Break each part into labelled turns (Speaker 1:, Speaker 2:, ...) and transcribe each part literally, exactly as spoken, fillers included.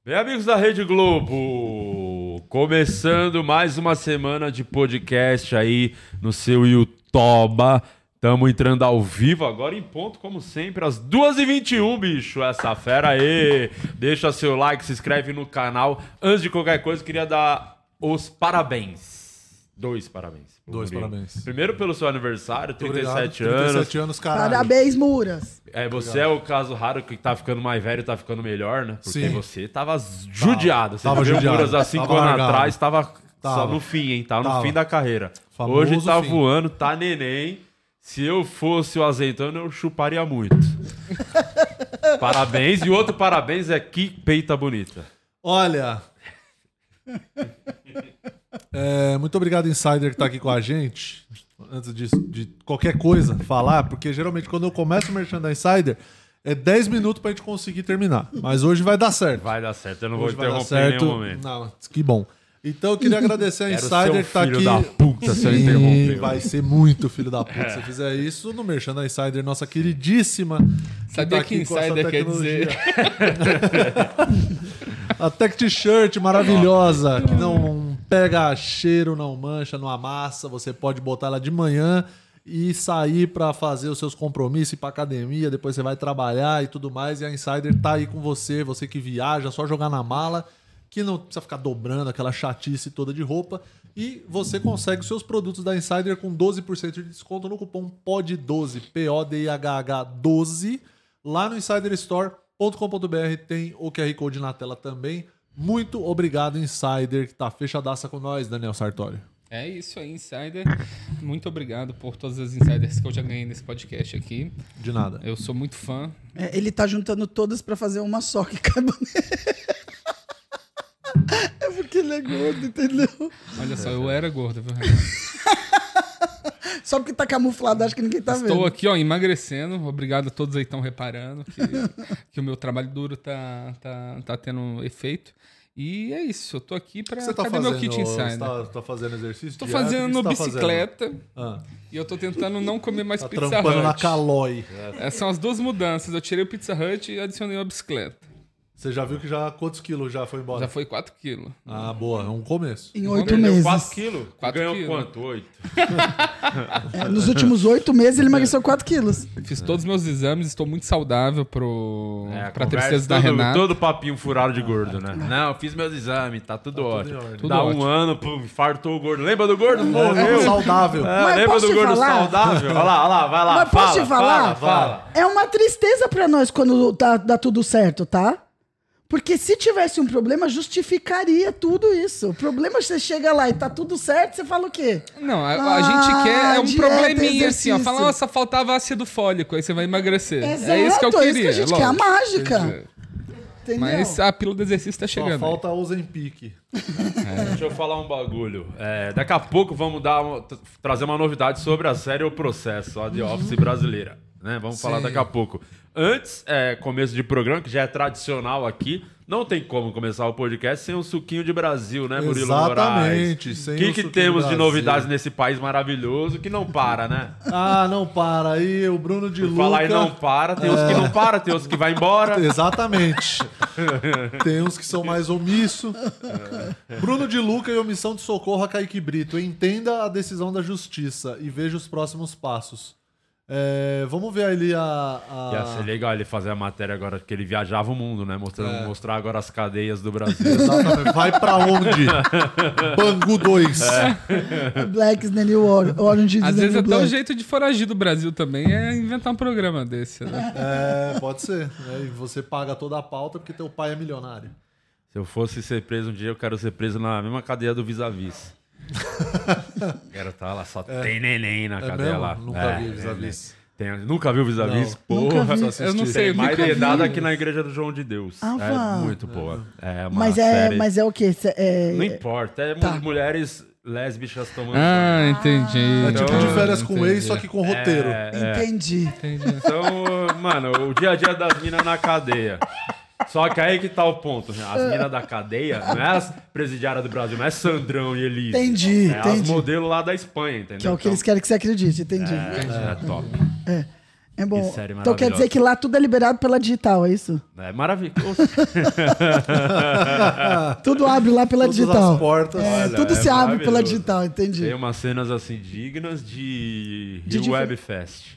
Speaker 1: Bem, amigos da Rede Globo, começando mais uma semana de podcast aí no seu YouTube. Estamos entrando ao vivo agora em ponto, como sempre, às duas e vinte e um, bicho, essa fera aí. Deixa seu like, se inscreve no canal. Antes de qualquer coisa, queria dar os parabéns. Dois parabéns.
Speaker 2: Dois
Speaker 1: Murilo.
Speaker 2: parabéns.
Speaker 1: Primeiro pelo seu aniversário, trinta e sete
Speaker 2: Obrigado.
Speaker 1: anos.
Speaker 2: trinta e sete anos, caralho.
Speaker 3: Parabéns, Muras.
Speaker 1: É, você Obrigado. É o caso raro que tá ficando mais velho e tá ficando melhor, né? Porque
Speaker 2: Sim.
Speaker 1: você tava judiado. Você
Speaker 2: tava
Speaker 1: viu
Speaker 2: judiado.
Speaker 1: Muras há cinco
Speaker 2: Tava
Speaker 1: anos
Speaker 2: largado.
Speaker 1: atrás, tava,
Speaker 2: Tava.
Speaker 1: só no fim, hein? Tava,
Speaker 2: Tava.
Speaker 1: no fim da carreira.
Speaker 2: Famoso
Speaker 1: Hoje tá
Speaker 2: fim.
Speaker 1: voando, tá neném. Se eu fosse o azeitona, eu chuparia muito. Parabéns. E o outro parabéns é que peita bonita.
Speaker 2: Olha... É, muito obrigado, Insider, que tá aqui com a gente. Antes de, de qualquer coisa falar, porque geralmente quando eu começo o Merchan da Insider, é dez minutos pra gente conseguir terminar. Mas hoje vai dar certo.
Speaker 1: Vai dar certo, eu não
Speaker 2: Hoje
Speaker 1: vou
Speaker 2: vai dar
Speaker 1: interromper em
Speaker 2: certo.
Speaker 1: nenhum momento.
Speaker 2: Não, que bom. Então eu queria agradecer a
Speaker 1: Quero
Speaker 2: Insider
Speaker 1: ser
Speaker 2: que tá
Speaker 1: filho
Speaker 2: aqui.
Speaker 1: da puta se eu
Speaker 2: Sim,
Speaker 1: interromper.
Speaker 2: vai ser muito filho da puta se eu fizer isso no Merchan da Insider, nossa queridíssima.
Speaker 4: Sabia
Speaker 2: tá
Speaker 4: que
Speaker 2: aqui com essa
Speaker 4: Insider quer
Speaker 2: tecnologia.
Speaker 4: dizer?
Speaker 2: A Tech T-shirt maravilhosa, que não pega cheiro, não mancha, não amassa. Você pode botar ela de manhã e sair para fazer os seus compromissos, ir pra academia, depois você vai trabalhar e tudo mais. E a Insider tá aí com você, você que viaja, só jogar na mala, que não precisa ficar dobrando aquela chatice toda de roupa. E você consegue os seus produtos da Insider com doze por cento de desconto no cupom P O D doze, P O D I H H doze, lá no insider store ponto com ponto b r. Tem o Q R Code na tela também. Muito obrigado, Insider, que tá fechadaça com nós, Daniel Sartori.
Speaker 4: É isso aí, Insider. Muito obrigado por todas as Insiders que eu já ganhei nesse podcast aqui.
Speaker 2: De nada.
Speaker 4: Eu sou muito fã.
Speaker 3: É, ele tá juntando todas pra fazer uma só que caiba nele. É porque ele é gordo, entendeu?
Speaker 4: Olha só, eu era gordo, viu, Renato?
Speaker 3: Só porque tá camuflado, acho que ninguém tá vendo.
Speaker 4: Estou aqui, ó, emagrecendo. Obrigado a todos aí que estão reparando que, que o meu trabalho duro tá, tá, tá tendo efeito. E é isso, eu tô aqui pra...
Speaker 2: Você tá
Speaker 4: Cadê
Speaker 2: fazendo,
Speaker 4: meu kit Insider?
Speaker 2: Você tá, tá fazendo exercício?
Speaker 4: Tô
Speaker 2: diário?
Speaker 4: fazendo
Speaker 2: O que você tá
Speaker 4: bicicleta
Speaker 2: fazendo? Ah,
Speaker 4: e eu tô tentando não comer mais
Speaker 2: tá
Speaker 4: Pizza
Speaker 2: trampando
Speaker 4: Hut.
Speaker 2: na Calói.
Speaker 4: Essas são as duas mudanças. Eu tirei o Pizza Hut e adicionei uma bicicleta.
Speaker 2: Você já viu que já quantos quilos já foi embora?
Speaker 4: Já foi quatro quilos.
Speaker 2: Ah, boa. É um começo.
Speaker 3: Em oito
Speaker 4: Perdeu
Speaker 3: meses.
Speaker 1: quatro quilos?
Speaker 4: Quatro
Speaker 1: Ganhou
Speaker 4: quilos.
Speaker 1: quanto? oito?
Speaker 3: É, nos últimos oito meses ele emagreceu quatro quilos.
Speaker 4: Fiz todos os meus exames, estou muito saudável pro...
Speaker 1: É,
Speaker 4: pra
Speaker 1: conversa,
Speaker 4: tristeza da
Speaker 1: todo,
Speaker 4: Renata.
Speaker 1: todo papinho furado de gordo, né? Não, eu fiz meus exames, tá tudo ótimo.
Speaker 2: em ordem.
Speaker 4: Tudo
Speaker 1: Dá um
Speaker 4: ótimo.
Speaker 1: ano, pum, infartou o gordo. Lembra do gordo?
Speaker 2: É,
Speaker 1: Morreu.
Speaker 2: saudável.
Speaker 1: É,
Speaker 3: Mas
Speaker 1: lembra
Speaker 3: posso
Speaker 1: do
Speaker 3: te
Speaker 1: gordo
Speaker 3: falar?
Speaker 1: saudável? Olha lá, olha lá, vai lá.
Speaker 3: Mas posso
Speaker 1: fala,
Speaker 3: te falar?
Speaker 1: Fala, fala.
Speaker 3: É uma tristeza pra nós quando tá, dá tudo certo, tá? Porque se tivesse um problema, justificaria tudo isso. O problema é que você chega lá e tá tudo certo, você fala o quê?
Speaker 4: Não, a,
Speaker 3: Ah,
Speaker 4: a gente quer é um
Speaker 3: dieta,
Speaker 4: probleminha assim, ó.
Speaker 3: exercício.
Speaker 4: Fala, nossa, faltava ácido fólico, aí você vai emagrecer.
Speaker 3: Exato,
Speaker 4: é isso que eu
Speaker 3: é
Speaker 4: queria.
Speaker 3: isso que a gente quer, a
Speaker 4: lógico.
Speaker 3: mágica. Entendeu?
Speaker 4: Mas a pílula do exercício tá
Speaker 2: Só
Speaker 4: chegando.
Speaker 2: falta o Ozempic.
Speaker 1: Deixa eu falar um bagulho. É, daqui a pouco vamos dar uma- t- trazer uma novidade sobre a série O Processo, a The Office brasileira. Né? Vamos falar
Speaker 2: Sim.
Speaker 1: daqui a pouco. Antes, é, começo de programa, que já é tradicional aqui. Não tem como começar o podcast sem um suquinho de Brasil, né, Murilo
Speaker 2: Exatamente,
Speaker 1: Moraes?
Speaker 2: sem
Speaker 1: O que,
Speaker 2: o
Speaker 1: que
Speaker 2: suquinho
Speaker 1: temos
Speaker 2: de
Speaker 1: de
Speaker 2: Brasil.
Speaker 1: novidades nesse país maravilhoso que não para, né?
Speaker 2: Ah, não para. Aí o Bruno de
Speaker 1: Por
Speaker 2: Luca...
Speaker 1: falar em não para, tem uns que não para, tem uns que vai embora.
Speaker 2: Exatamente. Tem uns que são mais omissos. Bruno de Luca e omissão de socorro a Kaique Brito. Entenda a decisão da justiça e veja os próximos passos. É, vamos ver ali a... a...
Speaker 1: Ia ser legal ele fazer a matéria agora, porque ele viajava o mundo, né? Mostrando,
Speaker 2: É.
Speaker 1: Mostrar agora as cadeias do Brasil.
Speaker 2: Exatamente. Vai pra onde? Bangu dois.
Speaker 3: Black is the new or- orange is
Speaker 4: Às
Speaker 3: the
Speaker 4: vezes
Speaker 3: new
Speaker 4: até
Speaker 3: black.
Speaker 4: o jeito de foragir do Brasil também é inventar um programa desse, né?
Speaker 2: É, pode ser. né? E você paga toda a pauta porque teu pai é milionário.
Speaker 1: Se eu fosse ser preso um dia, eu quero ser preso na mesma cadeia do Vis-a-Vis. Quero estar lá, só tem neném na
Speaker 2: É
Speaker 1: cadeia
Speaker 2: mesmo?
Speaker 1: lá.
Speaker 2: Nunca
Speaker 1: É,
Speaker 2: vi
Speaker 1: é,
Speaker 2: Vis-a-Vis.
Speaker 1: tem- nunca viu Vis-a-Vis?
Speaker 2: Não,
Speaker 1: Porra.
Speaker 3: nunca vi.
Speaker 2: Só assisti.
Speaker 4: Eu não sei,
Speaker 1: Tem
Speaker 4: eu
Speaker 1: mais
Speaker 4: nunca vi.
Speaker 1: dedada aqui na igreja do João de Deus.
Speaker 3: Ah,
Speaker 1: é
Speaker 3: vá.
Speaker 1: muito boa. É uma
Speaker 3: Mas é,
Speaker 1: série...
Speaker 3: mas é o quê? Cê- É,
Speaker 1: Não importa, é
Speaker 3: Tá.
Speaker 1: mulheres lésbicas tomando
Speaker 4: Ah, entendi.
Speaker 2: É tipo de
Speaker 1: Então,
Speaker 2: férias com
Speaker 4: entendi.
Speaker 2: ex, só que com roteiro.
Speaker 1: É, é.
Speaker 3: Entendi.
Speaker 4: Entendi.
Speaker 1: Então, mano, o dia a dia das minas na cadeia. Só que aí que tá o ponto, né? As minas da cadeia, não é as presidiárias do Brasil, não é Sandrão e Elise.
Speaker 3: Entendi,
Speaker 1: É as
Speaker 3: entendi.
Speaker 1: modelos lá da Espanha, entendeu?
Speaker 3: Que é o que eles querem que você acredite, entendi.
Speaker 1: É, é top.
Speaker 3: É bom.
Speaker 1: Que série
Speaker 3: Então quer
Speaker 1: maravilhosa.
Speaker 3: dizer que lá tudo é liberado pela digital, é isso?
Speaker 1: É maravilhoso.
Speaker 3: Tudo abre lá pela
Speaker 2: Todas
Speaker 3: digital.
Speaker 2: as portas.
Speaker 3: É,
Speaker 1: Olha,
Speaker 3: tudo
Speaker 1: é
Speaker 3: se abre pela
Speaker 1: maravilhoso.
Speaker 3: digital, entendi.
Speaker 1: Tem umas cenas assim dignas de
Speaker 3: De
Speaker 1: Rio
Speaker 3: dif-
Speaker 1: Web Fest.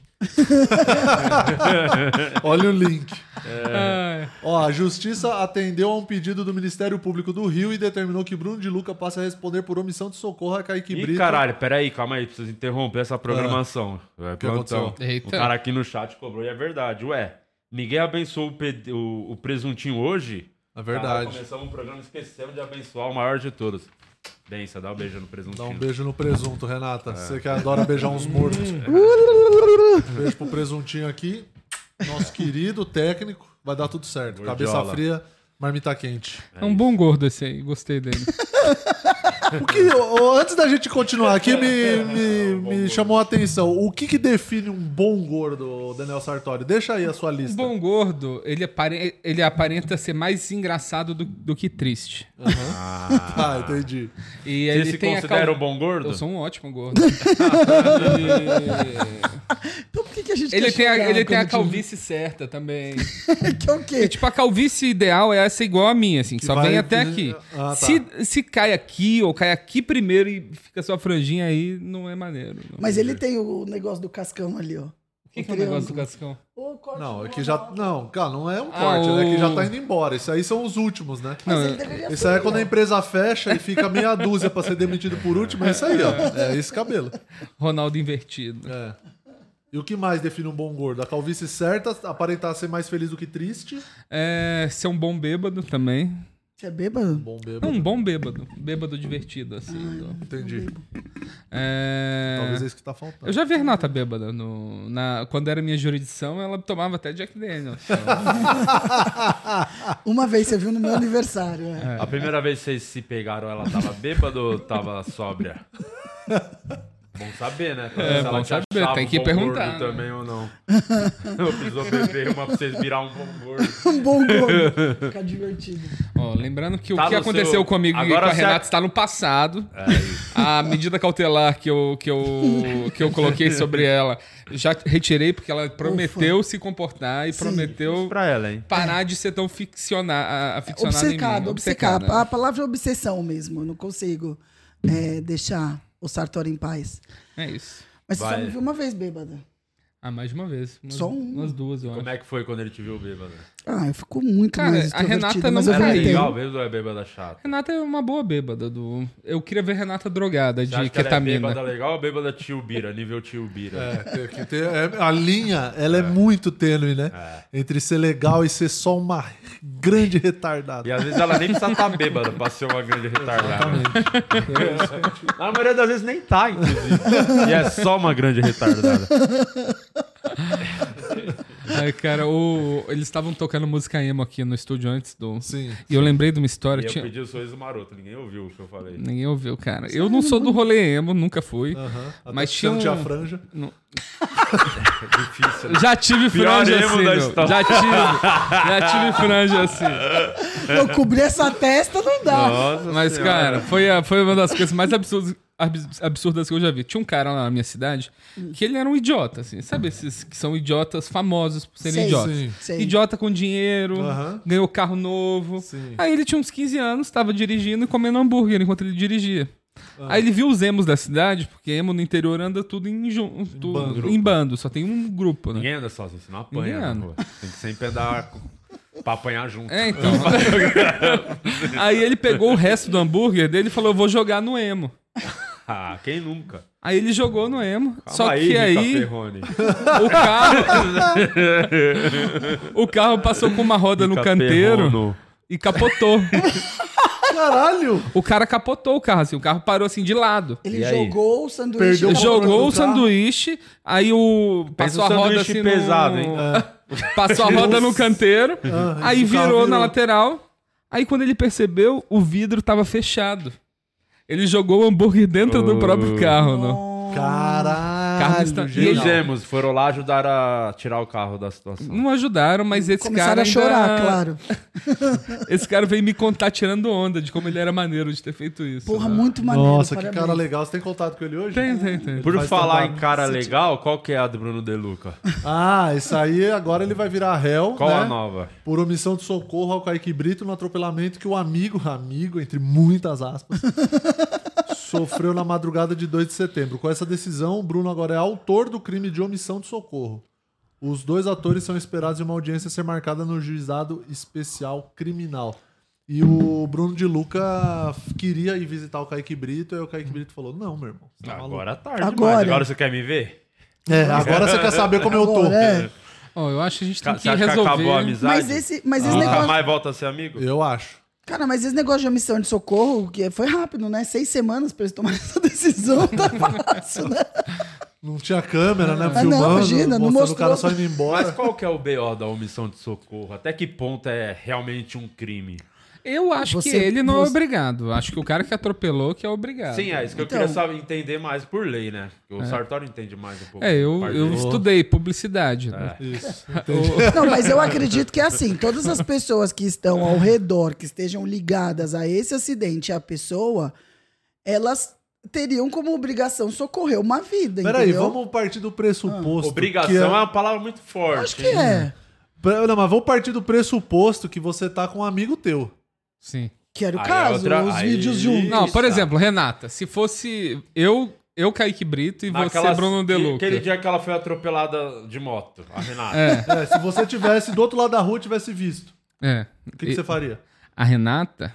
Speaker 2: Olha o link.
Speaker 4: Ai,
Speaker 2: Ó, a Justiça atendeu a um pedido do Ministério Público do Rio e determinou que Bruno de Luca passe a responder por omissão de socorro a Kaique
Speaker 1: Ih,
Speaker 2: Brito.
Speaker 1: caralho, peraí, calma aí, preciso interromper essa programação. É
Speaker 2: que
Speaker 1: plantão.
Speaker 2: aconteceu?
Speaker 4: Eita.
Speaker 1: O cara aqui no chat cobrou e é verdade. Ué, ninguém abençoou o, pe- o- o presuntinho hoje?
Speaker 2: É verdade.
Speaker 1: Caralho, começamos o programa e esquecemos de abençoar o maior de todos. Bença, dá um beijo no presuntinho.
Speaker 2: Dá um beijo no presunto, Renata. Você que adora beijar uns mortos. Beijo pro presuntinho aqui. Nosso querido técnico. Vai dar tudo certo. Cabeça
Speaker 1: Gordiola.
Speaker 2: fria, marmita quente.
Speaker 4: é um bom gordo esse aí, gostei dele.
Speaker 2: O que, ô, antes da gente continuar aqui, me, me, me chamou a atenção. O que, que define um bom gordo, Daniel Sartori? Deixa aí a sua
Speaker 4: Um
Speaker 2: lista.
Speaker 4: bom gordo, ele, apare- ele aparenta ser mais engraçado do, do que triste.
Speaker 2: Ah, entendi.
Speaker 4: E
Speaker 1: Você
Speaker 4: ele
Speaker 1: se
Speaker 4: tem a
Speaker 1: considera
Speaker 4: cal-
Speaker 1: um bom gordo?
Speaker 4: Eu sou um ótimo gordo.
Speaker 3: Então por que, que a gente
Speaker 4: E ele
Speaker 3: quer
Speaker 4: tem a,
Speaker 3: chegar
Speaker 4: ele tem a
Speaker 3: quando
Speaker 4: calvície certa também.
Speaker 3: tiver- Que é o
Speaker 4: E,
Speaker 3: quê?
Speaker 4: tipo, a calvície ideal é essa igual a minha, assim, que só
Speaker 2: vai-
Speaker 4: vem até aqui.
Speaker 2: Ah, tá.
Speaker 4: se, se cai aqui ou cai aqui primeiro e fica sua franjinha aí, não é maneiro. não.
Speaker 3: Mas ele tem o negócio do cascão ali, ó.
Speaker 4: O que, que é o negócio do
Speaker 3: triângulo.
Speaker 4: cascão?
Speaker 3: O corte
Speaker 2: Não,
Speaker 3: do
Speaker 2: é que já.
Speaker 3: Ronaldo.
Speaker 2: Não, cara, não é um
Speaker 4: Ah,
Speaker 2: corte, é que já
Speaker 4: o-
Speaker 2: tá indo embora. Isso aí são os últimos, né?
Speaker 3: Mas
Speaker 4: Não,
Speaker 3: ele
Speaker 4: é-
Speaker 3: deveria
Speaker 2: Isso
Speaker 3: ser,
Speaker 2: aí é quando a
Speaker 3: ó.
Speaker 2: empresa fecha e fica meia dúzia pra ser demitido por último. É isso aí, ó. É esse cabelo.
Speaker 4: Ronaldo invertido.
Speaker 2: É. E o que mais define um bom gordo? A calvície certa, aparentar ser mais feliz do que triste.
Speaker 4: É, ser um bom bêbado também.
Speaker 3: Você é bêbado?
Speaker 2: Bom
Speaker 4: É
Speaker 2: bêbado.
Speaker 4: um bom bêbado. Bêbado divertido, assim. do-
Speaker 2: Entendi.
Speaker 4: É...
Speaker 2: Talvez é isso que tá faltando.
Speaker 4: Eu já vi a Renata bêbada. No, na, quando era minha jurisdição, ela tomava até Jack Daniels.
Speaker 3: Uma vez você viu no meu aniversário. É.
Speaker 1: A primeira vez que vocês se pegaram, ela tava bêbada ou tava sóbria? Bom saber, né? Pra ver
Speaker 4: É,
Speaker 1: se ela
Speaker 4: bom
Speaker 1: te
Speaker 4: saber,
Speaker 1: achava
Speaker 4: tem
Speaker 1: um
Speaker 4: que
Speaker 1: bom
Speaker 4: perguntar,
Speaker 1: gordo
Speaker 4: né?
Speaker 1: também ou não. Eu preciso beber uma pra vocês virar um bom gordo.
Speaker 3: Um bom gordo. Ficar divertido.
Speaker 4: Ó, lembrando que
Speaker 1: Tá
Speaker 4: o que
Speaker 1: no
Speaker 4: aconteceu
Speaker 1: seu-
Speaker 4: comigo e
Speaker 1: Agora
Speaker 4: com a
Speaker 1: você-
Speaker 4: Renata está no passado.
Speaker 1: É isso.
Speaker 4: A medida cautelar que eu, que, eu, que eu coloquei sobre ela, já retirei porque ela prometeu se comportar e
Speaker 3: Sim.
Speaker 4: prometeu
Speaker 1: Pra ela, hein?
Speaker 4: parar de ser tão ficciona, aficionada
Speaker 3: Obcecado,
Speaker 4: em mim.
Speaker 3: obcecado. A palavra é obsessão mesmo. Eu não consigo é, deixar o Sartori em paz.
Speaker 4: É isso.
Speaker 3: Mas você só
Speaker 1: Vai.
Speaker 3: me viu uma vez bêbada.
Speaker 4: Ah, mais de uma vez. Umas,
Speaker 3: Só um.
Speaker 4: umas duas, eu
Speaker 1: Como
Speaker 4: acho.
Speaker 1: é que foi quando ele te viu bêbada?
Speaker 3: Ah, eu fico muito
Speaker 4: Cara,
Speaker 3: mais
Speaker 4: a
Speaker 3: extrovertida,
Speaker 4: Renata
Speaker 3: mas
Speaker 4: não
Speaker 3: eu
Speaker 1: Ela é
Speaker 3: voltei.
Speaker 1: legal mesmo ou é bêbada chata?
Speaker 4: Renata é uma boa bêbada. Do... Eu queria ver Renata drogada
Speaker 1: Você
Speaker 4: de
Speaker 1: acha que ela é
Speaker 4: ketamina.
Speaker 1: bêbada legal ou bêbada tio Bira, nível tio Bira?
Speaker 2: É, tem que ter- é, a linha, ela é, muito tênue, né? Entre ser legal e ser só uma grande retardada.
Speaker 1: E às vezes ela nem precisa estar bêbada pra ser uma grande retardada. Na maioria das vezes nem tá, inclusive. E é só uma grande retardada.
Speaker 4: Ai, cara, o... eles estavam tocando música emo aqui no estúdio antes do.
Speaker 2: Sim.
Speaker 4: E eu lembrei de uma história.
Speaker 1: E eu
Speaker 4: Tinha...
Speaker 1: pedi o sorriso maroto, ninguém ouviu o que eu falei.
Speaker 4: Ninguém ouviu, cara. Eu não sou do rolê emo, nunca fui.
Speaker 2: Aham. Até
Speaker 4: Mas
Speaker 2: porque
Speaker 4: tinha
Speaker 2: não
Speaker 4: um-
Speaker 2: tinha franja.
Speaker 4: Não-
Speaker 1: É difícil, né?
Speaker 4: Já tive
Speaker 1: Pior
Speaker 4: franja
Speaker 1: emo
Speaker 4: assim,
Speaker 1: da
Speaker 4: meu.
Speaker 1: história.
Speaker 4: Já tive. Já tive franja assim.
Speaker 3: Eu cobrir essa testa não dá.
Speaker 1: Nossa
Speaker 4: Mas,
Speaker 1: Senhora.
Speaker 4: cara, foi, a- foi uma das coisas mais absurdas, abs- absurdas que eu já vi. Tinha um cara lá na minha cidade que ele era um idiota, assim. Sabe esses que são idiotas famosos por serem
Speaker 3: Sei.
Speaker 4: idiotas?
Speaker 2: Sim.
Speaker 3: Sei.
Speaker 4: Idiota com dinheiro,
Speaker 2: Aham.
Speaker 4: ganhou carro novo.
Speaker 2: Sim.
Speaker 4: Aí ele tinha uns quinze anos, tava dirigindo e comendo hambúrguer enquanto ele dirigia. Aí ele viu os emos da cidade, porque emo no interior anda tudo em, jun- tudo-
Speaker 2: bando.
Speaker 4: em bando, só tem um grupo, né?
Speaker 1: Ninguém anda sozinho, senão apanha
Speaker 4: Ninguém
Speaker 1: na
Speaker 4: anda.
Speaker 1: rua. Tem que sempre andar pra apanhar junto.
Speaker 4: É, então. Aí ele pegou o resto do hambúrguer dele e falou: eu vou jogar no emo.
Speaker 1: Ah, quem nunca?
Speaker 4: Aí ele jogou no emo.
Speaker 1: Calma
Speaker 4: só
Speaker 1: aí,
Speaker 4: que
Speaker 1: Rica
Speaker 4: aí
Speaker 1: Ferrone.
Speaker 4: o carro. o carro passou com uma roda no
Speaker 1: Rica
Speaker 4: canteiro
Speaker 1: Ferrono.
Speaker 4: e capotou.
Speaker 2: Caralho!
Speaker 4: O cara capotou o carro, assim, o carro parou assim de lado.
Speaker 3: Ele
Speaker 1: E aí?
Speaker 3: jogou o sanduíche.
Speaker 2: Perdeu
Speaker 3: na
Speaker 2: o
Speaker 3: boca
Speaker 4: Jogou
Speaker 3: do
Speaker 4: o
Speaker 3: carro.
Speaker 4: sanduíche, aí o.
Speaker 1: Pensa
Speaker 4: Passou
Speaker 1: um
Speaker 4: a roda
Speaker 1: sanduíche
Speaker 4: assim.
Speaker 1: pesado,
Speaker 4: no...
Speaker 1: hein?
Speaker 4: Passou a roda no canteiro,
Speaker 2: Ah,
Speaker 4: aí
Speaker 2: o carro
Speaker 4: virou na
Speaker 2: virou.
Speaker 4: lateral. Aí quando ele percebeu, o vidro tava fechado. Ele jogou o hambúrguer dentro do
Speaker 1: Oh.
Speaker 4: próprio carro, não?
Speaker 2: Caralho!
Speaker 4: Carlos tá-
Speaker 2: genial.
Speaker 4: e ele-
Speaker 1: Fizemos, foram lá ajudar a tirar o carro da situação.
Speaker 4: Não ajudaram, mas esse
Speaker 3: Começaram
Speaker 4: cara
Speaker 3: a chorar,
Speaker 4: ainda-
Speaker 3: claro.
Speaker 4: Esse cara veio me contar tirando onda de como ele era maneiro de ter feito isso.
Speaker 3: Porra,
Speaker 4: né?
Speaker 3: muito maneiro.
Speaker 2: Nossa, que
Speaker 3: parabéns.
Speaker 2: cara legal. Você tem contato com ele hoje?
Speaker 4: Tem, tem, tem.
Speaker 1: Por
Speaker 2: faz
Speaker 1: falar
Speaker 2: tanta-
Speaker 1: em cara legal, qual que é a do Bruno De Luca?
Speaker 2: Ah, isso aí agora ele vai virar réu,
Speaker 1: Qual
Speaker 2: né?
Speaker 1: a nova?
Speaker 2: Por omissão de socorro ao Kaique Brito no atropelamento que o amigo, amigo, entre muitas aspas, sofreu na madrugada de dois de setembro. Com essa decisão, o Bruno agora é autor do crime de omissão de socorro. Os dois atores são esperados em uma audiência a ser marcada no Juizado Especial Criminal. E o Bruno de Luca queria ir visitar o Kaique Brito, aí o Kaique Brito falou, não, meu irmão. Você tá maluco?"
Speaker 1: Agora é tarde
Speaker 3: Agora.
Speaker 1: demais. Agora você quer me ver?
Speaker 2: É, agora você quer saber como eu tô.
Speaker 3: Agora, é.
Speaker 4: Ó, eu acho que a gente tem
Speaker 1: Você
Speaker 4: que
Speaker 1: acha que
Speaker 4: resolver.
Speaker 1: acabou a amizade?
Speaker 3: Mas esse, mas esse
Speaker 1: Nunca
Speaker 3: negócio...
Speaker 1: mais volta a ser amigo?
Speaker 2: Eu acho.
Speaker 3: Cara, mas esse negócio de omissão de socorro, que foi rápido, né? Seis semanas pra eles tomarem essa decisão, tá fácil, né?
Speaker 2: Não tinha câmera, né?
Speaker 3: Ah, não,
Speaker 2: Filmando,
Speaker 3: imagina, não
Speaker 2: mostrando o cara
Speaker 3: mostrou.
Speaker 2: só indo embora.
Speaker 1: Mas qual que é o B O da omissão de socorro? Até que ponto é realmente um crime?
Speaker 4: Eu acho
Speaker 3: Você-
Speaker 4: que ele não é
Speaker 3: você-
Speaker 4: obrigado. Acho que o cara que atropelou que é obrigado.
Speaker 1: Sim, é isso que eu
Speaker 3: Então-
Speaker 1: queria saber, entender mais por lei, né? Porque o Sartori entende mais um pouco.
Speaker 4: É, eu,
Speaker 1: parte
Speaker 4: eu
Speaker 1: dele.
Speaker 4: estudei publicidade. né?
Speaker 2: Isso.
Speaker 3: Não, mas eu acredito que é assim, todas as pessoas que estão ao redor, que estejam ligadas a esse acidente, a pessoa, elas teriam como obrigação socorrer uma vida,
Speaker 2: Peraí,
Speaker 3: entendeu?
Speaker 2: vamos partir do pressuposto.
Speaker 1: Obrigação
Speaker 2: que
Speaker 1: é uma palavra muito forte.
Speaker 3: Acho que é.
Speaker 2: Pra- Não, mas vamos partir do pressuposto que você tá com um amigo teu.
Speaker 4: Sim.
Speaker 3: Que era o
Speaker 1: Aí é
Speaker 3: caso,
Speaker 1: outra-
Speaker 3: os
Speaker 1: aí-
Speaker 3: vídeos juntos.
Speaker 4: Não, por
Speaker 1: Isso.
Speaker 4: exemplo, Renata, se fosse eu, eu Kaique Brito e
Speaker 1: Naquela-
Speaker 4: você, Bruno De Luca.
Speaker 1: Aquele dia que ela foi atropelada de moto, a Renata.
Speaker 4: É,
Speaker 2: É, se você tivesse do outro lado da rua e tivesse visto,
Speaker 4: é.
Speaker 2: o que, que
Speaker 4: E-
Speaker 2: você faria?
Speaker 4: A Renata,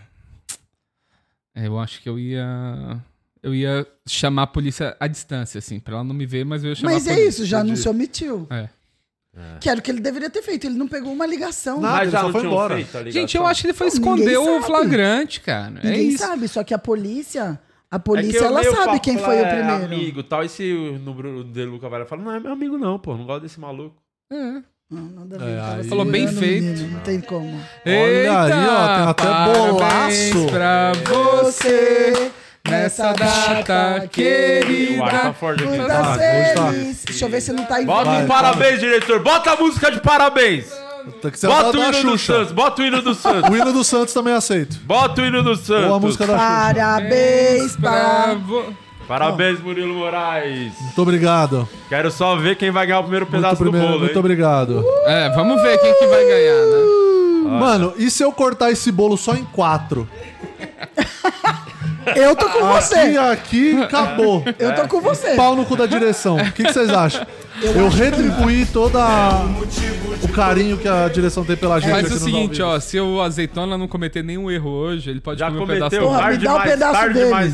Speaker 4: é, eu acho que eu ia. Eu ia chamar a polícia à distância, assim, pra ela não me ver, mas eu ia chamar
Speaker 3: Mas
Speaker 4: a
Speaker 3: é
Speaker 4: polícia.
Speaker 3: isso, já não se omitiu.
Speaker 4: É.
Speaker 3: Que era o que ele deveria ter feito. Ele não pegou uma ligação.
Speaker 2: Nada.
Speaker 1: Mas
Speaker 2: ele
Speaker 1: já
Speaker 2: só
Speaker 1: não
Speaker 2: foi
Speaker 1: tinham
Speaker 2: embora.
Speaker 1: feito a ligação?
Speaker 4: Gente, eu acho que ele foi
Speaker 3: Não,
Speaker 4: esconder
Speaker 3: ninguém
Speaker 4: o
Speaker 3: sabe.
Speaker 4: flagrante, cara. é
Speaker 3: Ninguém
Speaker 4: isso.
Speaker 3: sabe, só que a polícia, a
Speaker 1: É que
Speaker 3: polícia,
Speaker 1: eu
Speaker 3: ela
Speaker 1: leio o
Speaker 3: sabe
Speaker 1: papo,
Speaker 3: quem
Speaker 1: falo,
Speaker 3: foi o
Speaker 1: é,
Speaker 3: primeiro.
Speaker 1: amigo tal, e se o no Bruno De Luca vai lá e fala, não é meu amigo não, pô, não gosto desse maluco.
Speaker 4: É.
Speaker 3: Não, nada a
Speaker 2: É,
Speaker 3: ver. tava
Speaker 2: aí-
Speaker 4: Falou bem
Speaker 3: segurando o
Speaker 4: feito.
Speaker 3: menino, Não tem como.
Speaker 2: Olha aí, ó, tem até
Speaker 4: parabéns
Speaker 2: bolaço.
Speaker 4: pra você nessa data
Speaker 1: O
Speaker 4: querida.
Speaker 1: ar tá forte aqui.
Speaker 3: Muita
Speaker 2: tá, hoje tá.
Speaker 3: feliz. Deixa eu ver se não tá em
Speaker 1: Bota
Speaker 2: Vai,
Speaker 1: um parabéns, diretor. Bota a música de parabéns.
Speaker 2: Tem que ser
Speaker 1: Bota
Speaker 2: a
Speaker 1: o
Speaker 2: da
Speaker 1: hino do
Speaker 2: Xuxa.
Speaker 1: Santos. Bota o hino do Santos.
Speaker 2: O hino do Santos também aceito.
Speaker 1: Bota o hino do Santos.
Speaker 2: Ou a música da Xuxa.
Speaker 3: Parabéns
Speaker 4: pra
Speaker 3: pra...
Speaker 4: vo...
Speaker 1: Parabéns, Murilo Moraes.
Speaker 2: Muito obrigado.
Speaker 1: Quero só ver quem vai ganhar o primeiro
Speaker 2: Muito,
Speaker 1: pedaço
Speaker 2: primeiro-
Speaker 1: do bolo,
Speaker 2: muito
Speaker 1: hein?
Speaker 2: obrigado.
Speaker 4: É, vamos ver quem que vai ganhar, né?
Speaker 2: Mano, e se eu cortar esse bolo só em quatro?
Speaker 3: Eu tô com
Speaker 2: Aqui,
Speaker 3: você.
Speaker 2: aqui, acabou.
Speaker 3: Eu tô com você.
Speaker 2: Pau no cu da direção. O que, que vocês acham? Eu, retribuí todo o carinho que a direção tem pela gente.
Speaker 4: Faz
Speaker 2: aqui
Speaker 4: o
Speaker 2: nos
Speaker 4: seguinte,
Speaker 2: ao vivo.
Speaker 4: ó, se o azeitona não cometer nenhum erro hoje, ele pode
Speaker 1: Já
Speaker 4: comer um
Speaker 1: cometeu.
Speaker 4: pedaço.
Speaker 3: Porra,
Speaker 1: tarde
Speaker 3: me dá um
Speaker 1: demais,
Speaker 3: pedaço
Speaker 1: tarde
Speaker 3: dele.
Speaker 1: demais.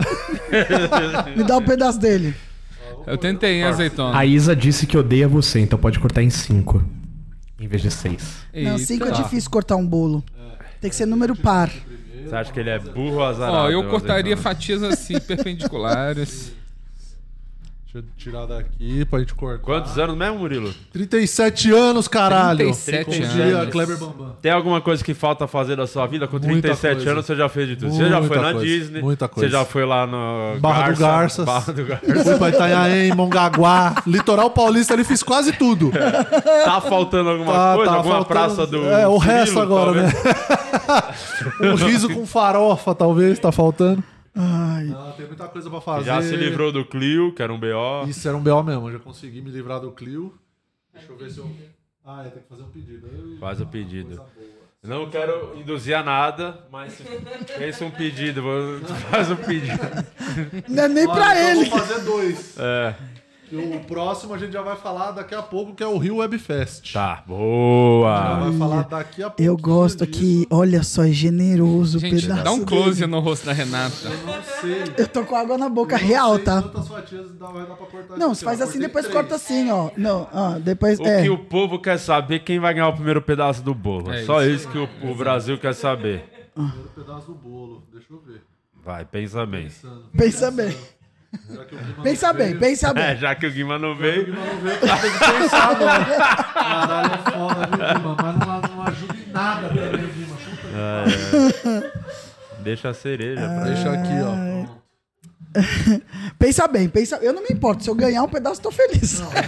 Speaker 3: Me dá um pedaço dele.
Speaker 4: Eu tentei, hein, azeitona.
Speaker 5: A Isa disse que odeia você, então pode cortar em cinco. Em vez de seis.
Speaker 3: Não,
Speaker 4: Eita.
Speaker 3: cinco é difícil cortar um bolo. Tem que ser número par.
Speaker 1: Você acha que ele é burro ou azarado?
Speaker 4: Ó, eu
Speaker 1: o
Speaker 4: cortaria
Speaker 1: azeitona?
Speaker 4: fatias assim, perpendiculares.
Speaker 2: Deixa eu tirar daqui pra gente cortar.
Speaker 1: Quantos anos mesmo, Murilo?
Speaker 2: trinta e sete anos, caralho.
Speaker 4: trinta e sete
Speaker 2: Como
Speaker 4: anos.
Speaker 2: diria Kleber Bambam.
Speaker 1: Tem alguma coisa que falta fazer da sua vida? Com
Speaker 2: Muita
Speaker 1: trinta e sete
Speaker 2: coisa.
Speaker 1: anos você já fez de tudo. Você já foi
Speaker 2: Muita
Speaker 1: na
Speaker 2: coisa,
Speaker 1: Disney.
Speaker 2: muita coisa.
Speaker 1: Você já foi lá no
Speaker 2: Barra do Garças.
Speaker 1: Barra do Garças.
Speaker 2: Fui pra Itanhaém, Mongaguá, Litoral Paulista, ali fiz quase tudo.
Speaker 1: Tá faltando alguma
Speaker 2: Tá,
Speaker 1: coisa?
Speaker 2: tá
Speaker 1: alguma
Speaker 2: faltando-
Speaker 1: praça do
Speaker 2: É, o resto
Speaker 1: Cirilo,
Speaker 2: agora,
Speaker 1: talvez?
Speaker 2: né? Um riso com farofa, talvez, tá faltando.
Speaker 3: Ai.
Speaker 2: Ah, tem muita coisa pra fazer.
Speaker 1: Já se livrou do Clio, que era um B O.
Speaker 2: Isso era um B O mesmo, eu já consegui me livrar do Clio. Deixa eu ver se eu... Ah, é, tem que fazer um pedido. Ai,
Speaker 1: Faz o pedido.
Speaker 2: coisa boa.
Speaker 1: Não quero induzir a nada, mas pensa um pedido. vou- Faz um pedido.
Speaker 3: Não é nem
Speaker 2: Olha,
Speaker 3: pra
Speaker 2: então
Speaker 3: ele.
Speaker 2: eu vou fazer dois.
Speaker 1: É.
Speaker 2: E o próximo a gente já vai falar daqui a pouco, que é o Rio Web Fest.
Speaker 1: Tá,
Speaker 2: Já
Speaker 1: boa.
Speaker 2: vai falar daqui a pouco.
Speaker 3: Eu gosto que, olha só, é generoso o
Speaker 4: Gente,
Speaker 3: pedaço
Speaker 4: dá um close
Speaker 3: dele.
Speaker 4: no rosto da Renata.
Speaker 2: Eu não sei.
Speaker 3: Eu tô com água na boca
Speaker 2: Eu não
Speaker 3: real,
Speaker 2: sei
Speaker 3: tá?
Speaker 2: quantas fatias dá- vai dar pra cortar
Speaker 3: Não,
Speaker 2: aqui,
Speaker 3: você faz
Speaker 2: ó.
Speaker 3: assim,
Speaker 2: Cortei
Speaker 3: depois
Speaker 2: três.
Speaker 3: corta assim, ó. Não, ó, depois,
Speaker 1: O
Speaker 3: é.
Speaker 1: que o povo quer saber é quem vai ganhar o primeiro pedaço do bolo.
Speaker 4: É
Speaker 1: Só
Speaker 4: isso.
Speaker 1: isso que o, o Brasil quer saber.
Speaker 2: Primeiro pedaço do bolo, deixa eu ver.
Speaker 1: Vai, pensa bem.
Speaker 2: Pensando.
Speaker 3: Pensa bem.
Speaker 2: Já que o Guima
Speaker 3: Pensa
Speaker 2: não
Speaker 3: bem,
Speaker 2: veio-
Speaker 3: pensa
Speaker 1: É,
Speaker 3: bem.
Speaker 1: já que o Guima não
Speaker 2: O
Speaker 1: veio.
Speaker 2: Guima não veio, tem que pensar agora. Caralho, é foda, viu, Guima? Mas não, não ajuda em nada também, Guima. Puta que
Speaker 1: Deixa a cereja pra
Speaker 2: Deixa aqui, ó. Pronto.
Speaker 3: Pensa bem, pensa. Eu não me importo. Se eu ganhar um pedaço, tô feliz.
Speaker 2: Não,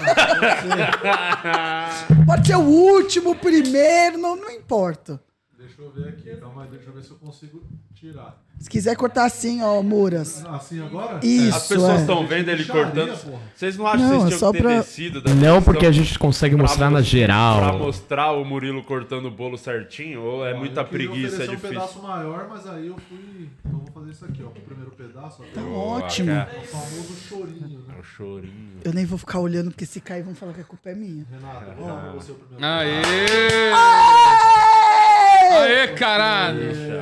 Speaker 2: não,
Speaker 3: Pode ser o último, o primeiro, não, não importa.
Speaker 2: deixa eu ver aqui. Calma aí, deixa eu ver se eu consigo tirar.
Speaker 3: Se quiser cortar assim, ó, Muras.
Speaker 2: Assim agora?
Speaker 3: Isso,
Speaker 1: As pessoas
Speaker 3: é.
Speaker 1: estão vendo ele
Speaker 2: Bicharia,
Speaker 1: cortando.
Speaker 2: porra.
Speaker 1: Vocês não acham
Speaker 3: Não,
Speaker 1: que
Speaker 3: é
Speaker 1: vocês tinham
Speaker 3: só
Speaker 1: que ter
Speaker 3: pra-
Speaker 1: descido da
Speaker 5: Não, porque a
Speaker 1: questão
Speaker 5: gente consegue
Speaker 1: pra
Speaker 5: mostrar na
Speaker 1: mos-
Speaker 5: geral.
Speaker 1: Pra mostrar o Murilo cortando o bolo certinho? Ou é
Speaker 2: Ó,
Speaker 1: muita
Speaker 2: eu queria
Speaker 1: preguiça, é
Speaker 2: oferecer
Speaker 1: difícil?
Speaker 2: um pedaço maior, mas aí eu fui... Então vou fazer isso aqui, ó. O primeiro pedaço. Ó,
Speaker 3: Tá
Speaker 1: Boa,
Speaker 3: ótimo.
Speaker 1: cara.
Speaker 2: é o famoso chorinho, né?
Speaker 1: É o chorinho.
Speaker 3: Eu nem vou ficar olhando, porque se cair, vão falar que a culpa é minha.
Speaker 2: Renata, vou dar pra você o primeiro
Speaker 4: Aê!
Speaker 3: Aê!
Speaker 4: Aê, caralho!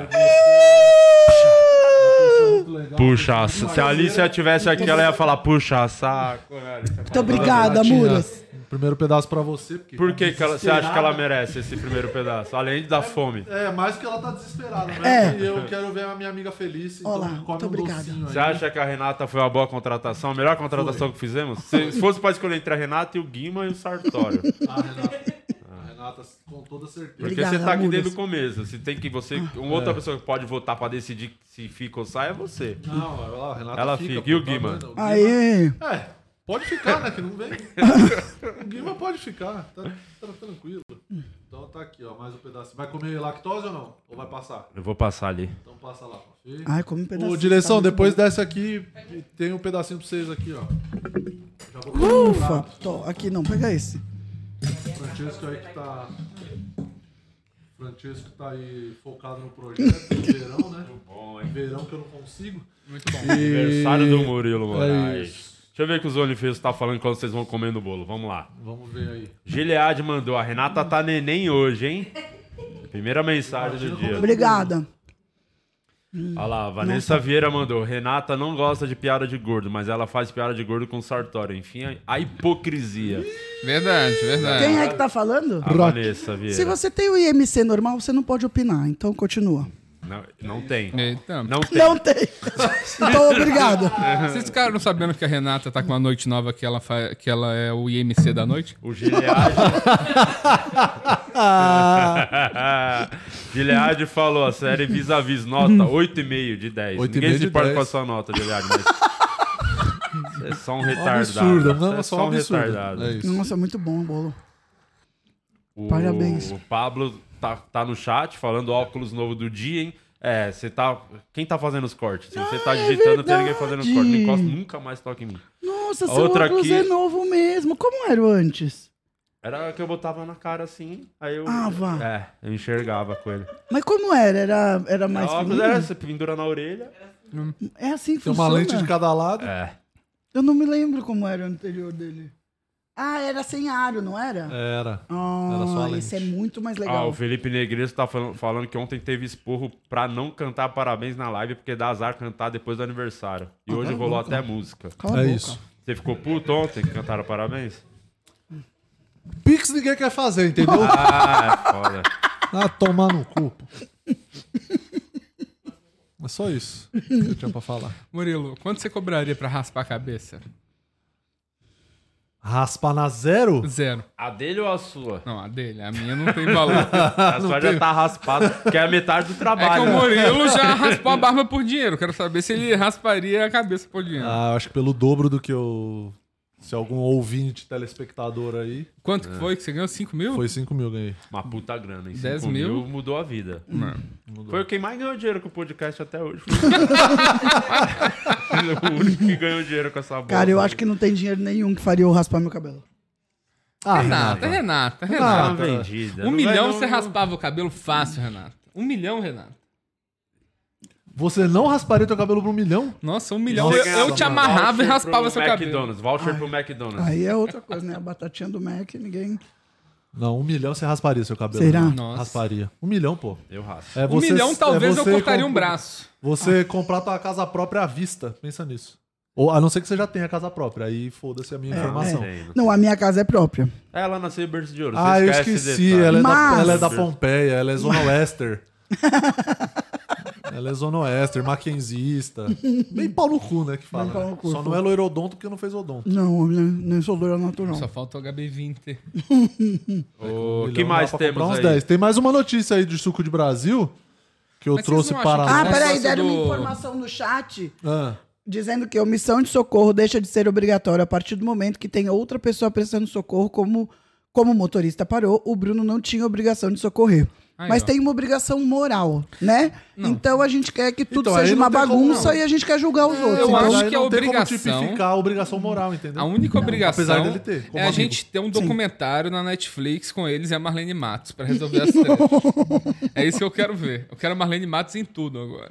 Speaker 2: Muito legal.
Speaker 1: Puxa, se a Alicia tivesse aqui, ela ia falar, puxa, saco.
Speaker 3: Muito obrigada,
Speaker 2: Renatinha,
Speaker 3: Muras.
Speaker 2: Primeiro pedaço pra você. Porque
Speaker 1: Por
Speaker 2: tá
Speaker 1: que, que ela- você acha que ela
Speaker 2: desesperada.
Speaker 1: merece esse primeiro pedaço? Além da fome.
Speaker 2: É, mais porque ela tá desesperada, né?
Speaker 3: É.
Speaker 2: E eu quero ver a minha amiga feliz. Então
Speaker 3: Olá,
Speaker 2: come
Speaker 3: muito
Speaker 2: um
Speaker 3: obrigada.
Speaker 2: docinho aí.
Speaker 1: Você acha que a Renata foi uma boa contratação? A melhor contratação que fizemos? Se se fosse pra escolher entre a Renata e o Guima e o Sartório.
Speaker 2: A Renata, a Renata, com toda certeza.
Speaker 1: Porque
Speaker 3: Obrigada,
Speaker 1: você tá aqui
Speaker 3: Muras.
Speaker 1: desde o começo. Você tem que você, uma outra pessoa que pode votar pra decidir se fica ou sai é você.
Speaker 2: Não, olha lá, a Renata
Speaker 1: Ela
Speaker 2: fica.
Speaker 1: fica.
Speaker 2: pô,
Speaker 1: E o
Speaker 2: tá
Speaker 1: Guima?
Speaker 2: doido, o
Speaker 3: Aê!
Speaker 2: É, pode ficar, né? Que não vem. O Guima pode ficar, tá, tá tranquilo. Então tá aqui, ó, mais um pedaço. Vai comer lactose ou não? Ou vai passar?
Speaker 1: Eu vou passar ali.
Speaker 2: Então passa lá pra Fê.
Speaker 3: Ai, come um pedacinho.
Speaker 2: Ô, direção,
Speaker 3: tá muito
Speaker 2: depois
Speaker 3: bom.
Speaker 2: desce aqui e tem um pedacinho pra vocês aqui, ó. Já vou colocar no
Speaker 3: Ufa!
Speaker 2: prato.
Speaker 3: Tô, aqui não, pega esse.
Speaker 2: Francesco aí que tá. Francesco tá aí focado no projeto, no verão, né?
Speaker 1: Bom, hein?
Speaker 2: Verão que eu não consigo.
Speaker 4: Muito bom.
Speaker 2: E-
Speaker 1: Aniversário do Murilo
Speaker 2: É
Speaker 1: Moraes.
Speaker 2: isso.
Speaker 1: Deixa eu ver o que os OnlyFans tá falando quando vocês vão comendo o bolo. Vamos lá.
Speaker 2: Vamos ver aí.
Speaker 1: Gilead mandou. A Renata tá neném hoje, hein? Primeira mensagem do dia.
Speaker 3: Obrigada.
Speaker 1: Olha lá, a Vanessa Vieira mandou. Renata não gosta de piada de gordo, mas ela faz piada de gordo com Sartório. Enfim, a- a hipocrisia.
Speaker 4: Verdade, verdade.
Speaker 3: Quem é que tá falando?
Speaker 1: A Vanessa Vieira.
Speaker 3: Se você tem o I M C normal, você não pode opinar, então continua.
Speaker 1: Não, não tem.
Speaker 4: Eita.
Speaker 1: Não tem.
Speaker 3: Não tem. Então, obrigada.
Speaker 4: Vocês ficaram sabendo que a Renata tá com uma noite nova que ela, fa... que ela é o I M C da noite?
Speaker 1: O Gilead. Gilead falou: a série vis-a-vis, nota oito e meio de dez.
Speaker 2: oito e
Speaker 1: Ninguém
Speaker 2: meio
Speaker 1: se
Speaker 2: de
Speaker 1: importa
Speaker 2: dez.
Speaker 1: com a sua nota, Gilead, mas. Você é só um retardado.
Speaker 2: absurdo, não,
Speaker 1: Você é
Speaker 2: só
Speaker 1: só
Speaker 2: um
Speaker 1: um
Speaker 2: absurdo.
Speaker 1: retardado.
Speaker 2: É isso.
Speaker 3: Nossa, muito bom o bolo.
Speaker 1: O,
Speaker 3: Parabéns.
Speaker 1: O Pablo tá, tá no chat falando óculos novo do dia, hein? É, você tá. Quem tá fazendo os cortes? Se você tá
Speaker 3: Ah, é
Speaker 1: digitando, não tem ninguém fazendo os cortes. Não
Speaker 3: verdade.
Speaker 1: encosta, nunca mais toca em mim.
Speaker 3: Nossa,
Speaker 1: A
Speaker 3: seu
Speaker 1: outra
Speaker 3: óculos
Speaker 1: aqui-
Speaker 3: é novo mesmo. Como era o antes?
Speaker 1: Era que eu botava na cara assim, aí eu.
Speaker 3: Ah, vá.
Speaker 1: É, eu enxergava com ele.
Speaker 3: Mas como era? Era, era mais
Speaker 1: O óculos
Speaker 3: fininho?
Speaker 1: era, você pendura na orelha.
Speaker 3: É assim que
Speaker 2: Tem uma
Speaker 3: funciona?
Speaker 2: lente de cada lado.
Speaker 1: É.
Speaker 3: Eu não me lembro como era o anterior dele. Ah, era sem aro, não era?
Speaker 2: Era.
Speaker 3: Ah,
Speaker 2: Era só a lente.
Speaker 3: esse é muito mais
Speaker 1: Ah,
Speaker 3: legal.
Speaker 1: o Felipe Negresco tá falando, falando que ontem teve esporro pra não cantar parabéns na live, porque dá azar cantar depois do aniversário. E
Speaker 3: Ah,
Speaker 1: hoje
Speaker 3: cala a
Speaker 1: rolou
Speaker 3: boca.
Speaker 1: até música.
Speaker 3: Cala a
Speaker 2: É
Speaker 3: boca.
Speaker 2: isso.
Speaker 1: Você ficou puto ontem que cantaram parabéns?
Speaker 2: Pix ninguém quer fazer, entendeu?
Speaker 1: Ah, é foda.
Speaker 2: Ah, tomar no cu. pô. É só isso que eu tinha pra falar.
Speaker 4: Murilo, quanto você cobraria pra raspar a cabeça?
Speaker 2: Raspar na zero?
Speaker 4: Zero.
Speaker 1: A dele ou a sua?
Speaker 4: Não, a dele. A minha não tem valor.
Speaker 1: A sua já tá raspada, que é a metade do
Speaker 4: É que
Speaker 1: trabalho.
Speaker 4: o
Speaker 1: né?
Speaker 4: Murilo já raspou a barba por dinheiro. Quero saber se ele rasparia a cabeça por dinheiro.
Speaker 2: Ah, eu acho que pelo dobro do que eu... Se algum ouvinte, telespectador aí...
Speaker 4: Quanto que foi que você ganhou? cinco mil?
Speaker 2: Foi cinco mil, ganhei.
Speaker 1: Uma puta grana, hein?
Speaker 4: dez
Speaker 1: cinco
Speaker 4: mil?
Speaker 1: mudou a vida.
Speaker 4: Não.
Speaker 1: Foi quem mais ganhou dinheiro com o podcast até hoje. O único que ganhou dinheiro com essa bosta.
Speaker 3: Cara, eu acho que não tem dinheiro nenhum que faria eu raspar meu cabelo.
Speaker 2: Ah,
Speaker 4: Renata, Renata,
Speaker 1: Tá
Speaker 4: Renata.
Speaker 1: vendida.
Speaker 4: Um
Speaker 1: Não
Speaker 4: milhão
Speaker 1: vai, não-
Speaker 4: você raspava o cabelo fácil, Renata. Um milhão, Renata.
Speaker 2: Você não rasparia teu cabelo por um milhão?
Speaker 4: Nossa, um milhão.
Speaker 1: Você
Speaker 4: Eu,
Speaker 1: ganhava
Speaker 4: eu te
Speaker 1: um
Speaker 4: amarrava e
Speaker 1: voucher
Speaker 4: raspava
Speaker 1: pro
Speaker 4: seu cabelo.
Speaker 1: McDonald's, voucher pro McDonald's.
Speaker 3: Aí é outra coisa, né? A batatinha do Mac, ninguém...
Speaker 2: Não, um milhão você rasparia seu cabelo.
Speaker 3: Será?
Speaker 2: né?
Speaker 4: Nossa.
Speaker 2: Rasparia. Um milhão, pô.
Speaker 1: Eu raspo.
Speaker 2: É
Speaker 4: Um
Speaker 2: você-
Speaker 4: milhão talvez
Speaker 2: é
Speaker 4: eu
Speaker 2: você
Speaker 4: cortaria um
Speaker 2: comp-
Speaker 4: braço.
Speaker 2: Você comprar tua casa própria à vista. Pensa nisso. Ou, a não ser que você já tenha casa própria. Aí foda-se a minha informação.
Speaker 1: Tem, não.
Speaker 3: Não, a minha casa é própria.
Speaker 1: Ela nasceu em berço de ouro. você
Speaker 2: Ah, eu
Speaker 1: esquece
Speaker 2: esqueci.
Speaker 1: esse detalhe.
Speaker 2: Ela é,
Speaker 3: Mas-
Speaker 2: da, ela é da Pompeia. Ela é Zona Oester. Ela é Zona Oester, maquenzista. Bem pau no cu, né? Que fala.
Speaker 3: Bem pau no
Speaker 2: né?
Speaker 3: cu,
Speaker 2: Só
Speaker 3: pô.
Speaker 2: não é loirodonto porque não fez odonto.
Speaker 3: Não, nem, nem sou loira natural.
Speaker 4: Só falta o H B vinte.
Speaker 1: O
Speaker 2: Um
Speaker 1: que
Speaker 2: milhão
Speaker 1: mais
Speaker 2: dá pra
Speaker 1: temos
Speaker 2: comprar uns
Speaker 1: aí?
Speaker 2: dez. Tem mais uma notícia aí de suco de Brasil que eu
Speaker 4: Mas vocês
Speaker 2: trouxe
Speaker 4: não acham
Speaker 2: para
Speaker 4: que-
Speaker 3: Ah,
Speaker 4: Esse
Speaker 3: peraí,
Speaker 4: negócio
Speaker 3: deram
Speaker 4: do-
Speaker 3: uma informação no chat.
Speaker 2: Ah,
Speaker 3: dizendo que a omissão de socorro deixa de ser obrigatória a partir do momento que tem outra pessoa prestando socorro, como, como o motorista parou, o Bruno não tinha obrigação de socorrer.
Speaker 4: Aí,
Speaker 3: Mas
Speaker 4: ó.
Speaker 3: tem uma obrigação moral, né?
Speaker 4: Não.
Speaker 3: Então a gente quer que tudo
Speaker 2: Então, aí
Speaker 3: seja
Speaker 2: não
Speaker 3: uma
Speaker 2: tem como,
Speaker 3: bagunça
Speaker 2: não.
Speaker 3: e a gente quer julgar os outros.
Speaker 4: eu
Speaker 3: Então,
Speaker 4: acho
Speaker 2: aí
Speaker 4: que a
Speaker 2: não tem
Speaker 4: obrigação-
Speaker 2: como tipificar a obrigação moral, entendeu?
Speaker 4: A única obrigação
Speaker 2: Apesar dele ter, como
Speaker 4: é a
Speaker 2: amigo.
Speaker 4: gente ter um documentário na Netflix com eles e a Marlene Matos pra resolver as tretas. É isso que eu quero ver. Eu quero a Marlene Matos em tudo agora.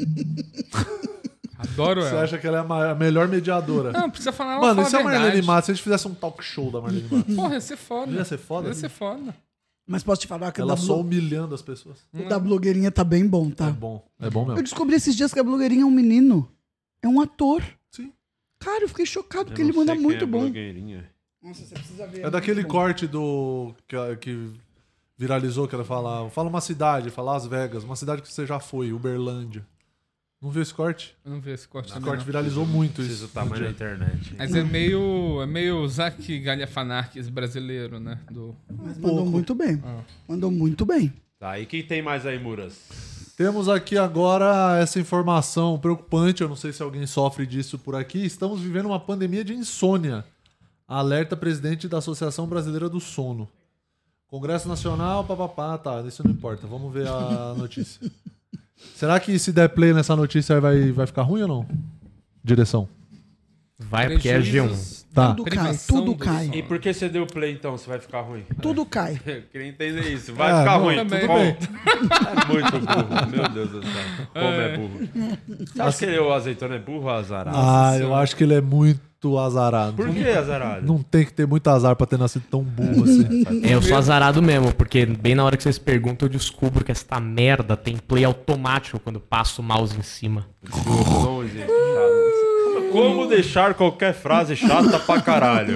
Speaker 4: Adoro
Speaker 2: Você
Speaker 4: ela.
Speaker 2: acha que ela é a ma- a melhor mediadora?
Speaker 4: Não, precisa falar ela
Speaker 2: Mano,
Speaker 4: fala
Speaker 2: e se a
Speaker 4: verdade.
Speaker 2: Marlene Matos, se a gente fizesse um talk show da Marlene Matos?
Speaker 4: Porra, ia ser foda.
Speaker 2: Ia ser foda,
Speaker 4: Ia
Speaker 2: né?
Speaker 4: ser foda.
Speaker 3: Mas posso te falar que o
Speaker 2: Ela
Speaker 3: da,
Speaker 2: só
Speaker 3: blo...
Speaker 2: humilhando as pessoas.
Speaker 3: o da blogueirinha tá bem bom, tá?
Speaker 2: É bom, é bom
Speaker 3: Eu
Speaker 2: mesmo.
Speaker 3: descobri esses dias que a blogueirinha é um menino. É um ator.
Speaker 2: Sim.
Speaker 3: Cara, eu fiquei chocado, porque
Speaker 1: Eu
Speaker 3: ele
Speaker 1: não
Speaker 3: manda
Speaker 1: sei
Speaker 3: muito
Speaker 1: quem é
Speaker 3: bom.
Speaker 1: blogueirinha.
Speaker 3: Nossa, você precisa ver.
Speaker 2: É daquele
Speaker 3: muito bom.
Speaker 2: corte do. Que, que viralizou, que ela fala. Fala uma cidade, fala Las Vegas, uma cidade que você já foi, Uberlândia. Não viu esse corte?
Speaker 4: Eu não vi esse corte
Speaker 2: Esse
Speaker 4: também,
Speaker 2: corte
Speaker 4: não.
Speaker 2: viralizou muito
Speaker 1: Preciso
Speaker 2: isso.
Speaker 1: estar mais na internet.
Speaker 4: Mas é meio, é meio Zac Galifianakis brasileiro, né? Do...
Speaker 3: Mas mandou
Speaker 2: pouco.
Speaker 3: muito bem.
Speaker 4: Ah.
Speaker 3: Mandou muito bem.
Speaker 1: Tá, e quem tem mais aí, Muras?
Speaker 2: Temos aqui agora essa informação preocupante, eu não sei se alguém sofre disso por aqui. Estamos vivendo uma pandemia de insônia. Alerta presidente da Associação Brasileira do Sono. Congresso Nacional, papapá, tá, isso não importa. Vamos ver a notícia. Será que se der play nessa notícia vai, vai ficar ruim ou não? Direção.
Speaker 5: Vai, porque é G um.
Speaker 4: Prejuízos
Speaker 2: Tá.
Speaker 4: da
Speaker 3: Tudo cai,
Speaker 4: privação
Speaker 3: tudo
Speaker 4: do
Speaker 3: cai.
Speaker 4: sono.
Speaker 1: E por que você deu play então, se vai ficar ruim?
Speaker 3: Tudo cai.
Speaker 1: Eu queria entender isso. Vai
Speaker 2: É,
Speaker 1: ficar
Speaker 2: não,
Speaker 1: ruim.
Speaker 4: também.
Speaker 1: Tudo bem. É muito burro. Meu Deus do céu. Como é, burro. Você acha que ele, o azeitona é burro ou azarado?
Speaker 2: Ah, eu acho que ele é muito azarado.
Speaker 1: Por que azarado?
Speaker 2: Não tem que ter muito azar pra ter nascido tão burro assim.
Speaker 5: É, eu sou azarado mesmo, porque bem na hora que vocês perguntam, eu descubro que essa merda tem play automático quando passo o mouse em cima.
Speaker 1: Som, gente, chato. Como deixar qualquer frase chata pra caralho?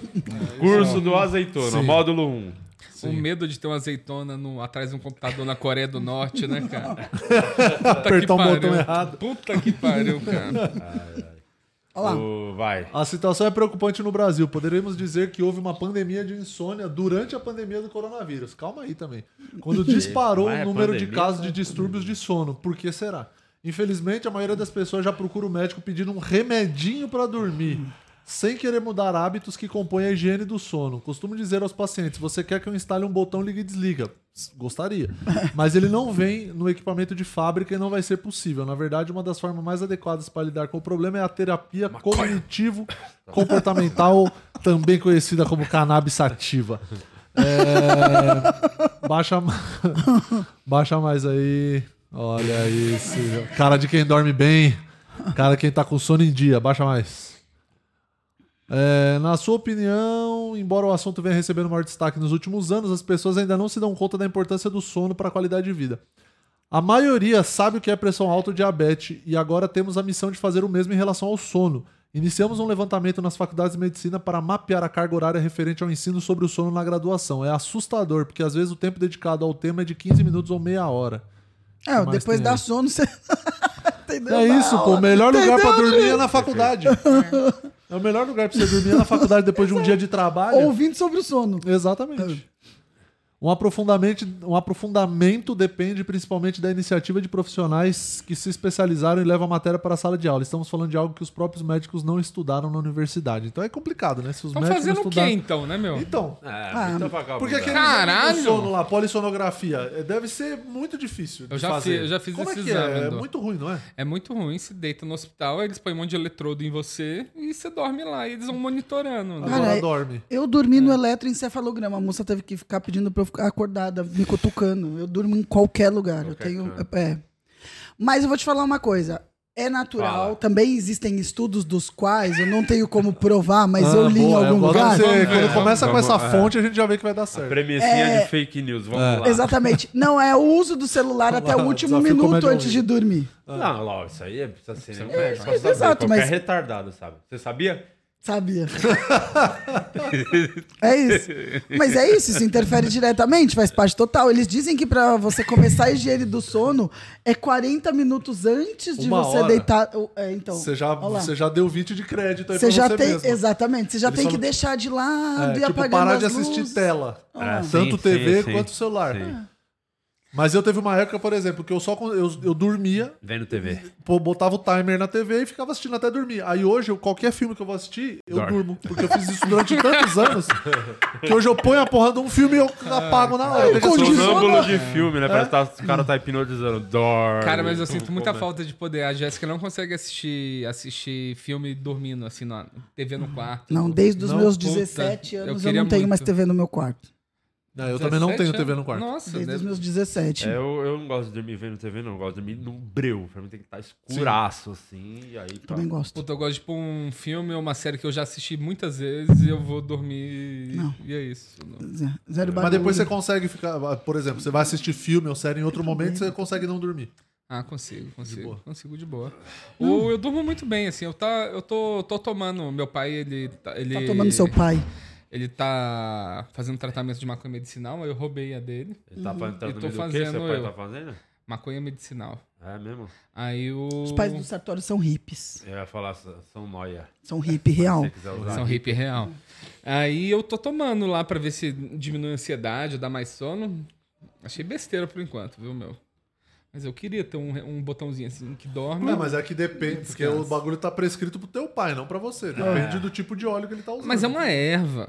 Speaker 1: Curso do azeitona,
Speaker 2: Sim.
Speaker 1: módulo um.
Speaker 4: O medo de ter uma azeitona no- atrás de um computador na Coreia do Norte, né, cara? Puta
Speaker 2: Apertar
Speaker 4: que
Speaker 2: um botão
Speaker 4: pariu.
Speaker 2: errado.
Speaker 4: Puta que pariu, cara.
Speaker 3: Olha lá.
Speaker 1: O- Vai.
Speaker 2: A situação é preocupante no Brasil. Poderíamos dizer que houve uma pandemia de insônia durante a pandemia do coronavírus. Calma aí também. Quando disparou
Speaker 1: Mas é
Speaker 2: o número de
Speaker 1: pandemia,
Speaker 2: casos de distúrbios de sono. Por que será? Infelizmente, a maioria das pessoas já procura o médico pedindo um remedinho para dormir, sem querer mudar hábitos que compõem a higiene do sono. Costumo dizer aos pacientes, você quer que eu instale um botão liga e desliga? Gostaria. Mas ele não vem no equipamento de fábrica e não vai ser possível. Na verdade, uma das formas mais adequadas para lidar com o problema é a terapia cognitivo-comportamental, também conhecida como cannabis sativa. É... Baixa... Baixa mais aí. Olha isso. Cara de quem dorme bem. Cara de quem tá com sono em dia. Baixa mais. É, na sua opinião, embora o assunto venha recebendo maior destaque nos últimos anos, as pessoas ainda não se dão conta da importância do sono para a qualidade de vida. A maioria sabe o que é pressão alta ou diabetes e agora temos a missão de fazer o mesmo em relação ao sono. Iniciamos um levantamento nas faculdades de medicina para mapear a carga horária referente ao ensino sobre o sono na graduação. É assustador, porque às vezes o tempo dedicado ao tema é de quinze minutos ou meia hora.
Speaker 3: É,
Speaker 2: Mas
Speaker 3: depois
Speaker 2: tem
Speaker 3: da
Speaker 2: aí.
Speaker 3: sono você. Entendeu?
Speaker 2: É isso, pô. O melhor lugar
Speaker 3: Entendeu,
Speaker 2: pra dormir é
Speaker 3: gente?
Speaker 2: na faculdade. É o melhor lugar pra você dormir é na faculdade depois de um dia de trabalho.
Speaker 3: Ouvindo sobre o sono.
Speaker 2: Exatamente. Um aprofundamento, um aprofundamento depende principalmente da iniciativa de profissionais que se especializaram e levam a matéria para a sala de aula. Estamos falando de algo que os próprios médicos não estudaram na universidade. Então é complicado, né? Se os
Speaker 4: Estão
Speaker 2: médicos
Speaker 4: fazendo
Speaker 2: não
Speaker 4: o quê,
Speaker 2: estudaram...
Speaker 4: então, né, meu?
Speaker 2: Então,
Speaker 1: É,
Speaker 3: Ah,
Speaker 1: muita vagabundagem.
Speaker 2: porque aquele
Speaker 4: Caralho!
Speaker 2: exame do sono lá, polissonografia, é, deve ser muito difícil de
Speaker 4: Eu já
Speaker 2: fazer.
Speaker 4: fiz- eu já fiz
Speaker 2: Como
Speaker 4: esse
Speaker 2: é que
Speaker 4: exame,
Speaker 2: é? É
Speaker 4: Edu.
Speaker 2: muito ruim, não é?
Speaker 4: É muito ruim, se deita no hospital, aí eles põem um monte de eletrodo em você e você dorme lá, e eles vão monitorando. né?
Speaker 3: Cara,
Speaker 2: Agora
Speaker 3: é-
Speaker 2: dorme.
Speaker 3: Eu dormi no eletroencefalograma. A moça teve que ficar pedindo pra eu ficar acordada, me cutucando. Eu durmo em qualquer lugar.
Speaker 1: Qualquer
Speaker 3: eu tenho.
Speaker 1: canto.
Speaker 3: É. Mas eu vou te falar uma coisa. É natural.
Speaker 1: Fala.
Speaker 3: Também existem estudos dos quais eu não tenho como provar, mas eu
Speaker 2: Ah,
Speaker 3: li
Speaker 2: boa,
Speaker 3: em algum
Speaker 2: eu gosto
Speaker 3: lugar.
Speaker 2: de você-
Speaker 1: Vamos
Speaker 2: quando
Speaker 1: ver,
Speaker 2: começa
Speaker 1: vamos-
Speaker 2: com essa
Speaker 1: é.
Speaker 2: fonte, a gente já vê que vai dar certo.
Speaker 1: Premissinha
Speaker 3: É.
Speaker 1: de fake news, vamos
Speaker 2: É.
Speaker 1: lá.
Speaker 3: Exatamente. Não é o uso do celular até o
Speaker 2: lá,
Speaker 3: último
Speaker 2: desafio
Speaker 3: minuto
Speaker 2: comédia ao
Speaker 3: antes de
Speaker 2: vivo.
Speaker 3: dormir.
Speaker 1: Não, Lau, isso aí é, precisa ser né?
Speaker 3: é,
Speaker 1: Precisa saber.
Speaker 3: exato,
Speaker 1: Qualquer
Speaker 3: mas-
Speaker 1: retardado, sabe? Você sabia?
Speaker 3: Sabia. É isso. Mas é isso, isso interfere diretamente, faz parte total. Eles dizem que pra você começar a higiene do sono é quarenta minutos antes de
Speaker 2: Uma
Speaker 3: você
Speaker 2: hora.
Speaker 3: deitar. É, então.
Speaker 2: Você já,
Speaker 3: Olha lá.
Speaker 2: você já deu vinte de crédito aí
Speaker 3: Você
Speaker 2: pra
Speaker 3: já
Speaker 2: você
Speaker 3: tem,
Speaker 2: mesmo.
Speaker 3: exatamente, você já
Speaker 2: Eles
Speaker 3: tem que
Speaker 2: falam-
Speaker 3: deixar de lado
Speaker 2: É,
Speaker 3: e
Speaker 2: tipo,
Speaker 3: apagando
Speaker 2: parar
Speaker 3: as
Speaker 2: de assistir
Speaker 3: luzes.
Speaker 2: tela.
Speaker 1: Ah,
Speaker 2: Tanto
Speaker 1: sim,
Speaker 2: T V
Speaker 1: sim,
Speaker 2: quanto
Speaker 1: sim.
Speaker 2: celular.
Speaker 1: Sim.
Speaker 2: Mas eu teve uma época, por exemplo, que eu só con- eu, eu dormia,
Speaker 1: Vendo T V.
Speaker 2: pô, botava o timer na T V e ficava assistindo até dormir. Aí hoje, eu- qualquer filme que eu vou assistir, eu
Speaker 1: Dorme.
Speaker 2: durmo. Porque eu fiz isso durante tantos anos que hoje eu ponho a porra de um filme e eu apago na hora. Eu tenho que assistir.
Speaker 1: Sonâmbulo de filme, né? Parece que tá- o cara tá hipnotizando. Dorme.
Speaker 4: Cara, mas eu sinto muita
Speaker 1: Como é?
Speaker 4: falta de poder. A Jéssica não consegue assistir, assistir filme dormindo, assim, na T V no quarto.
Speaker 3: Não, desde os
Speaker 2: Não,
Speaker 3: meus
Speaker 4: puta,
Speaker 3: dezessete
Speaker 4: eu
Speaker 3: anos eu,
Speaker 4: queria
Speaker 3: não tenho
Speaker 4: muito.
Speaker 3: mais T V no meu quarto.
Speaker 2: Não, eu também não tenho
Speaker 4: dezessete
Speaker 2: T V no
Speaker 4: anos?
Speaker 2: quarto.
Speaker 4: Nossa,
Speaker 3: Desde
Speaker 4: né?
Speaker 3: os meus dezessete.
Speaker 1: É, eu, eu não gosto de dormir vendo T V, não. Eu gosto de dormir num breu. Pra mim tem que estar escuraço, assim. E aí, pá.
Speaker 3: Também gosto.
Speaker 4: Puta, eu gosto de pôr um filme ou uma série que eu já assisti muitas vezes e eu vou dormir
Speaker 3: Não.
Speaker 4: e é isso. Não.
Speaker 3: Zé- Zero
Speaker 2: Mas
Speaker 3: barulho.
Speaker 2: depois você consegue ficar... Por exemplo, você vai assistir filme ou série em outro momento, você consegue não dormir.
Speaker 4: Ah, consigo, consigo.
Speaker 2: boa.
Speaker 4: Consigo de boa. Ou eu durmo muito bem, assim. Eu, tá, eu tô, tô tomando. Meu pai, ele. tá- ele
Speaker 3: Tá tomando seu pai.
Speaker 4: Ele tá fazendo tratamento de maconha medicinal, aí eu roubei a dele.
Speaker 1: Ele tá fazendo
Speaker 4: Eu tô
Speaker 1: tratamento do quê?
Speaker 4: fazendo
Speaker 1: Seu pai
Speaker 4: eu.
Speaker 1: tá fazendo?
Speaker 4: Maconha medicinal.
Speaker 1: É mesmo?
Speaker 4: Aí o.
Speaker 3: Os pais do Sartório são hippies.
Speaker 1: Eu ia falar, são noia.
Speaker 3: São hippie real.
Speaker 1: Se você quiser usar.
Speaker 4: São hippie real. Aí eu tô tomando lá pra ver se diminui a ansiedade, dá mais sono. Achei besteira por enquanto, viu, meu? Mas eu queria ter um, um botãozinho assim que dorme.
Speaker 2: Não, mas é que depende, porque o bagulho tá prescrito pro teu pai, não pra você. Depende do tipo de óleo que ele tá usando.
Speaker 4: Mas é uma erva.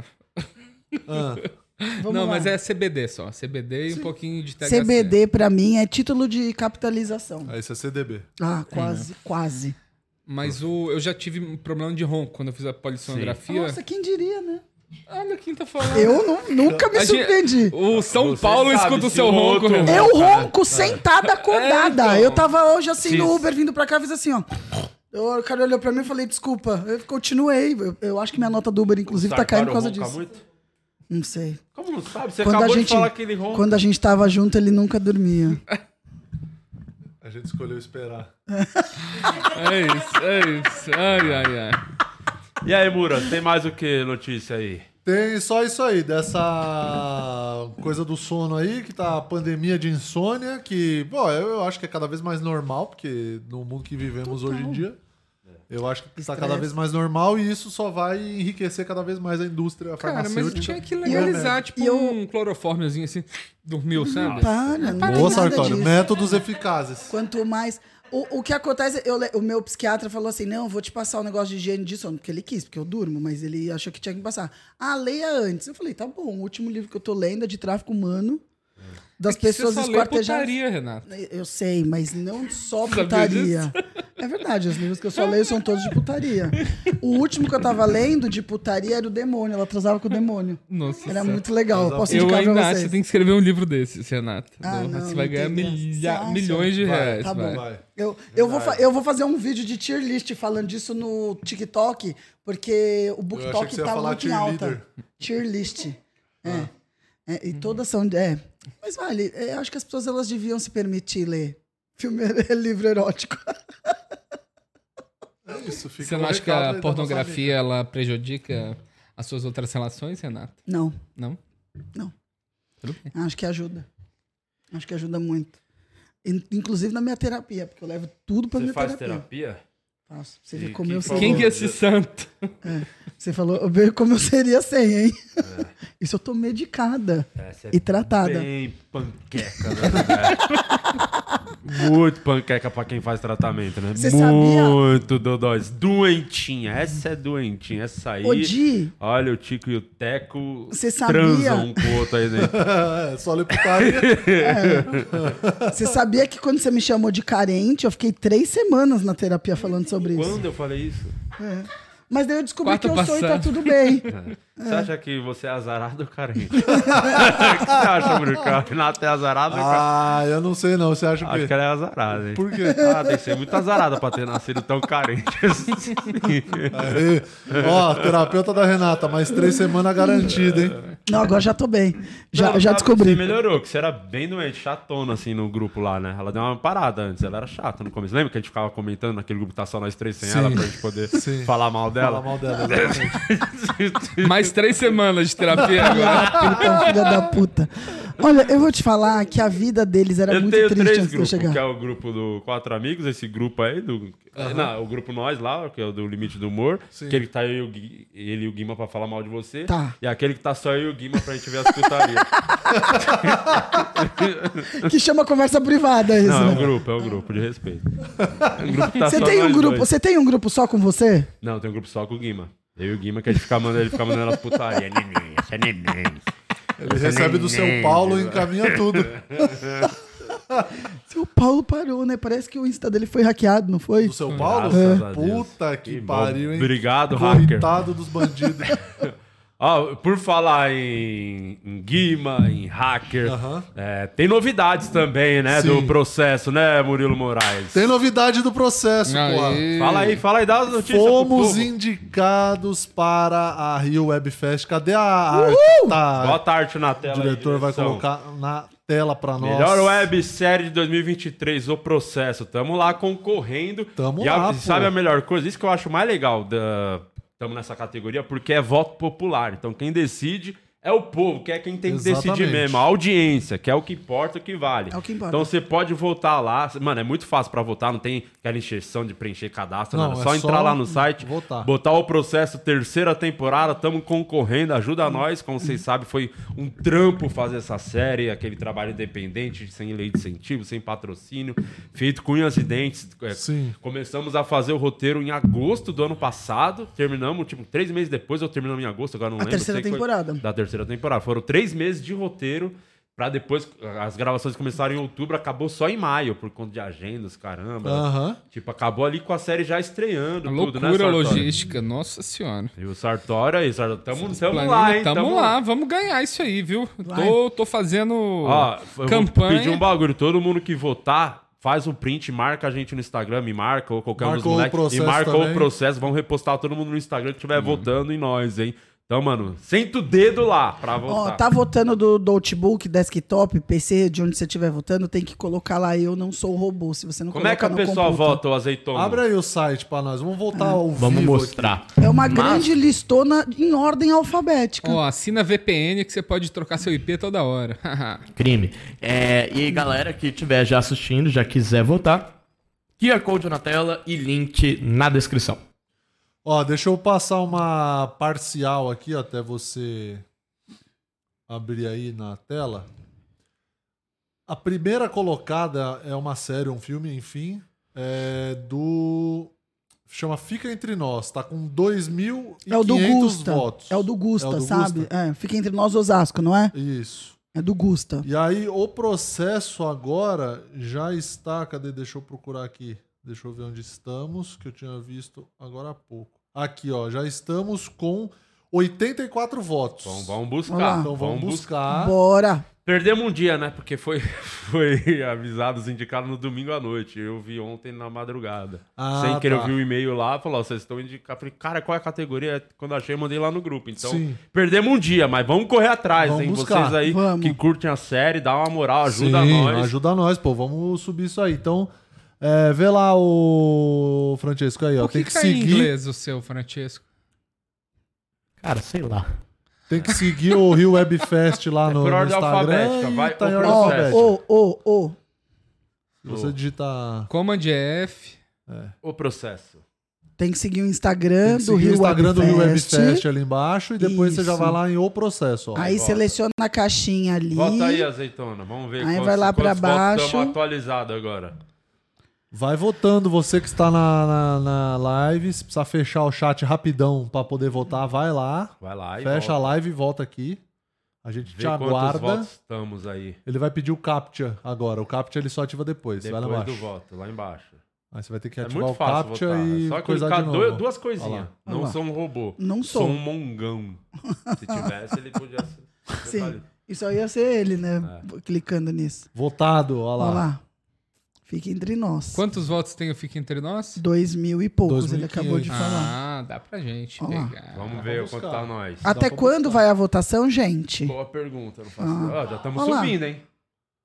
Speaker 2: Ah,
Speaker 3: Vamos
Speaker 4: Não,
Speaker 3: lá.
Speaker 4: mas é C B D só. C B D e um pouquinho de T H C.
Speaker 3: C B D pra mim é título de capitalização.
Speaker 2: aí isso é C D B.
Speaker 3: Ah, quase, quase.
Speaker 4: Mas o, eu já tive um problema de ronco quando eu fiz a polissonografia.
Speaker 3: Nossa, quem diria, né?
Speaker 4: Olha quem tá falando.
Speaker 3: Eu não- nunca me
Speaker 4: A gente-
Speaker 3: surpreendi.
Speaker 4: O São
Speaker 1: Você
Speaker 4: Paulo
Speaker 1: sabe
Speaker 4: escuta o
Speaker 1: se
Speaker 4: seu
Speaker 1: o
Speaker 4: ronco,
Speaker 1: outro-
Speaker 4: Renan.
Speaker 3: Eu ronco sentada acordada.
Speaker 4: É, então.
Speaker 3: Eu tava hoje assim
Speaker 1: Se-
Speaker 3: no Uber vindo pra cá, fiz assim, ó. Eu- O cara olhou pra mim e falei, desculpa. Eu continuei. Eu, eu acho que minha nota do Uber, inclusive, tá caindo por causa
Speaker 1: Sartório
Speaker 3: disso.
Speaker 1: ronca muito?
Speaker 3: Não sei.
Speaker 1: Como não sabe? Você
Speaker 3: Quando a
Speaker 1: acabou
Speaker 3: gente-
Speaker 1: de falar que ele ronca.
Speaker 3: Quando a gente tava junto, ele nunca dormia.
Speaker 2: A gente escolheu esperar.
Speaker 4: É isso, é isso. Ai, ai, ai.
Speaker 1: E aí, Mura, tem mais o que notícia aí?
Speaker 2: Tem só isso aí, dessa coisa do sono aí, que tá a pandemia de insônia, que, pô, eu, eu acho que é cada vez mais normal, porque no mundo que vivemos hoje em dia, eu acho que tá
Speaker 3: Estresse.
Speaker 2: cada vez mais normal e isso só vai enriquecer cada vez mais a indústria
Speaker 4: Cara, mas
Speaker 2: farmacêutica.
Speaker 4: tinha que legalizar, tipo,
Speaker 3: E eu-
Speaker 4: um clorofórmiozinho assim. Dormiu, sabe?
Speaker 3: Para, não tem
Speaker 2: Boa,
Speaker 3: nada
Speaker 2: Sartório.
Speaker 3: disso.
Speaker 2: Métodos eficazes.
Speaker 3: Quanto mais... O, o que acontece, eu le- o meu psiquiatra falou assim, não, vou te passar um negócio de higiene de sono, porque ele quis, porque eu durmo, mas ele achou que tinha que me passar. Ah, leia antes. Eu falei, tá bom, o último livro que eu tô lendo é de tráfico humano, das
Speaker 4: É que
Speaker 3: pessoas
Speaker 4: você só lê
Speaker 3: esquartejadas.
Speaker 4: putaria, Renato.
Speaker 3: Eu sei, mas não só
Speaker 4: Sabia
Speaker 3: putaria. É verdade, os livros que eu só leio são todos de putaria. O último que eu tava lendo de putaria era o demônio, ela transava com o demônio.
Speaker 4: Nossa.
Speaker 3: Era muito legal, posso
Speaker 4: Eu
Speaker 3: indicar
Speaker 4: ainda
Speaker 3: pra
Speaker 4: acho que
Speaker 3: vocês.
Speaker 4: você tem que escrever um livro desses, Renato.
Speaker 3: Ah,
Speaker 4: Porra,
Speaker 3: não,
Speaker 4: você
Speaker 3: não
Speaker 4: vai ganhar
Speaker 3: tem graça.
Speaker 4: milha-
Speaker 3: Você acha?
Speaker 4: milhões de
Speaker 2: Vai,
Speaker 4: reais.
Speaker 3: tá bom.
Speaker 4: vai.
Speaker 2: Vai.
Speaker 3: Eu, eu, vou fa- eu vou fazer um vídeo de tier list falando disso no TikTok, porque o
Speaker 2: Eu achei que
Speaker 3: BookTok
Speaker 2: você ia
Speaker 3: tá
Speaker 2: falar
Speaker 3: muito em
Speaker 2: cheerleader.
Speaker 3: alta. Tier list. É. É, e todas são. É. Mas vale, eu acho que as pessoas elas deviam se permitir ler filme, livro erótico.
Speaker 2: É isso, fica
Speaker 4: Você
Speaker 2: o
Speaker 4: não acha que
Speaker 2: recado aí
Speaker 4: a
Speaker 2: da
Speaker 4: pornografia ela prejudica as suas outras relações, Renato?
Speaker 3: Não,
Speaker 4: Não?
Speaker 3: não.
Speaker 4: Tudo bem.
Speaker 3: Acho que ajuda. Acho que ajuda muito. In- Inclusive na minha terapia, porque eu levo tudo pra
Speaker 1: Você
Speaker 3: minha
Speaker 1: faz
Speaker 3: terapia.
Speaker 1: terapia?
Speaker 3: Faço. Você
Speaker 1: E
Speaker 3: vê
Speaker 1: que
Speaker 3: como eu
Speaker 1: falou?
Speaker 3: seria.
Speaker 4: Quem que é esse santo?
Speaker 3: Você falou, vê como eu seria sem, hein? Isso eu tô medicada
Speaker 1: Essa é
Speaker 3: e tratada.
Speaker 1: bem panqueca, né? Muito panqueca pra quem faz tratamento, né?
Speaker 3: Você sabia-
Speaker 1: Muito dodóis. Doentinha. Essa é doentinha. Essa aí.
Speaker 3: Ô, Di,
Speaker 1: Olha, o Tico e o Teco
Speaker 3: Você sabia-
Speaker 1: transam um com o outro aí dentro.
Speaker 2: É, só ler putaria.
Speaker 3: você sabia que quando você me chamou de carente, eu fiquei três semanas na terapia falando sobre isso.
Speaker 1: Quando eu falei isso?
Speaker 3: Mas daí eu descobri
Speaker 4: Quarta
Speaker 3: que eu sou e tá
Speaker 4: passada.
Speaker 3: tudo bem.
Speaker 1: Você acha que você é azarado ou carente? O que você acha, Bruno? Que a Renata é azarada ou carente?
Speaker 2: Ah, eu não sei não. Você acha o
Speaker 1: Acho
Speaker 2: quê?
Speaker 1: que ela é azarada, hein?
Speaker 2: Por quê?
Speaker 1: Ah, tem que ser muito azarada pra ter nascido tão carente assim.
Speaker 2: Aí, ó, terapeuta da Renata, mais três semanas garantida, hein?
Speaker 3: Não, agora já tô bem. Já,
Speaker 1: Não,
Speaker 3: já
Speaker 1: sabe,
Speaker 3: descobri.
Speaker 1: Você melhorou, que você era bem doente, chatona, assim, no grupo lá, né? Ela deu uma parada antes, ela era chata no começo. Lembra que a gente ficava comentando naquele grupo que tá só nós três sem
Speaker 2: Sim.
Speaker 1: ela, pra gente poder
Speaker 2: Sim.
Speaker 1: falar mal
Speaker 2: Fala
Speaker 1: dela?
Speaker 2: mal dela, exatamente.
Speaker 4: Mais três semanas de terapia agora.
Speaker 3: Então, filha da puta. Olha, eu vou te falar que a vida deles era
Speaker 1: Eu
Speaker 3: muito
Speaker 1: tenho
Speaker 3: triste
Speaker 1: três
Speaker 3: antes de eu
Speaker 1: grupos,
Speaker 3: chegar.
Speaker 1: que é o grupo do Quatro Amigos, esse grupo aí, do,
Speaker 2: Uhum.
Speaker 1: não, o grupo Nós lá, que é o do Limite do Humor,
Speaker 2: Sim.
Speaker 1: que ele tá eu e o, Gui, ele e o Guima pra falar mal de você,
Speaker 3: Tá.
Speaker 1: e aquele que tá só eu e o Guima pra gente ver as putarias.
Speaker 3: Que chama conversa privada isso,
Speaker 1: Não, é um
Speaker 3: né?
Speaker 1: grupo, é um grupo de respeito. É um grupo que tá
Speaker 3: Você
Speaker 1: só
Speaker 3: tem um
Speaker 1: nós
Speaker 3: grupo,
Speaker 1: dois.
Speaker 3: você tem um grupo só com você?
Speaker 1: Não, tem um grupo só com o Guima. Eu e o Guima, que ele fica mandando, ele fica mandando as putarias. Neném, essa é neném.
Speaker 2: Ele recebe do São Paulo e encaminha tudo.
Speaker 3: Seu Paulo parou, né? Parece que o Insta dele foi hackeado, não foi?
Speaker 2: Do São Paulo?
Speaker 1: Graças a Deus.
Speaker 2: Puta que,
Speaker 1: Que bom.
Speaker 2: pariu, hein?
Speaker 1: Obrigado, hacker.
Speaker 2: Coitado dos bandidos.
Speaker 1: Ó, por falar em, em Guima, em hacker,
Speaker 2: Aham.
Speaker 1: é, tem novidades também, né,
Speaker 2: Sim.
Speaker 1: do processo, né, Murilo Moraes?
Speaker 2: Tem novidade do processo, pô.
Speaker 4: Aí.
Speaker 1: Fala aí, fala aí, dá as notícias
Speaker 2: Fomos
Speaker 1: pro povo.
Speaker 2: indicados para a Rio Web Fest. Cadê a arte? Tá,
Speaker 1: Bota a arte na
Speaker 2: o
Speaker 1: tela aí,
Speaker 2: diretor vai
Speaker 1: direção.
Speaker 2: colocar na tela pra nós.
Speaker 1: Melhor websérie de dois mil e vinte e três, O Processo. Tamo lá concorrendo.
Speaker 2: Tamo
Speaker 1: e a-
Speaker 2: lá,
Speaker 1: e
Speaker 2: pô.
Speaker 1: sabe a melhor coisa? Isso que eu acho mais legal da... Tamo nessa categoria, porque é voto popular. Então quem decide é o povo, que é quem tem que decidir
Speaker 2: Exatamente.
Speaker 1: mesmo. A audiência, que é o que importa, o que vale.
Speaker 3: É o que importa.
Speaker 1: Então você pode votar lá. Mano, é muito fácil pra votar, não tem aquela encheção de preencher cadastro,
Speaker 2: Não,
Speaker 1: nada.
Speaker 2: é
Speaker 1: Só
Speaker 2: só
Speaker 1: entrar lá no site,
Speaker 2: votar.
Speaker 1: botar O Processo, terceira temporada, tamo concorrendo, ajuda nós. Como vocês sabem, foi um trampo fazer essa série, aquele trabalho independente, sem lei de incentivo, sem patrocínio, feito com unhas e dentes. É,
Speaker 2: Sim.
Speaker 1: Começamos a fazer o roteiro em agosto do ano passado, terminamos, tipo, três meses depois, eu terminamos em agosto, agora não
Speaker 3: A
Speaker 1: lembro.
Speaker 3: terceira
Speaker 1: sei que foi-
Speaker 3: temporada.
Speaker 1: Da terceira temporada. Foram três meses de roteiro, pra depois, as gravações começaram em outubro, acabou só em maio, por conta de agendas, caramba.
Speaker 2: Aham.
Speaker 1: Tipo, acabou ali com a série já estreando,
Speaker 4: Uma
Speaker 1: tudo, né,
Speaker 4: loucura
Speaker 1: Sartori?
Speaker 4: logística, nossa senhora.
Speaker 1: E o Sartori aí, Sartori, tamo, tamo
Speaker 4: Planilha,
Speaker 1: lá, hein?
Speaker 4: Tamo lá, vamos ganhar isso aí, viu? Tô, tô fazendo
Speaker 1: Ó, eu
Speaker 4: campanha.
Speaker 1: vou pedir um bagulho, todo mundo que votar, faz um print, marca a gente no Instagram, me marca, ou qualquer um
Speaker 2: Marca
Speaker 1: dos
Speaker 2: o
Speaker 1: moleques, e
Speaker 2: processo
Speaker 1: marca
Speaker 2: também.
Speaker 1: o processo, vamos repostar todo mundo no Instagram que estiver votando em nós, hein? Então, mano, senta o dedo lá pra
Speaker 3: Ó,
Speaker 1: votar.
Speaker 3: tá votando do notebook, desktop, P C, de onde você estiver votando, tem que colocar lá eu não sou robô. Se você não
Speaker 1: Como é que
Speaker 3: colocar
Speaker 1: a
Speaker 3: no
Speaker 1: pessoa
Speaker 3: computa.
Speaker 1: vota, o azeitona?
Speaker 2: Abre aí o site pra nós. Vamos voltar ao
Speaker 5: Vamos
Speaker 2: vivo
Speaker 5: mostrar.
Speaker 3: É uma
Speaker 5: Mas-
Speaker 3: grande listona em ordem alfabética.
Speaker 4: Ó, assina V P N que você pode trocar seu I P toda hora.
Speaker 5: Crime. É, e aí, galera que estiver já assistindo, já quiser votar, Q R Code na tela e link na descrição.
Speaker 2: Ó, deixa eu passar uma parcial aqui, ó, até você abrir aí na tela. A primeira colocada é uma série, um filme, enfim, é do... Chama Fica Entre Nós, tá com dois mil e
Speaker 3: É o do
Speaker 2: quinhentos
Speaker 3: Gusta.
Speaker 2: votos.
Speaker 3: É o do Gusta,
Speaker 2: É o do
Speaker 3: sabe?
Speaker 2: Gusta?
Speaker 3: É, fica entre nós Osasco, não é?
Speaker 2: Isso.
Speaker 3: É do Gusta.
Speaker 2: E aí, o processo agora já está... Cadê? Deixa eu procurar aqui. Deixa eu ver onde estamos, que eu tinha visto agora há pouco. Aqui, ó. Já estamos com oitenta e quatro votos.
Speaker 1: Vamos, vamos
Speaker 3: Vamos lá.
Speaker 1: buscar.
Speaker 2: Então vamos buscar.
Speaker 3: Bora.
Speaker 1: Perdemos um dia, né? Porque foi, foi avisado, os indicados no domingo à noite. Eu vi ontem na madrugada.
Speaker 2: Ah,
Speaker 1: Sem querer,
Speaker 2: tá.
Speaker 1: eu vi o e-mail lá, falou, ó, vocês estão indicados. Falei, cara, qual é a categoria? Quando achei, eu mandei lá no grupo. Então,
Speaker 2: Sim.
Speaker 1: perdemos um dia, mas vamos correr atrás,
Speaker 2: Vamos
Speaker 1: hein?
Speaker 2: buscar.
Speaker 1: Vocês aí
Speaker 3: Vamos.
Speaker 1: que curtem a série, dá uma moral, ajuda
Speaker 2: Sim,
Speaker 1: nós.
Speaker 2: ajuda nós, pô. Vamos subir isso aí. Então, é, vê lá o Francesco aí, ó.
Speaker 4: Por que,
Speaker 2: Tem
Speaker 4: que
Speaker 2: que
Speaker 4: tá em
Speaker 2: seguir.
Speaker 4: inglês o seu, Francesco?
Speaker 5: Cara, sei lá.
Speaker 2: Tem que seguir o Rio Web Fest lá
Speaker 1: É
Speaker 2: no,
Speaker 1: por
Speaker 2: no
Speaker 1: ordem
Speaker 2: Instagram.
Speaker 1: alfabética,
Speaker 2: E
Speaker 1: vai
Speaker 2: tá em
Speaker 1: o
Speaker 2: ordem
Speaker 3: Ó,
Speaker 1: processo.
Speaker 2: alfabética.
Speaker 3: ô, ô, ô.
Speaker 2: Se você digitar.
Speaker 4: Command F.
Speaker 1: O processo.
Speaker 3: Tem que seguir o
Speaker 2: Tem
Speaker 3: Instagram
Speaker 2: que
Speaker 3: do
Speaker 2: seguir o
Speaker 3: Rio
Speaker 2: Instagram
Speaker 3: Web
Speaker 2: do Rio Web
Speaker 3: Fest.
Speaker 2: Fest ali embaixo e depois você já
Speaker 3: Isso.
Speaker 2: vai lá em O Processo, ó.
Speaker 3: Aí
Speaker 1: Bota.
Speaker 3: seleciona a caixinha ali.
Speaker 1: Bota aí, azeitona. Vamos ver
Speaker 3: Aí vai lá pra
Speaker 1: quantos votos
Speaker 3: baixo.
Speaker 1: estamos atualizados agora.
Speaker 2: Vai votando, você que está na, na, na live, se precisar fechar o chat rapidão para poder votar, vai lá,
Speaker 1: Vai lá e
Speaker 2: fecha
Speaker 1: volta.
Speaker 2: a live e volta aqui. A gente
Speaker 1: Vê
Speaker 2: te
Speaker 1: quantos
Speaker 2: aguarda.
Speaker 1: votos estamos aí.
Speaker 2: Ele vai pedir o CAPTCHA agora. O CAPTCHA ele só ativa depois. Você vai lá
Speaker 1: Depois
Speaker 2: embaixo.
Speaker 1: do voto, lá embaixo.
Speaker 2: Aí você vai ter que
Speaker 1: É
Speaker 2: ativar
Speaker 1: muito
Speaker 2: o
Speaker 1: fácil
Speaker 2: CAPTCHA
Speaker 1: votar.
Speaker 2: e
Speaker 1: É só
Speaker 2: coisar
Speaker 1: clicar
Speaker 2: de novo.
Speaker 1: dois- duas
Speaker 2: Olha
Speaker 1: coisinhas.
Speaker 2: lá.
Speaker 1: Não
Speaker 3: Olha lá.
Speaker 1: sou um robô.
Speaker 3: Não
Speaker 1: Sou
Speaker 3: sou.
Speaker 1: um mongão. Se tivesse, ele podia ser.
Speaker 3: Sim. Isso aí ia ser ele, né? Clicando nisso.
Speaker 2: Votado, olha lá.
Speaker 3: Olha lá. Fica entre nós.
Speaker 4: Quantos votos tem o Fica Entre Nós?
Speaker 3: Dois mil e poucos,
Speaker 2: Dois mil e
Speaker 3: ele acabou de
Speaker 2: quinhentos.
Speaker 3: falar.
Speaker 4: Ah, dá pra gente
Speaker 3: Ó lá.
Speaker 4: pegar.
Speaker 1: Vamos ver
Speaker 2: vamos
Speaker 1: quanto
Speaker 2: buscar.
Speaker 1: tá nós.
Speaker 3: Até
Speaker 2: pra
Speaker 3: quando
Speaker 2: buscar.
Speaker 3: vai a votação, gente?
Speaker 1: Boa pergunta. Não faço...
Speaker 3: Ah.
Speaker 1: Ó, já estamos
Speaker 3: Olha lá.
Speaker 1: subindo, hein?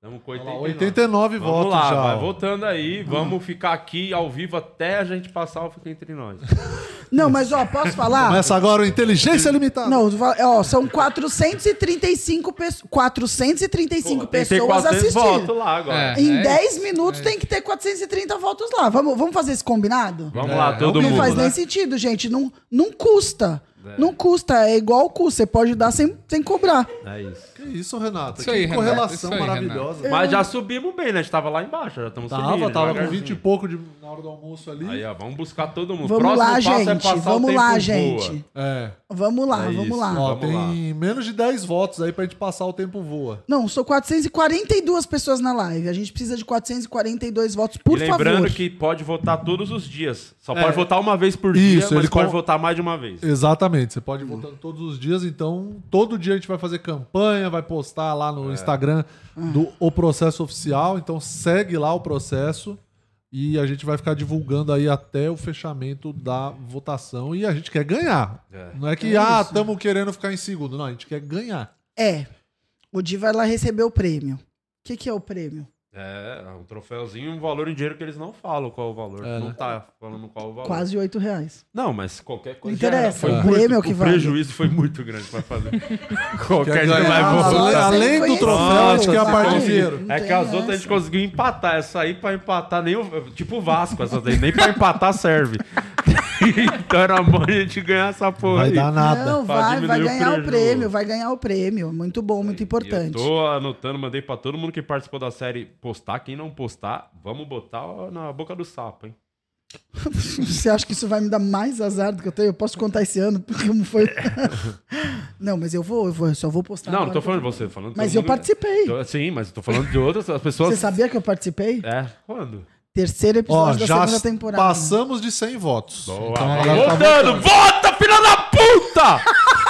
Speaker 1: Estamos com
Speaker 2: Olha lá,
Speaker 1: oitenta e nove.
Speaker 2: oitenta e nove
Speaker 1: Vamos
Speaker 2: votos
Speaker 1: lá,
Speaker 2: já.
Speaker 1: vai voltando aí.
Speaker 2: oitenta e nove
Speaker 1: Vamos
Speaker 2: votos
Speaker 1: lá,
Speaker 2: já.
Speaker 1: vai
Speaker 2: ó.
Speaker 1: voltando aí. Vamos ficar aqui ao vivo até a gente passar o Fica Entre Nós.
Speaker 3: Não, mas ó, posso falar?
Speaker 2: Começa agora o Inteligência Limitada.
Speaker 3: Não, ó, são quatrocentos e trinta e cinco, pe- quatrocentos e trinta e cinco
Speaker 1: Pô, tem que ter
Speaker 3: pessoas
Speaker 1: quatrocentos
Speaker 3: assistindo.
Speaker 1: votos lá agora.
Speaker 4: É.
Speaker 3: Em dez minutos tem que ter quatrocentos e trinta votos lá. Vamos, vamos fazer esse combinado?
Speaker 1: Vamos
Speaker 2: É,
Speaker 1: lá,
Speaker 2: é
Speaker 1: todo
Speaker 2: o
Speaker 3: Não
Speaker 1: mundo.
Speaker 3: faz
Speaker 2: né?
Speaker 3: nem sentido, gente. Não, não custa. Não custa. É igual o custo. Você pode dar sem, sem cobrar.
Speaker 1: É isso.
Speaker 2: Que isso, Renata?
Speaker 4: Isso
Speaker 2: que
Speaker 4: aí, Renata,
Speaker 2: correlação
Speaker 4: isso aí,
Speaker 2: maravilhosa.
Speaker 1: Mas já subimos bem, né? A gente tava lá embaixo, já estamos
Speaker 2: Tava,
Speaker 1: subindo.
Speaker 2: tava com
Speaker 1: devagarzinho.
Speaker 2: vinte e pouco de, na hora do almoço ali.
Speaker 1: Aí, ó, vamos buscar todo mundo.
Speaker 3: Vamos
Speaker 1: Próximo
Speaker 3: lá,
Speaker 1: passo é
Speaker 3: gente.
Speaker 1: passar o
Speaker 3: Vamos
Speaker 1: tempo
Speaker 3: lá,
Speaker 1: voa.
Speaker 3: gente.
Speaker 2: É.
Speaker 3: Vamos lá,
Speaker 1: É
Speaker 3: vamos
Speaker 1: isso.
Speaker 3: lá.
Speaker 2: Ó,
Speaker 1: Vamos
Speaker 2: tem menos de dez votos aí pra gente passar o tempo voa.
Speaker 3: Não, são quatrocentas e quarenta e duas pessoas na live. A gente precisa de quatrocentos e quarenta e dois votos, por
Speaker 1: e lembrando
Speaker 3: favor.
Speaker 1: que pode votar todos os dias. Só
Speaker 2: É.
Speaker 1: pode votar uma vez por
Speaker 2: Isso,
Speaker 1: dia, mas
Speaker 2: ele
Speaker 1: pode
Speaker 2: com-
Speaker 1: votar mais de uma vez.
Speaker 2: Exatamente, você pode ir votando todos os dias, então todo dia a gente vai fazer campanha, vai postar lá no Instagram do O Processo Oficial, então segue lá o processo e a gente vai ficar divulgando aí até o fechamento da votação e a gente quer ganhar.
Speaker 1: É.
Speaker 2: Não é que, ah, estamos querendo ficar em segundo, não, a gente quer ganhar.
Speaker 3: É. O Di vai lá receber o prêmio. O que, que é o prêmio?
Speaker 1: É, um troféuzinho, um valor em dinheiro que eles não falam qual é o valor.
Speaker 2: É,
Speaker 1: não
Speaker 2: né?
Speaker 1: tá falando qual é o valor.
Speaker 3: Quase oito reais.
Speaker 1: Não, mas qualquer coisa.
Speaker 3: Não interessa,
Speaker 1: Foi
Speaker 3: o
Speaker 1: muito,
Speaker 3: prêmio é o que vale.
Speaker 1: prejuízo foi muito grande pra fazer. Qualquer
Speaker 2: Quer
Speaker 1: dia vai
Speaker 2: ganhar,
Speaker 1: voltar.
Speaker 2: além, além do
Speaker 3: Foi
Speaker 2: troféu, a gente
Speaker 3: isso,
Speaker 2: quer a parte de
Speaker 3: sabe?
Speaker 2: dinheiro.
Speaker 3: Não
Speaker 1: É
Speaker 3: tem
Speaker 1: que as outras a
Speaker 3: essa.
Speaker 1: gente conseguiu empatar. Essa aí pra empatar, nem o, tipo o Vasco, essa daí, nem pra empatar serve. Então era bom a gente ganhar essa porra
Speaker 2: Vai
Speaker 1: aí.
Speaker 2: dar nada.
Speaker 3: Não,
Speaker 1: Pra
Speaker 3: vai, vai
Speaker 1: diminuir o
Speaker 3: ganhar o
Speaker 1: prejuízo.
Speaker 3: prêmio, vai ganhar o prêmio. Muito bom, muito importante.
Speaker 1: Eu tô anotando, mandei pra todo mundo que participou da série postar. Quem não postar, vamos botar na boca do sapo, hein?
Speaker 3: Você acha que isso vai me dar mais azar do que eu tenho? Eu posso contar esse ano, porque como foi. Não, mas eu vou, eu vou, eu só vou postar.
Speaker 1: Não,
Speaker 3: na
Speaker 1: não
Speaker 3: hora
Speaker 1: tô
Speaker 3: que
Speaker 1: falando de
Speaker 3: eu-
Speaker 1: você, falando de
Speaker 3: Mas
Speaker 1: todo
Speaker 3: eu
Speaker 1: mundo.
Speaker 3: participei.
Speaker 1: Tô- Sim, mas eu tô falando de outras as pessoas.
Speaker 3: Você sabia que eu participei?
Speaker 1: É, quando?
Speaker 3: Terceiro
Speaker 2: Ó,
Speaker 3: episódio da
Speaker 2: já
Speaker 3: segunda temporada.
Speaker 2: passamos de cem votos.
Speaker 1: Boa,
Speaker 2: Então, a
Speaker 1: vai
Speaker 2: galera tá
Speaker 1: votando! Vota, filha da puta!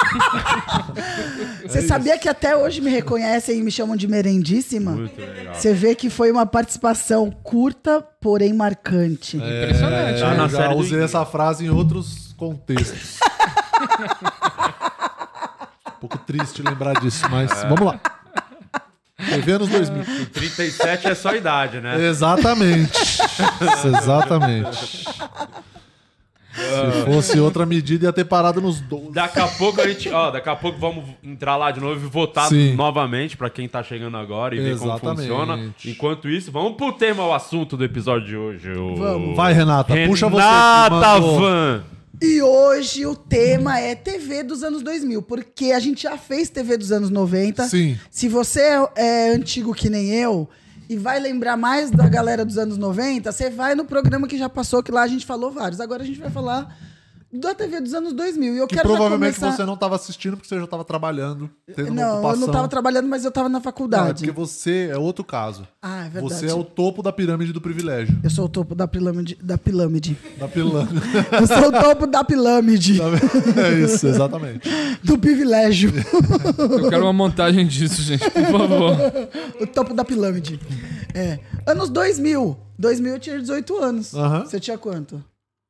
Speaker 3: Você sabia que até hoje me reconhecem e me chamam de merendíssima?
Speaker 1: Muito legal.
Speaker 3: Você vê que foi uma participação curta, porém marcante.
Speaker 4: Impressionante,
Speaker 1: Tá
Speaker 4: né?
Speaker 1: na
Speaker 2: Eu já
Speaker 1: série do
Speaker 2: usei
Speaker 1: Igor.
Speaker 2: essa frase em outros contextos. Um pouco triste lembrar disso, mas
Speaker 1: É.
Speaker 2: vamos lá. T V anos dois mil.
Speaker 1: trinta e sete é só idade, né?
Speaker 2: Exatamente. Exatamente. Se fosse outra medida, ia ter parado nos doze.
Speaker 1: Daqui a pouco a gente, ó, daqui a pouco vamos entrar lá de novo e votar
Speaker 2: Sim.
Speaker 1: novamente pra quem tá chegando agora e ver como
Speaker 2: Exatamente.
Speaker 1: funciona. Enquanto isso, vamos pro tema, o assunto do episódio de hoje. O...
Speaker 3: Vamos.
Speaker 2: Vai, Renata, puxa você. que
Speaker 1: Renata
Speaker 2: mandou.
Speaker 1: Van.
Speaker 3: E hoje o tema é T V dos anos dois mil, porque a gente já fez T V dos anos noventa.
Speaker 2: Sim.
Speaker 3: Se você é, é antigo que nem eu e vai lembrar mais da galera dos anos noventa, você vai no programa que já passou, que lá a gente falou vários. Agora a gente vai falar da T V dos anos dois mil. E eu
Speaker 2: Que
Speaker 3: quero já
Speaker 2: provavelmente
Speaker 3: começar...
Speaker 2: você não estava assistindo porque você já estava trabalhando, tendo uma
Speaker 3: Não, eu
Speaker 2: ocupação.
Speaker 3: não estava trabalhando, mas eu estava na
Speaker 2: Não, é
Speaker 3: faculdade.
Speaker 2: porque você é outro caso.
Speaker 3: Ah, é verdade.
Speaker 2: Você é o topo da pirâmide do privilégio.
Speaker 3: Eu sou o topo da pirâmide. Da pirâmide.
Speaker 2: Da pirâmide.
Speaker 3: Eu sou o topo da pirâmide.
Speaker 2: É isso, exatamente.
Speaker 3: Do privilégio.
Speaker 4: Eu quero uma montagem disso, gente, por favor.
Speaker 3: O topo da pirâmide. É. Anos dois mil. dois mil eu tinha dezoito anos.
Speaker 2: Aham.
Speaker 3: Você tinha quanto?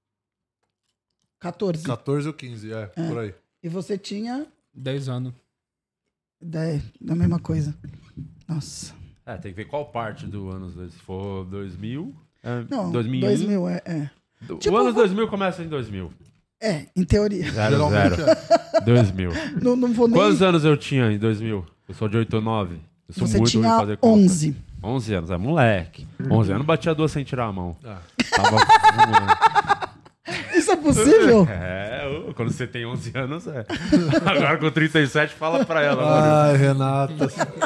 Speaker 3: catorze.
Speaker 2: catorze ou quinze, é, por aí.
Speaker 3: E você tinha
Speaker 4: dez anos.
Speaker 3: dez. Da mesma coisa. Nossa.
Speaker 1: É, tem que ver qual parte do ano. Se for dois mil... É,
Speaker 3: Não,
Speaker 1: dois mil e um.
Speaker 3: dois mil, é. É,
Speaker 1: O
Speaker 3: Tipo,
Speaker 1: ano
Speaker 3: vou-
Speaker 1: dois mil começa em dois mil.
Speaker 3: é em teoria.
Speaker 1: Zero,
Speaker 2: Geralmente
Speaker 1: zero.
Speaker 2: é.
Speaker 1: dois mil.
Speaker 3: Não, não vou nem...
Speaker 1: Quantos anos eu tinha em dois mil? Eu sou de oito ou nove. Eu sou
Speaker 3: Você
Speaker 1: muito ruim em
Speaker 3: tinha
Speaker 1: fazer conta.
Speaker 3: onze.
Speaker 1: onze anos, é moleque. onze anos batia duas sem tirar a mão.
Speaker 2: Ah.
Speaker 1: Tava fumando.
Speaker 3: Isso é possível?
Speaker 1: É, ô, quando você tem onze anos, é. Agora com trinta e sete, fala pra ela. Mano.
Speaker 2: Ai, Renata.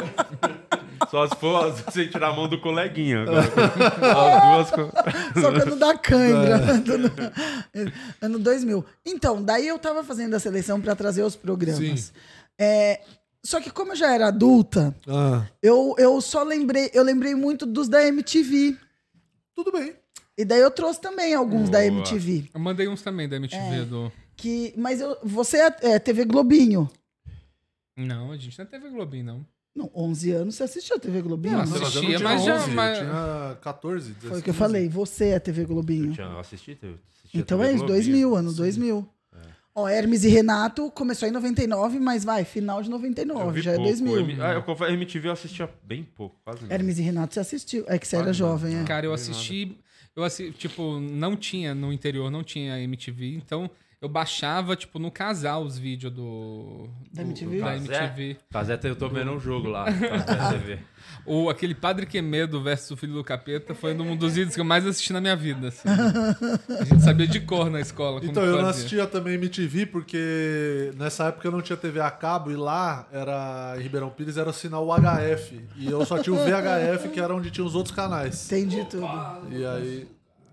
Speaker 1: Só se for sem tirar a mão do coleguinha. Agora, as duas... co-
Speaker 3: Só quando dá cãibra.
Speaker 2: É.
Speaker 3: Ano dois mil. Então, daí eu tava fazendo a seleção pra trazer os programas.
Speaker 2: Sim.
Speaker 3: É, só que como eu já era adulta,
Speaker 2: Ah,
Speaker 3: eu, eu só lembrei, eu lembrei muito dos da M T V.
Speaker 2: tudo bem.
Speaker 3: E daí eu trouxe também alguns da
Speaker 1: Boa.
Speaker 3: M T V.
Speaker 4: Eu mandei uns também da M T V do...
Speaker 3: Que, mas eu, você é, é T V Globinho.
Speaker 4: Não, a gente não é T V Globinho, não.
Speaker 3: Não, onze anos você assistiu a T V Globinho?
Speaker 4: Não,
Speaker 3: não?
Speaker 2: Mas eu
Speaker 4: assistia,
Speaker 2: tinha
Speaker 4: mas já-
Speaker 2: onze,
Speaker 4: mas-
Speaker 2: eu tinha catorze, dezesseis.
Speaker 3: Foi o que eu falei. Você é T V Globinho.
Speaker 1: Eu tinha- eu assisti, eu assisti
Speaker 3: Então
Speaker 1: a T V
Speaker 3: é isso,
Speaker 1: Globinho.
Speaker 3: dois mil, ano dois mil. Ó, Hermes e Renato começou em noventa e nove, mas vai, final de noventa e
Speaker 1: Eu
Speaker 3: nove,
Speaker 1: vi
Speaker 3: já é
Speaker 1: pouco.
Speaker 3: dois mil.
Speaker 1: M- Ah, eu confesso, M T V eu assistia bem pouco, quase nada.
Speaker 3: Hermes e Renato você assistiu. É que você era
Speaker 1: Quase
Speaker 3: jovem,
Speaker 1: nada.
Speaker 3: é.
Speaker 4: Cara, eu assisti. Eu assisti, tipo, não tinha no interior, não tinha M T V, então eu baixava, tipo, no casal os vídeos do.
Speaker 3: Da
Speaker 4: do-
Speaker 3: M T V?
Speaker 4: Da
Speaker 1: Casé?
Speaker 4: M T V.
Speaker 1: Caseta, eu tô vendo um jogo lá. Casé T V.
Speaker 4: Ou aquele Padre Quemedo versus o Filho do Capeta foi um dos vídeos que eu mais assisti na minha vida. Assim. A gente sabia de cor na escola. Como
Speaker 2: Então,
Speaker 4: que
Speaker 2: eu não
Speaker 4: fazia.
Speaker 2: assistia também M T V porque nessa época eu não tinha T V a cabo e lá era em Ribeirão Pires era o sinal U H F e eu só tinha o V H F que era onde tinha os outros canais.
Speaker 3: Entendi tudo.
Speaker 2: E aí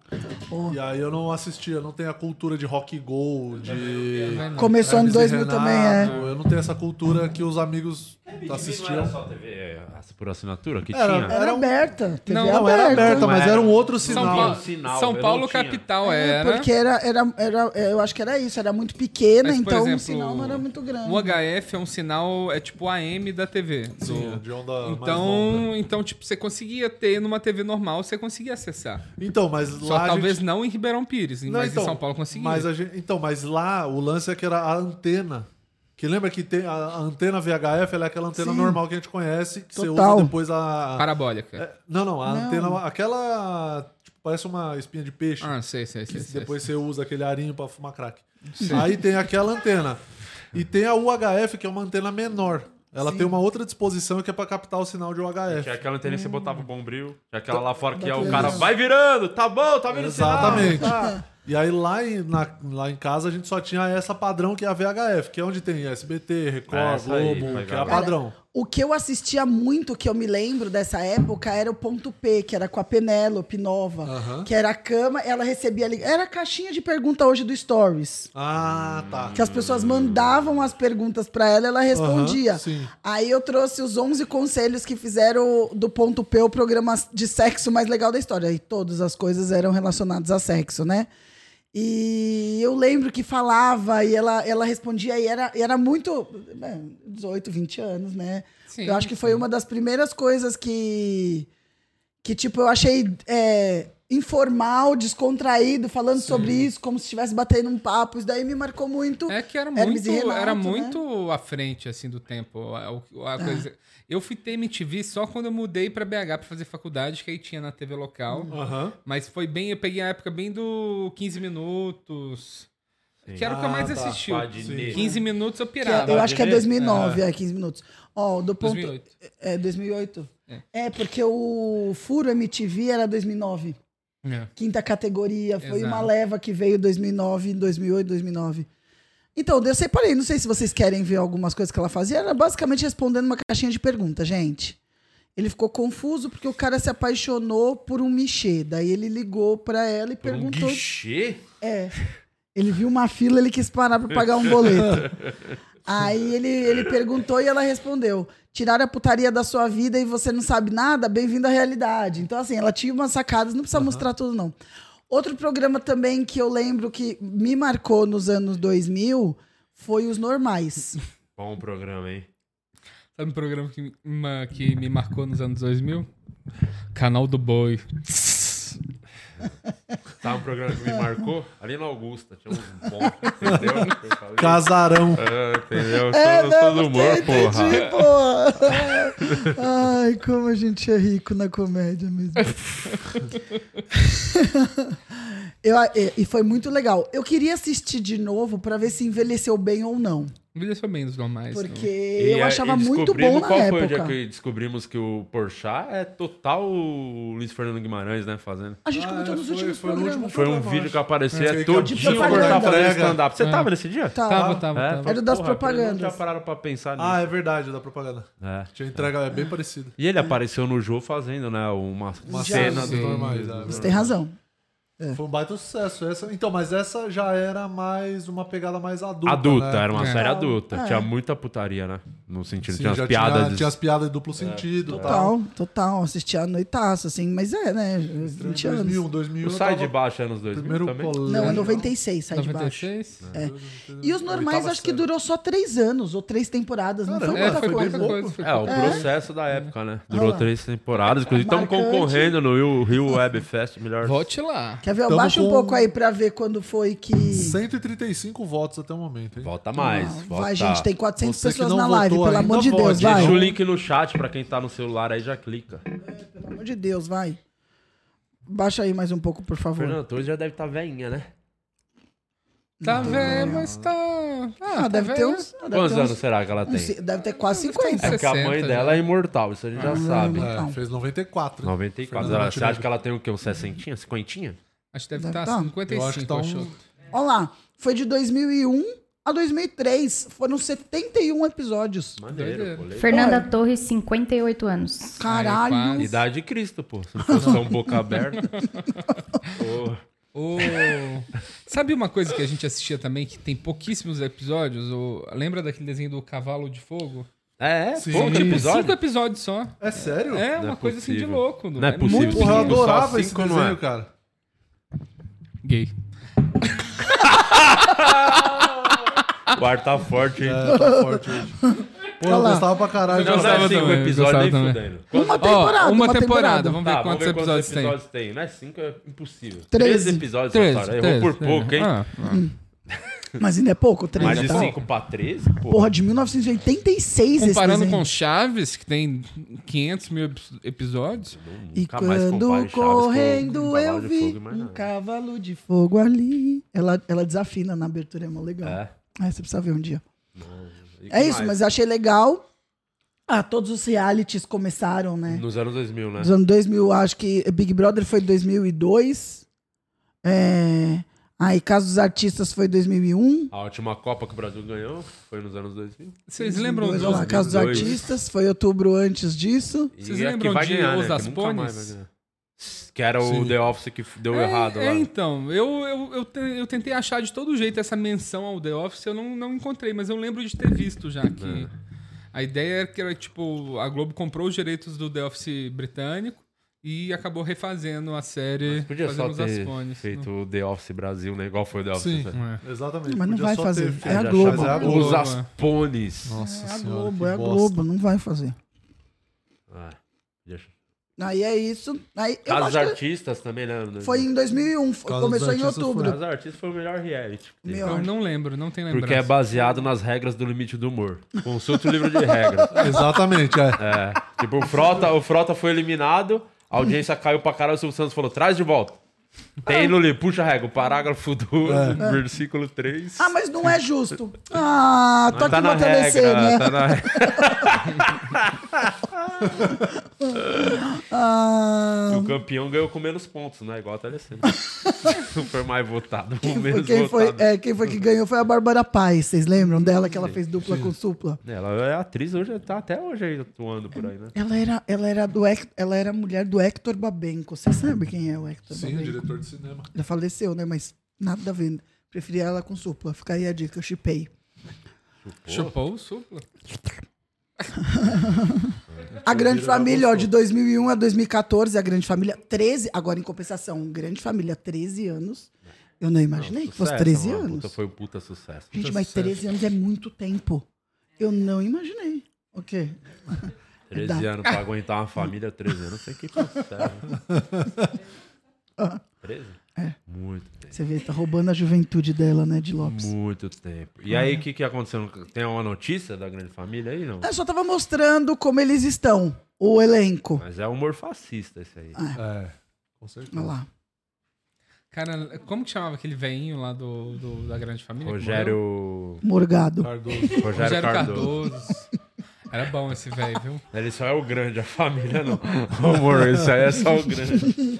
Speaker 3: Pô.
Speaker 2: e aí eu não assistia, não tenho a cultura de rock go, de
Speaker 3: Começou no
Speaker 2: Hermes e
Speaker 3: dois mil também, é.
Speaker 2: Renato, eu não tenho essa cultura que os amigos
Speaker 1: Não era
Speaker 2: assistiam.
Speaker 1: só T V é, por assinatura que
Speaker 2: Era-
Speaker 1: tinha?
Speaker 3: Era
Speaker 2: Era um-
Speaker 3: aberta. T V
Speaker 4: Não,
Speaker 2: Não, era aberta,
Speaker 1: Não
Speaker 2: mas
Speaker 1: era.
Speaker 2: era um outro
Speaker 4: São
Speaker 2: sinal.
Speaker 4: Paulo,
Speaker 1: sinal,
Speaker 4: São
Speaker 1: eu
Speaker 4: Paulo
Speaker 1: não tinha.
Speaker 4: capital
Speaker 3: É,
Speaker 4: era.
Speaker 3: porque era, era, era, eu acho que era isso, era muito pequena,
Speaker 4: Mas, por
Speaker 3: então
Speaker 4: exemplo,
Speaker 3: o sinal não era muito grande.
Speaker 4: O H F é um sinal, é tipo A M da T V. do-
Speaker 2: Sim, de onda mais longa.
Speaker 4: Então, então, tipo, você conseguia ter numa T V normal, você conseguia acessar.
Speaker 2: Então, mas
Speaker 4: Só
Speaker 2: lá a
Speaker 4: talvez
Speaker 2: gente...
Speaker 4: não em Ribeirão Pires,
Speaker 2: Não,
Speaker 4: mas
Speaker 2: então,
Speaker 4: em São Paulo conseguia.
Speaker 2: Mas a gente... Então, mas lá o lance é que era a antena. Que lembra que tem a a antena V H F, ela é aquela antena
Speaker 3: Sim.
Speaker 2: normal que a gente conhece, que você
Speaker 3: Total.
Speaker 2: usa depois a...
Speaker 4: Parabólica.
Speaker 2: É, não, não, a
Speaker 3: Não.
Speaker 2: antena, aquela, tipo, parece uma espinha de peixe.
Speaker 4: Ah, sei, sei,
Speaker 2: que
Speaker 4: sei. sei,
Speaker 2: depois
Speaker 4: sei.
Speaker 2: você usa aquele arinho pra fumar crack. Aí tem aquela antena. E tem a U H F, que é uma antena menor. Ela tem uma outra disposição que é pra captar o sinal de U H F.
Speaker 1: Tinha aquela antena que você botava o bombril. Tinha aquela lá fora que é o
Speaker 3: daquele-
Speaker 1: cara vai virando, tá bom, tá vendo o sinal,
Speaker 2: Exatamente.
Speaker 1: tá.
Speaker 2: E aí lá em, na- lá em casa a gente só tinha essa padrão que é a V H F, que é onde tem S B T, Record,
Speaker 1: Essa aí,
Speaker 2: Globo,
Speaker 1: vai
Speaker 2: que é a
Speaker 1: ver.
Speaker 2: padrão.
Speaker 3: O que eu assistia muito, que eu me lembro dessa época, era o Ponto P, que era com a Penélope Nova,
Speaker 2: Aham.
Speaker 3: que era a cama, ela recebia... li- Era a caixinha de pergunta hoje do Stories.
Speaker 2: Ah, tá.
Speaker 3: Que as pessoas mandavam as perguntas pra ela, ela respondia.
Speaker 2: Aham, sim.
Speaker 3: Aí eu trouxe os onze conselhos que fizeram do Ponto P o programa de sexo mais legal da história. E todas as coisas eram relacionadas a sexo, né? E eu lembro que falava e ela, ela respondia e era, e era muito... é, dezoito, vinte anos, né?
Speaker 4: Sim,
Speaker 3: eu acho que foi
Speaker 4: sim.
Speaker 3: uma das primeiras coisas que... Que, tipo, eu achei é, informal, descontraído, falando sobre isso, como se estivesse batendo um papo. Isso daí me marcou muito.
Speaker 4: É que era
Speaker 3: Hermes
Speaker 4: muito,
Speaker 3: e Renato,
Speaker 4: era
Speaker 3: né?
Speaker 4: muito à frente, assim, do tempo. A, a coisa... Eu fui ter M T V só quando eu mudei pra B H pra fazer faculdade, que aí tinha na T V local.
Speaker 2: Aham.
Speaker 4: Mas foi bem... Eu peguei a época bem do quinze minutos... Que era o que eu mais
Speaker 2: Ah, tá.
Speaker 4: assisti.
Speaker 1: Padinê.
Speaker 4: quinze minutos eu
Speaker 3: Que é-
Speaker 4: pirava.
Speaker 3: eu acho que é
Speaker 1: ver?
Speaker 3: dois mil e nove, é, quinze minutos. Ó, do ponto...
Speaker 4: dois mil e oito.
Speaker 3: É, dois mil e oito?
Speaker 4: É.
Speaker 3: É, porque o Furo M T V era dois mil e nove.
Speaker 4: É.
Speaker 3: Quinta categoria. Foi
Speaker 4: Exato.
Speaker 3: uma leva que veio dois mil e nove, dois mil e oito, dois mil e nove. Então, eu separei. Não sei se vocês querem ver algumas coisas que ela fazia. Era basicamente respondendo uma caixinha de perguntas, gente. Ele ficou confuso porque o cara se apaixonou por um michê. Daí ele ligou pra ela e
Speaker 1: Por um
Speaker 3: perguntou...
Speaker 1: guichê?
Speaker 3: É. Ele viu uma fila, ele quis parar pra pagar um boleto. Aí ele, ele perguntou e ela respondeu: tiraram a putaria da sua vida e você não sabe nada? Bem-vindo à realidade. Então, assim, ela tinha umas sacadas, não precisa mostrar tudo, não. Outro programa também que eu lembro que me marcou nos anos dois mil foi Os Normais.
Speaker 1: Bom programa, hein?
Speaker 4: Sabe um programa que, me- uma, que me marcou nos anos dois mil? Canal do Boi.
Speaker 1: Sabe um programa que me marcou? Ali na Augusta, tinha uns bons, entendeu? Eu falei,
Speaker 2: Casarão.
Speaker 1: ah, entendeu? Eu sou,
Speaker 3: É,
Speaker 1: eu sou do
Speaker 3: não,
Speaker 1: humor, porra.
Speaker 3: entendi, porra. Ai, como a gente é rico na comédia mesmo. Eu, e, e foi muito legal. Eu queria assistir de novo pra ver se envelheceu bem ou não.
Speaker 4: Envelheceu bem dos normais.
Speaker 3: Porque
Speaker 1: E
Speaker 3: eu
Speaker 1: aí-
Speaker 3: achava
Speaker 1: e
Speaker 3: muito
Speaker 1: descobrimos-
Speaker 3: bom na
Speaker 1: qual foi o dia
Speaker 3: época.
Speaker 1: que descobrimos que o Porchat é total o Luiz Fernando Guimarães, né? Fazendo.
Speaker 3: A gente
Speaker 2: Ah,
Speaker 3: comentou
Speaker 2: é,
Speaker 3: nos
Speaker 2: foi-
Speaker 3: últimos
Speaker 2: foi no
Speaker 3: programas.
Speaker 2: último
Speaker 1: Foi um
Speaker 2: programa,
Speaker 1: vídeo
Speaker 2: acho.
Speaker 1: que aparecia
Speaker 2: É, que
Speaker 1: todinho o
Speaker 3: propaganda.
Speaker 1: Porchat fazendo
Speaker 2: Entrega.
Speaker 1: stand-up. Você
Speaker 4: É.
Speaker 1: tava nesse dia?
Speaker 3: Tá.
Speaker 4: Tava, tava,
Speaker 1: É,
Speaker 4: tava.
Speaker 3: Era das
Speaker 1: porra,
Speaker 3: propagandas.
Speaker 1: Eu não tinha parado pra pensar nisso.
Speaker 2: Ah, é verdade, da propaganda.
Speaker 1: É.
Speaker 2: Tinha entrega, é bem parecido.
Speaker 1: E ele apareceu no jogo fazendo, né? Uma,
Speaker 2: Uma
Speaker 3: Já,
Speaker 2: cena
Speaker 3: sim.
Speaker 2: dos normais. é.
Speaker 3: Você tem razão.
Speaker 2: Foi um baita sucesso. Essa, então, mas essa já era mais uma pegada mais adulta.
Speaker 1: adulta,
Speaker 2: né?
Speaker 1: era uma
Speaker 4: É.
Speaker 1: série adulta.
Speaker 3: É.
Speaker 1: Tinha muita putaria, né? No sentido,
Speaker 2: Sim,
Speaker 1: tinha
Speaker 2: já
Speaker 1: as piadas.
Speaker 2: tinha,
Speaker 1: de-
Speaker 2: tinha as piadas de duplo sentido e tal.
Speaker 3: Total, total. Assistia à noitaça, assim. Mas é, né? vinte anos.
Speaker 2: dois mil, dois mil.
Speaker 1: O
Speaker 2: eu
Speaker 1: Sai
Speaker 2: tava-
Speaker 1: de Baixo é nos dois mil
Speaker 2: Primeiro
Speaker 1: também?
Speaker 2: colégio.
Speaker 3: Não, é noventa e seis, sai de
Speaker 4: noventa e
Speaker 3: baixo.
Speaker 4: seis?
Speaker 3: É. E Os Normais,
Speaker 2: Oitava
Speaker 3: acho que
Speaker 2: série.
Speaker 3: durou só três anos ou três temporadas. Não
Speaker 2: Caramba,
Speaker 3: foi
Speaker 4: É,
Speaker 3: muita
Speaker 4: foi
Speaker 2: bem
Speaker 3: coisa.
Speaker 4: pouca
Speaker 2: pouco.
Speaker 4: coisa. Foi
Speaker 1: É, o
Speaker 4: pouca
Speaker 1: processo da época, né? Durou
Speaker 3: lá.
Speaker 1: três temporadas. Inclusive, estamos
Speaker 3: Marcante.
Speaker 1: concorrendo no Rio, Rio Web Fest. Melhor.
Speaker 4: Volte lá.
Speaker 3: Quer ver?
Speaker 2: Tamo
Speaker 3: Baixa um
Speaker 2: com
Speaker 3: pouco aí pra ver quando foi que...
Speaker 2: cento e trinta e cinco votos até o momento, hein?
Speaker 1: Volta mais.
Speaker 3: Não,
Speaker 1: volta.
Speaker 3: vai, gente, tem quatrocentas
Speaker 2: Você que
Speaker 3: pessoas
Speaker 2: não
Speaker 3: na live,
Speaker 2: votou
Speaker 3: pelo
Speaker 2: ainda,
Speaker 3: amor de Deus,
Speaker 2: vote.
Speaker 3: vai.
Speaker 1: Deixa o link no chat pra quem tá no celular aí, já clica.
Speaker 3: Pelo amor de Deus, vai. Baixa aí mais um pouco, por favor.
Speaker 1: Fernanda Torres já deve estar tá veinha, né?
Speaker 4: Tá velho, mas tá... Ah,
Speaker 3: Ah,
Speaker 4: tá
Speaker 3: deve ter
Speaker 4: velho.
Speaker 3: uns... deve
Speaker 1: Quantos
Speaker 3: ter uns-
Speaker 1: anos será que ela tem?
Speaker 3: uns- Deve ter quase
Speaker 4: Deve ter uns
Speaker 3: cinquenta.
Speaker 1: É que a mãe
Speaker 4: sessenta
Speaker 1: dela
Speaker 4: já.
Speaker 1: é imortal, isso a gente já
Speaker 3: Ah,
Speaker 1: sabe.
Speaker 3: não.
Speaker 2: É,
Speaker 3: Então.
Speaker 2: fez noventa e quatro. né?
Speaker 1: noventa e quatro.
Speaker 2: Fernanda
Speaker 1: Ela- Você acha
Speaker 2: Montenegro.
Speaker 1: que ela tem o quê? Uns sessentinha? Cinquentinha?
Speaker 4: Acho que deve
Speaker 3: Deve
Speaker 4: estar
Speaker 3: tá.
Speaker 4: cinquenta e
Speaker 2: Eu acho que
Speaker 4: cinco,
Speaker 2: tá
Speaker 4: acho.
Speaker 2: um...
Speaker 3: Olha lá, foi de dois mil e um a dois mil e três. Foram setenta e um episódios.
Speaker 1: Maneiro,
Speaker 4: Doideira.
Speaker 1: pô. legal.
Speaker 6: Fernanda
Speaker 3: Olha.
Speaker 6: Torres, cinquenta e oito anos.
Speaker 3: Caralho.
Speaker 4: Ai, quase.
Speaker 1: Idade de Cristo, pô. Se não fosse tão boca aberta. Pô.
Speaker 4: Ô, sabe uma coisa que a gente assistia também, que tem pouquíssimos episódios? O... Lembra daquele desenho do Cavalo de Fogo?
Speaker 1: É, é.
Speaker 2: Sim.
Speaker 1: Pouco
Speaker 2: Tipo,
Speaker 1: episódio?
Speaker 4: Cinco episódios só.
Speaker 2: É sério?
Speaker 4: É,
Speaker 1: Não
Speaker 4: uma
Speaker 1: é
Speaker 4: coisa assim de
Speaker 1: possível.
Speaker 4: louco.
Speaker 1: Não é possível.
Speaker 4: muito
Speaker 2: Porra, eu
Speaker 1: Cinco,
Speaker 2: adorava
Speaker 1: só
Speaker 2: esse
Speaker 1: cinco, não
Speaker 2: desenho,
Speaker 1: é?
Speaker 2: cara.
Speaker 4: gay.
Speaker 1: Quarta forte, hein?
Speaker 2: É, tá forte hoje. Pô, eu
Speaker 3: lá.
Speaker 2: gostava pra caralho.
Speaker 1: Não, não
Speaker 4: gostava
Speaker 1: é cinco
Speaker 4: também,
Speaker 1: episódios
Speaker 4: gostava
Speaker 1: nem
Speaker 4: também.
Speaker 1: fudendo.
Speaker 3: Uma
Speaker 4: Ó,
Speaker 3: temporada,
Speaker 4: uma,
Speaker 3: uma
Speaker 4: temporada.
Speaker 3: temporada.
Speaker 4: Vamos ver
Speaker 1: Tá,
Speaker 4: quantos
Speaker 1: vamos ver
Speaker 4: episódios,
Speaker 1: quantos
Speaker 4: tem.
Speaker 1: episódios tem. Não é cinco, é impossível.
Speaker 3: Treze.
Speaker 1: Treze episódios,
Speaker 4: Treze,
Speaker 1: Santara.
Speaker 4: treze,
Speaker 1: Errou por
Speaker 4: treze.
Speaker 1: pouco, hein?
Speaker 4: Ah, ah.
Speaker 3: Mas ainda é pouco, três.
Speaker 1: Mais
Speaker 3: é
Speaker 1: de
Speaker 3: pouco.
Speaker 1: cinco pra treze, pô.
Speaker 3: Porra, de mil novecentos e oitenta e seis esse
Speaker 4: Comparando
Speaker 3: desenho.
Speaker 4: com Chaves, que tem quinhentos mil epi- episódios.
Speaker 3: E
Speaker 1: Nunca mais
Speaker 3: quando
Speaker 1: compare Chaves com
Speaker 3: correndo
Speaker 1: um
Speaker 3: eu
Speaker 1: cavalo de
Speaker 3: vi
Speaker 1: fogo e mais
Speaker 3: um
Speaker 1: nada.
Speaker 3: cavalo de fogo ali. Ela, ela desafina na abertura, é mó legal.
Speaker 1: É.
Speaker 3: É, você precisa ver um dia.
Speaker 1: E
Speaker 3: É
Speaker 1: que
Speaker 3: isso,
Speaker 1: mais?
Speaker 3: mas eu achei legal. Ah, todos os realities começaram, né?
Speaker 1: Nos anos dois mil, né?
Speaker 3: Nos anos dois mil, acho que Big Brother foi dois mil e dois. É... Aí Casa dos Artistas foi dois mil e um.
Speaker 1: A última Copa que o Brasil ganhou foi nos anos dois mil.
Speaker 4: Vocês lembram
Speaker 3: Dois,
Speaker 4: dos...
Speaker 3: olha lá, Casa dos
Speaker 1: dois mil e dois.
Speaker 3: Artistas foi outubro antes disso.
Speaker 1: E
Speaker 4: Vocês
Speaker 1: é que
Speaker 4: lembram
Speaker 1: vai
Speaker 4: de
Speaker 1: ganhar,
Speaker 4: Os
Speaker 1: né? Que nunca
Speaker 4: Aspones?
Speaker 1: mais vai ganhar. Que era o
Speaker 2: Sim.
Speaker 1: The Office que deu
Speaker 4: É,
Speaker 1: errado lá.
Speaker 4: é, então, eu, eu, eu, te- eu tentei achar de todo jeito essa menção ao The Office, eu não, não encontrei, mas eu lembro de ter visto já que... A ideia era que era, tipo, a Globo comprou os direitos do The Office britânico e acabou refazendo a série,
Speaker 1: Mas podia
Speaker 4: fazendo
Speaker 1: só
Speaker 4: os
Speaker 1: ter
Speaker 4: Aspones.
Speaker 1: feito o The Office Brasil, né? Igual foi o The Office.
Speaker 2: Sim,
Speaker 1: né?
Speaker 4: É.
Speaker 2: exatamente.
Speaker 3: Mas não
Speaker 2: Podia
Speaker 3: vai
Speaker 2: só
Speaker 3: fazer.
Speaker 2: ter
Speaker 3: É a
Speaker 2: feito-
Speaker 3: Globo.
Speaker 2: Mas é a
Speaker 1: Os
Speaker 2: Globo.
Speaker 4: Globo.
Speaker 1: Aspones.
Speaker 2: Nossa
Speaker 3: É a
Speaker 2: senhora,
Speaker 3: Globo,
Speaker 2: que
Speaker 3: é a
Speaker 2: bosta.
Speaker 3: Globo, não vai fazer.
Speaker 1: Ah, deixa.
Speaker 3: Aí é isso. Aí, eu
Speaker 1: Casa dos
Speaker 3: acho que
Speaker 1: Artistas também, né?
Speaker 3: foi em dois mil e um, foi-
Speaker 2: Casa dos
Speaker 3: começou em
Speaker 2: Artistas foi-
Speaker 3: outubro.
Speaker 1: Casa dos Artistas foi o melhor reality. que teve.
Speaker 3: Meu,
Speaker 4: Eu não lembro, não tem lembrança.
Speaker 1: Porque é baseado nas regras do limite do humor. Consulte o livro de regras.
Speaker 2: Exatamente, é.
Speaker 1: É. Tipo, o Frota, o Frota foi eliminado, a audiência caiu pra caralho, o Silvio Santos falou, traz de volta. Tem no livro, puxa a regra, o parágrafo do versículo três.
Speaker 3: Ah, mas não é justo. Ah, tô
Speaker 1: tá
Speaker 3: aqui
Speaker 1: na
Speaker 3: botando esse,
Speaker 1: regra,
Speaker 3: né?
Speaker 1: tá na regra.
Speaker 3: Ah,
Speaker 1: E o campeão ganhou com menos pontos, né? Igual a Telecena. Não foi mais votado, o
Speaker 3: quem, foi,
Speaker 1: menos
Speaker 3: quem, foi,
Speaker 1: votado.
Speaker 3: é, quem foi que ganhou foi a Bárbara Paz. Vocês lembram dela que ela fez dupla com supla?
Speaker 1: Ela é atriz, hoje tá até hoje aí atuando por aí, né?
Speaker 3: Ela era, ela era do Hec- ela era mulher do Hector Babenco. Você sabe quem é o Hector
Speaker 2: Sim,
Speaker 3: Babenco?
Speaker 2: diretor de cinema.
Speaker 3: Já faleceu, né? Mas nada a ver. Preferia ela com supla. Fica aí a dica, eu chipei.
Speaker 4: Chupou o supla.
Speaker 3: A Grande
Speaker 2: Vira,
Speaker 3: Família, ó,
Speaker 2: gostou.
Speaker 3: de dois mil e um a dois mil e quatorze, a Grande Família, treze, agora em compensação, Grande Família, treze anos. Eu não imaginei que fosse
Speaker 1: Sucesso,
Speaker 3: treze
Speaker 1: mano.
Speaker 3: anos.
Speaker 1: Puta, foi um puta sucesso.
Speaker 3: Gente,
Speaker 2: Puta
Speaker 3: mas
Speaker 2: sucesso.
Speaker 3: treze anos é muito tempo. Eu não imaginei. O quê?
Speaker 1: treze
Speaker 3: Dá.
Speaker 1: anos pra aguentar uma família, treze anos, não sei que processo. treze?
Speaker 3: É.
Speaker 1: Muito tempo.
Speaker 3: Você vê, tá roubando a juventude dela, né, de Lopes.
Speaker 1: Muito tempo. E aí, o que, que aconteceu? Tem uma notícia da Grande Família aí, não?
Speaker 3: Eu só tava mostrando como eles estão, o elenco.
Speaker 1: Mas é humor fascista esse aí.
Speaker 2: É, com certeza.
Speaker 3: Olha lá.
Speaker 4: Cara, como que chamava aquele veinho lá do, do- da Grande Família? que morreu?
Speaker 1: Rogério...
Speaker 3: Morgado.
Speaker 2: Cardoso.
Speaker 1: Rogério,
Speaker 4: Rogério
Speaker 1: Cardoso.
Speaker 4: Cardoso. Era bom esse velho, viu?
Speaker 1: Ele só é o grande, a família não. O humor, esse aí é só o grande.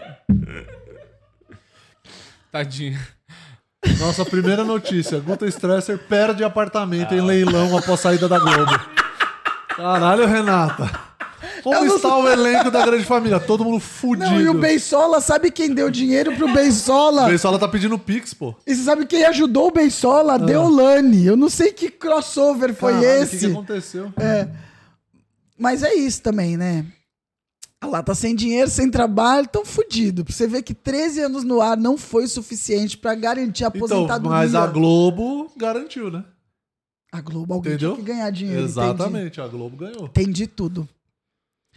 Speaker 4: Tadinho.
Speaker 2: Nossa primeira notícia. Guta Stresser perde apartamento em leilão após saída da Globo. Caralho, Renata. Como está o elenco da Grande Família? Todo mundo fudido.
Speaker 3: Não, e o Beisola, sabe quem deu dinheiro pro Beisola?
Speaker 2: O pessoal tá pedindo pix, pô.
Speaker 3: E você sabe quem ajudou o Beisola? Deolane. Eu não sei que crossover foi
Speaker 2: Caralho,
Speaker 3: esse.
Speaker 2: O que, que aconteceu?
Speaker 3: Mas é isso também, né? Lá tá sem dinheiro, sem trabalho, tão fudido. Pra você ver que treze anos no ar não foi suficiente pra garantir a
Speaker 2: Então,
Speaker 3: aposentadoria.
Speaker 2: mas a Globo garantiu, né?
Speaker 3: A Globo, alguém
Speaker 2: Entendeu?
Speaker 3: tinha que ganhar dinheiro.
Speaker 2: Exatamente, a Globo ganhou.
Speaker 3: Entendi, entendi tudo.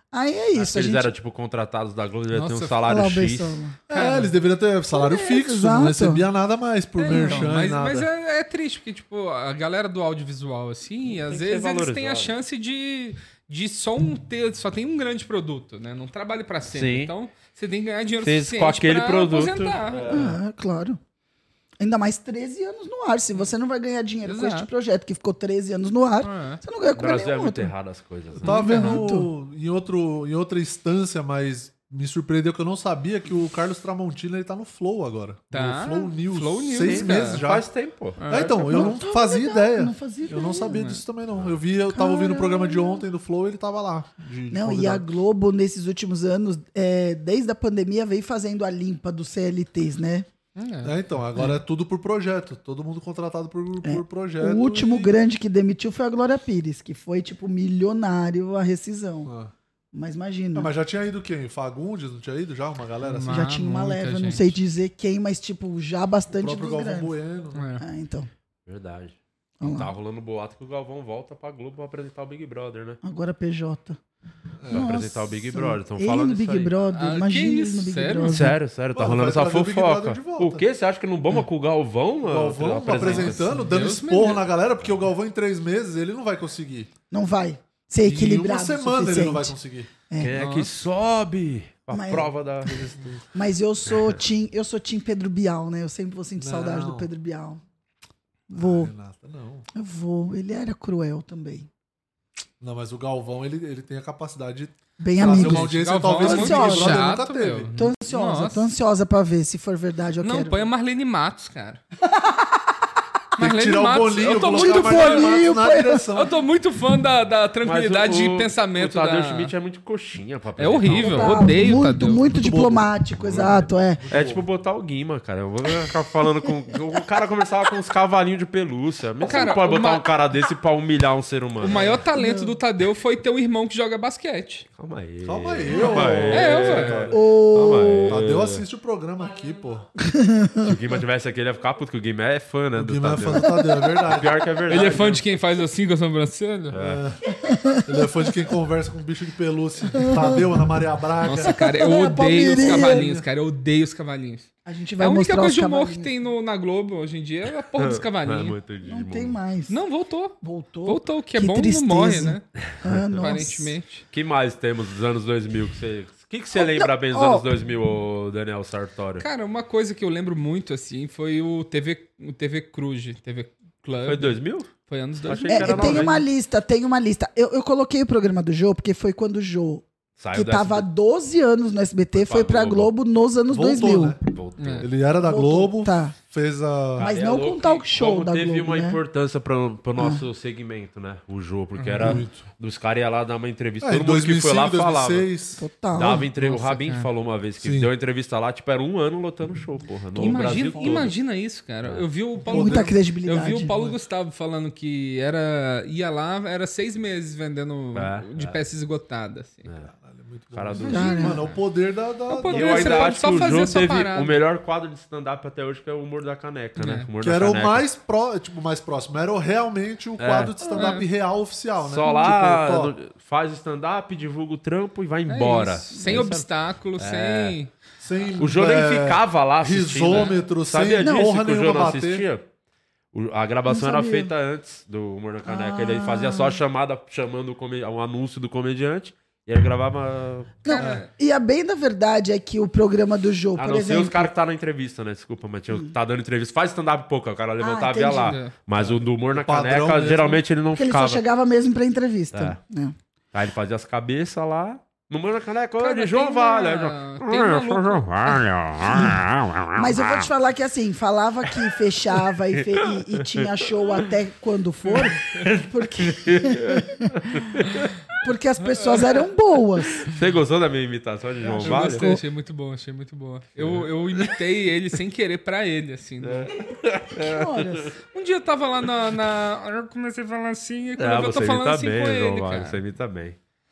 Speaker 3: Aí é
Speaker 1: Acho
Speaker 3: isso.
Speaker 1: que
Speaker 3: A
Speaker 1: eles
Speaker 3: gente...
Speaker 1: eram, tipo, contratados da Globo, devia ter um
Speaker 4: Nossa,
Speaker 1: salário
Speaker 3: Olha lá o
Speaker 1: X.
Speaker 3: Bessola.
Speaker 2: É, eles deveriam ter salário
Speaker 3: É,
Speaker 2: fixo,
Speaker 3: exato.
Speaker 2: não recebia nada mais por
Speaker 4: É,
Speaker 2: merchan
Speaker 4: então,
Speaker 2: e
Speaker 4: mas,
Speaker 2: nada.
Speaker 4: mas é, é triste, porque, tipo, a galera do audiovisual, assim, às
Speaker 1: que ser
Speaker 4: vezes eles têm a
Speaker 1: valorizado.
Speaker 4: chance de, de só um ter, só tem um grande produto, né? Não trabalha pra sempre.
Speaker 1: Sim.
Speaker 4: Então, você tem que ganhar dinheiro
Speaker 1: Fez
Speaker 4: suficiente
Speaker 1: com aquele
Speaker 4: pra
Speaker 1: produto.
Speaker 4: aposentar.
Speaker 3: Ah, claro. Ainda mais treze anos no ar. Se você não vai ganhar dinheiro com
Speaker 4: Exato.
Speaker 3: este projeto que ficou treze anos no ar,
Speaker 4: Ah,
Speaker 3: você não ganha
Speaker 1: O
Speaker 3: com
Speaker 1: Brasil é
Speaker 3: nenhum
Speaker 1: muito
Speaker 3: outro.
Speaker 1: errado as coisas.
Speaker 2: Eu
Speaker 1: Né?
Speaker 2: tava vendo
Speaker 3: Exato.
Speaker 2: em, outro, em outra instância, mas me surpreendeu que eu não sabia que o Carlos Tramontina ele tá no Flow agora.
Speaker 4: Tá.
Speaker 2: No Flow News.
Speaker 4: Flow News,
Speaker 2: Seis
Speaker 4: hein,
Speaker 2: meses
Speaker 4: cara?
Speaker 2: já.
Speaker 1: Faz tempo, pô.
Speaker 2: É, então, eu não fazia
Speaker 3: legal,
Speaker 2: ideia.
Speaker 3: eu não fazia
Speaker 2: Eu não
Speaker 3: ideia,
Speaker 2: sabia
Speaker 4: né?
Speaker 2: disso também, não. Eu vi, eu tava ouvindo o programa de ontem do Flow e ele tava lá. de- de
Speaker 3: Não, e a
Speaker 2: convidado.
Speaker 3: Globo, nesses últimos anos, é, desde a pandemia, veio fazendo a limpa dos C L Ts, né?
Speaker 4: É.
Speaker 2: É, então, agora é. tudo por projeto. Todo mundo contratado por, por projeto.
Speaker 3: O último
Speaker 2: e-
Speaker 3: grande que demitiu foi a Glória Pires, que foi, tipo, milionário a rescisão.
Speaker 2: Ah.
Speaker 3: Mas imagina,
Speaker 2: Ah, mas já tinha ido quem? Fagundes? Não tinha ido já? Uma galera assim?
Speaker 4: Mas-
Speaker 3: já
Speaker 4: Ah,
Speaker 3: tinha uma
Speaker 4: muita
Speaker 3: leva, não
Speaker 4: gente.
Speaker 3: sei dizer quem, mas, tipo, já
Speaker 2: O
Speaker 3: bastante
Speaker 2: próprio
Speaker 3: dos
Speaker 2: Galvão
Speaker 3: grandes.
Speaker 2: Bueno. né?
Speaker 4: É.
Speaker 3: Ah, então.
Speaker 1: Verdade.
Speaker 3: Vamos
Speaker 1: Tá
Speaker 3: lá.
Speaker 1: rolando boato que o Galvão volta pra Globo pra apresentar o Big Brother, né?
Speaker 3: Agora P J.
Speaker 1: Pra apresentar o Big Brother. Estão
Speaker 3: Ele
Speaker 1: falando
Speaker 3: no
Speaker 1: isso
Speaker 3: Big
Speaker 1: aí.
Speaker 3: Brother,
Speaker 4: Ah,
Speaker 3: imagina
Speaker 4: que
Speaker 3: ele
Speaker 4: isso?
Speaker 3: no Big
Speaker 4: Sério?
Speaker 3: Brother.
Speaker 1: Sério, sério, tá
Speaker 2: Mano,
Speaker 1: rolando
Speaker 2: vai
Speaker 1: essa
Speaker 2: trazer o Big
Speaker 1: fofoca.
Speaker 2: Brother de volta.
Speaker 1: O quê? Você acha que não bomba com o Galvão?
Speaker 2: O
Speaker 1: mano,
Speaker 2: Galvão
Speaker 1: apresentar?
Speaker 2: apresentando, dando
Speaker 4: Deus me
Speaker 2: esporro
Speaker 4: livre.
Speaker 2: na galera, porque o Galvão em três meses ele não vai conseguir.
Speaker 3: Não vai ser equilibrado
Speaker 2: Em uma
Speaker 3: o
Speaker 2: semana ele não vai
Speaker 3: suficiente.
Speaker 2: conseguir.
Speaker 1: Quem é que
Speaker 4: Nossa.
Speaker 1: sobe a
Speaker 3: Mas-
Speaker 1: prova da resistência?
Speaker 3: Mas eu sou Tim, eu sou Tim Pedro Bial, né? Eu sempre vou sentir
Speaker 2: Não.
Speaker 3: saudade do Pedro Bial. Vou,
Speaker 2: Renata, não.
Speaker 3: eu vou. Ele era cruel também.
Speaker 2: Não, mas o Galvão, ele, ele tem a capacidade de
Speaker 3: Bem
Speaker 2: trazer
Speaker 3: amigo.
Speaker 2: uma audiência
Speaker 4: Galvão
Speaker 2: talvez
Speaker 3: é
Speaker 2: que o
Speaker 3: muito
Speaker 2: Big Brother
Speaker 4: chato,
Speaker 2: nunca teve.
Speaker 4: meu.
Speaker 3: Tô ansiosa,
Speaker 4: Nossa.
Speaker 3: tô ansiosa pra ver se for verdade. Eu
Speaker 4: Não,
Speaker 3: quero.
Speaker 4: põe a Marlene Matos, cara.
Speaker 2: Tem que tirar o bolinho,
Speaker 4: eu tô
Speaker 2: colocar
Speaker 4: muito
Speaker 2: a Marlene
Speaker 3: bolinho,
Speaker 2: Matos na
Speaker 3: põe-
Speaker 2: direção.
Speaker 4: Eu tô muito fã da, da tranquilidade
Speaker 1: Mas o-
Speaker 4: de pensamento
Speaker 1: O Tadeu
Speaker 4: da...
Speaker 1: Schmidt é muito coxinha pra
Speaker 4: É
Speaker 1: apresentar.
Speaker 4: horrível,
Speaker 3: Tá,
Speaker 4: odeio o
Speaker 3: muito,
Speaker 4: Tadeu.
Speaker 3: muito diplomático, exato, é.
Speaker 1: É tipo botar o Guima, cara. Eu vou ficar falando com. O cara conversava com uns cavalinhos de pelúcia. Mas você
Speaker 4: Cara,
Speaker 1: não pode botar
Speaker 4: uma-
Speaker 1: um cara desse pra humilhar um ser humano.
Speaker 4: O maior talento do Tadeu foi ter um irmão que joga basquete.
Speaker 1: Calma aí.
Speaker 2: Calma aí,
Speaker 1: Calma
Speaker 2: ô.
Speaker 1: aí.
Speaker 4: É, velho.
Speaker 1: Calma aí.
Speaker 2: Tadeu assiste o programa aqui, pô.
Speaker 1: Se o Guima tivesse aqui, ele ia ficar puto, que o Guima é fã, né?
Speaker 2: O
Speaker 1: do
Speaker 2: Guima é
Speaker 1: Tadeu.
Speaker 2: fã do Tadeu, é verdade.
Speaker 1: Pior que é verdade.
Speaker 4: Ele é fã de quem faz assim com a sobrancelha?
Speaker 2: Ele é fã de quem conversa com bicho de pelúcia. Tadeu, Ana Maria Braga.
Speaker 4: Nossa, cara, eu
Speaker 3: É,
Speaker 4: odeio os
Speaker 3: Palmeirinha.
Speaker 4: cavalinhos, cara. Eu odeio os cavalinhos.
Speaker 3: A gente
Speaker 4: É
Speaker 3: vai
Speaker 4: a única
Speaker 3: mostrar
Speaker 4: coisa
Speaker 3: os
Speaker 4: de humor que
Speaker 3: cavalinhos.
Speaker 4: tem no, na Globo hoje em dia é a porra dos
Speaker 1: É
Speaker 4: cavalinhos.
Speaker 1: muito de
Speaker 3: Não
Speaker 1: bom.
Speaker 3: tem mais.
Speaker 4: Não, voltou.
Speaker 3: Voltou.
Speaker 4: Voltou, o que é
Speaker 3: Que
Speaker 4: bom
Speaker 3: tristeza.
Speaker 4: não morre, né?
Speaker 3: Ah, nossa.
Speaker 4: Aparentemente.
Speaker 1: que mais temos dos anos dois mil que você... O que, que você
Speaker 3: Ó,
Speaker 1: lembra bem dos
Speaker 3: ó.
Speaker 1: anos dois mil, ô Daniel Sartório?
Speaker 4: Cara, uma coisa que eu lembro muito, assim, foi o T V, o T V Cruz, T V Club.
Speaker 1: Foi dois mil?
Speaker 4: Foi anos dois
Speaker 1: Achei
Speaker 4: mil.
Speaker 1: que
Speaker 3: É,
Speaker 1: era
Speaker 3: tem
Speaker 1: noventa.
Speaker 3: uma lista, tem uma lista. Eu, eu coloquei o programa do Jô, porque foi quando o Jô,
Speaker 1: Saiu
Speaker 3: que
Speaker 1: do
Speaker 3: tava há
Speaker 1: S B T.
Speaker 3: doze anos no S B T,
Speaker 1: Foi
Speaker 3: foi
Speaker 1: pra
Speaker 3: pra Globo nos anos
Speaker 2: Voltou,
Speaker 3: dois mil.
Speaker 2: né?
Speaker 1: Voltou.
Speaker 4: É.
Speaker 2: Ele era da
Speaker 3: Voltou,
Speaker 2: Globo,
Speaker 3: tá.
Speaker 2: fez a...
Speaker 3: Mas
Speaker 1: É
Speaker 3: não
Speaker 1: louco
Speaker 3: com talk
Speaker 1: que
Speaker 3: show
Speaker 1: como
Speaker 3: da
Speaker 1: teve
Speaker 3: Globo,
Speaker 1: uma
Speaker 3: né?
Speaker 1: importância pro, pro nosso segmento, né? O Jô, porque era
Speaker 2: Muito.
Speaker 1: dos caras ia lá dar uma entrevista.
Speaker 2: Ah, em
Speaker 1: Todo mundo que foi lá falava.
Speaker 2: dois mil e seis.
Speaker 3: Total.
Speaker 1: Dava entrevista. O
Speaker 4: Nossa,
Speaker 1: Rabin
Speaker 4: cara.
Speaker 1: falou uma vez que
Speaker 2: Sim.
Speaker 1: deu entrevista lá, tipo, era um ano lotando show, porra. No
Speaker 4: Imagina,
Speaker 1: Brasil todo.
Speaker 4: imagina isso, cara. Eu vi o Paulo
Speaker 3: Muita
Speaker 4: eu
Speaker 3: credibilidade.
Speaker 4: vi o Paulo
Speaker 3: Muito.
Speaker 4: Gustavo falando que era ia lá, era seis meses vendendo
Speaker 1: É,
Speaker 4: de
Speaker 1: é.
Speaker 4: peças esgotadas. Assim.
Speaker 1: Cara do
Speaker 3: Cara,
Speaker 2: Mano, é o poder da... da-
Speaker 4: É o poder.
Speaker 1: Eu
Speaker 4: Você
Speaker 1: ainda
Speaker 4: pode
Speaker 1: acho
Speaker 4: só
Speaker 1: que o
Speaker 4: fazer
Speaker 1: Jô
Speaker 4: a sua
Speaker 1: teve
Speaker 4: parada.
Speaker 1: o melhor quadro de stand-up até hoje, que é o Humor da Caneca, né?
Speaker 4: É.
Speaker 1: Humor
Speaker 2: Que
Speaker 1: da
Speaker 2: era o
Speaker 1: Caneca.
Speaker 2: mais, pró, tipo, mais próximo. Era o- realmente o quadro de stand-up
Speaker 4: É.
Speaker 2: real oficial, né?
Speaker 1: Só lá,
Speaker 2: Tipo, ó,
Speaker 1: no- faz stand-up, divulga o trampo e vai
Speaker 4: É
Speaker 1: embora.
Speaker 4: isso. Sem
Speaker 1: Esse é-
Speaker 4: obstáculo, sem.
Speaker 2: sem,
Speaker 1: O Jô nem
Speaker 2: é,
Speaker 1: ficava lá assistindo.
Speaker 2: risômetro,
Speaker 1: Sabia
Speaker 2: sem
Speaker 1: disso
Speaker 2: porra
Speaker 1: que o Jô
Speaker 2: nenhuma
Speaker 1: não
Speaker 2: bater.
Speaker 1: assistia? O- a gravação
Speaker 3: Não
Speaker 1: era
Speaker 3: sabia.
Speaker 1: feita antes do Humor na Caneca.
Speaker 3: Ah.
Speaker 1: Ele fazia só a chamada, chamando o come- um anúncio do comediante. E ele gravava...
Speaker 3: Não, e a bem da verdade é que o programa do Jô,
Speaker 1: A
Speaker 3: por
Speaker 1: não ser
Speaker 3: exemplo...
Speaker 1: os caras que tá na entrevista, né? Desculpa, mas tinha, tá dando entrevista. Faz stand-up pouco, o cara levantava e ia
Speaker 3: entendi.
Speaker 1: lá.
Speaker 4: É.
Speaker 1: Mas o do Humor na
Speaker 2: padrão
Speaker 1: Caneca,
Speaker 2: mesmo.
Speaker 1: geralmente ele não
Speaker 3: Porque ele
Speaker 1: ficava.
Speaker 3: só chegava mesmo pra entrevista. É.
Speaker 1: Aí ele fazia as cabeças lá. No Humor na Caneca,
Speaker 4: Cara,
Speaker 1: hoje,
Speaker 4: tem
Speaker 1: João
Speaker 4: uma-
Speaker 1: Vale. Aí,
Speaker 4: tem um
Speaker 1: "Ah,
Speaker 4: maluco-
Speaker 1: sou João Vale.
Speaker 3: Mas eu vou te falar que assim, falava que fechava e, fe- e- e tinha show até quando for, porque... porque as pessoas eram boas.
Speaker 1: Você gostou da minha imitação de João
Speaker 4: Eu
Speaker 1: Vale?
Speaker 4: gostei, achei muito bom, achei muito boa. Eu, eu imitei ele sem querer pra ele, assim. né?
Speaker 3: Que horas?
Speaker 4: Um dia eu tava lá na, na- Eu comecei a falar assim, e quando
Speaker 1: Ah,
Speaker 4: eu vi, eu tô
Speaker 1: você
Speaker 4: falando
Speaker 1: imita
Speaker 4: assim
Speaker 1: bem,
Speaker 4: com
Speaker 1: João
Speaker 4: ele,
Speaker 1: Vale.
Speaker 4: cara.
Speaker 1: Você imita bem.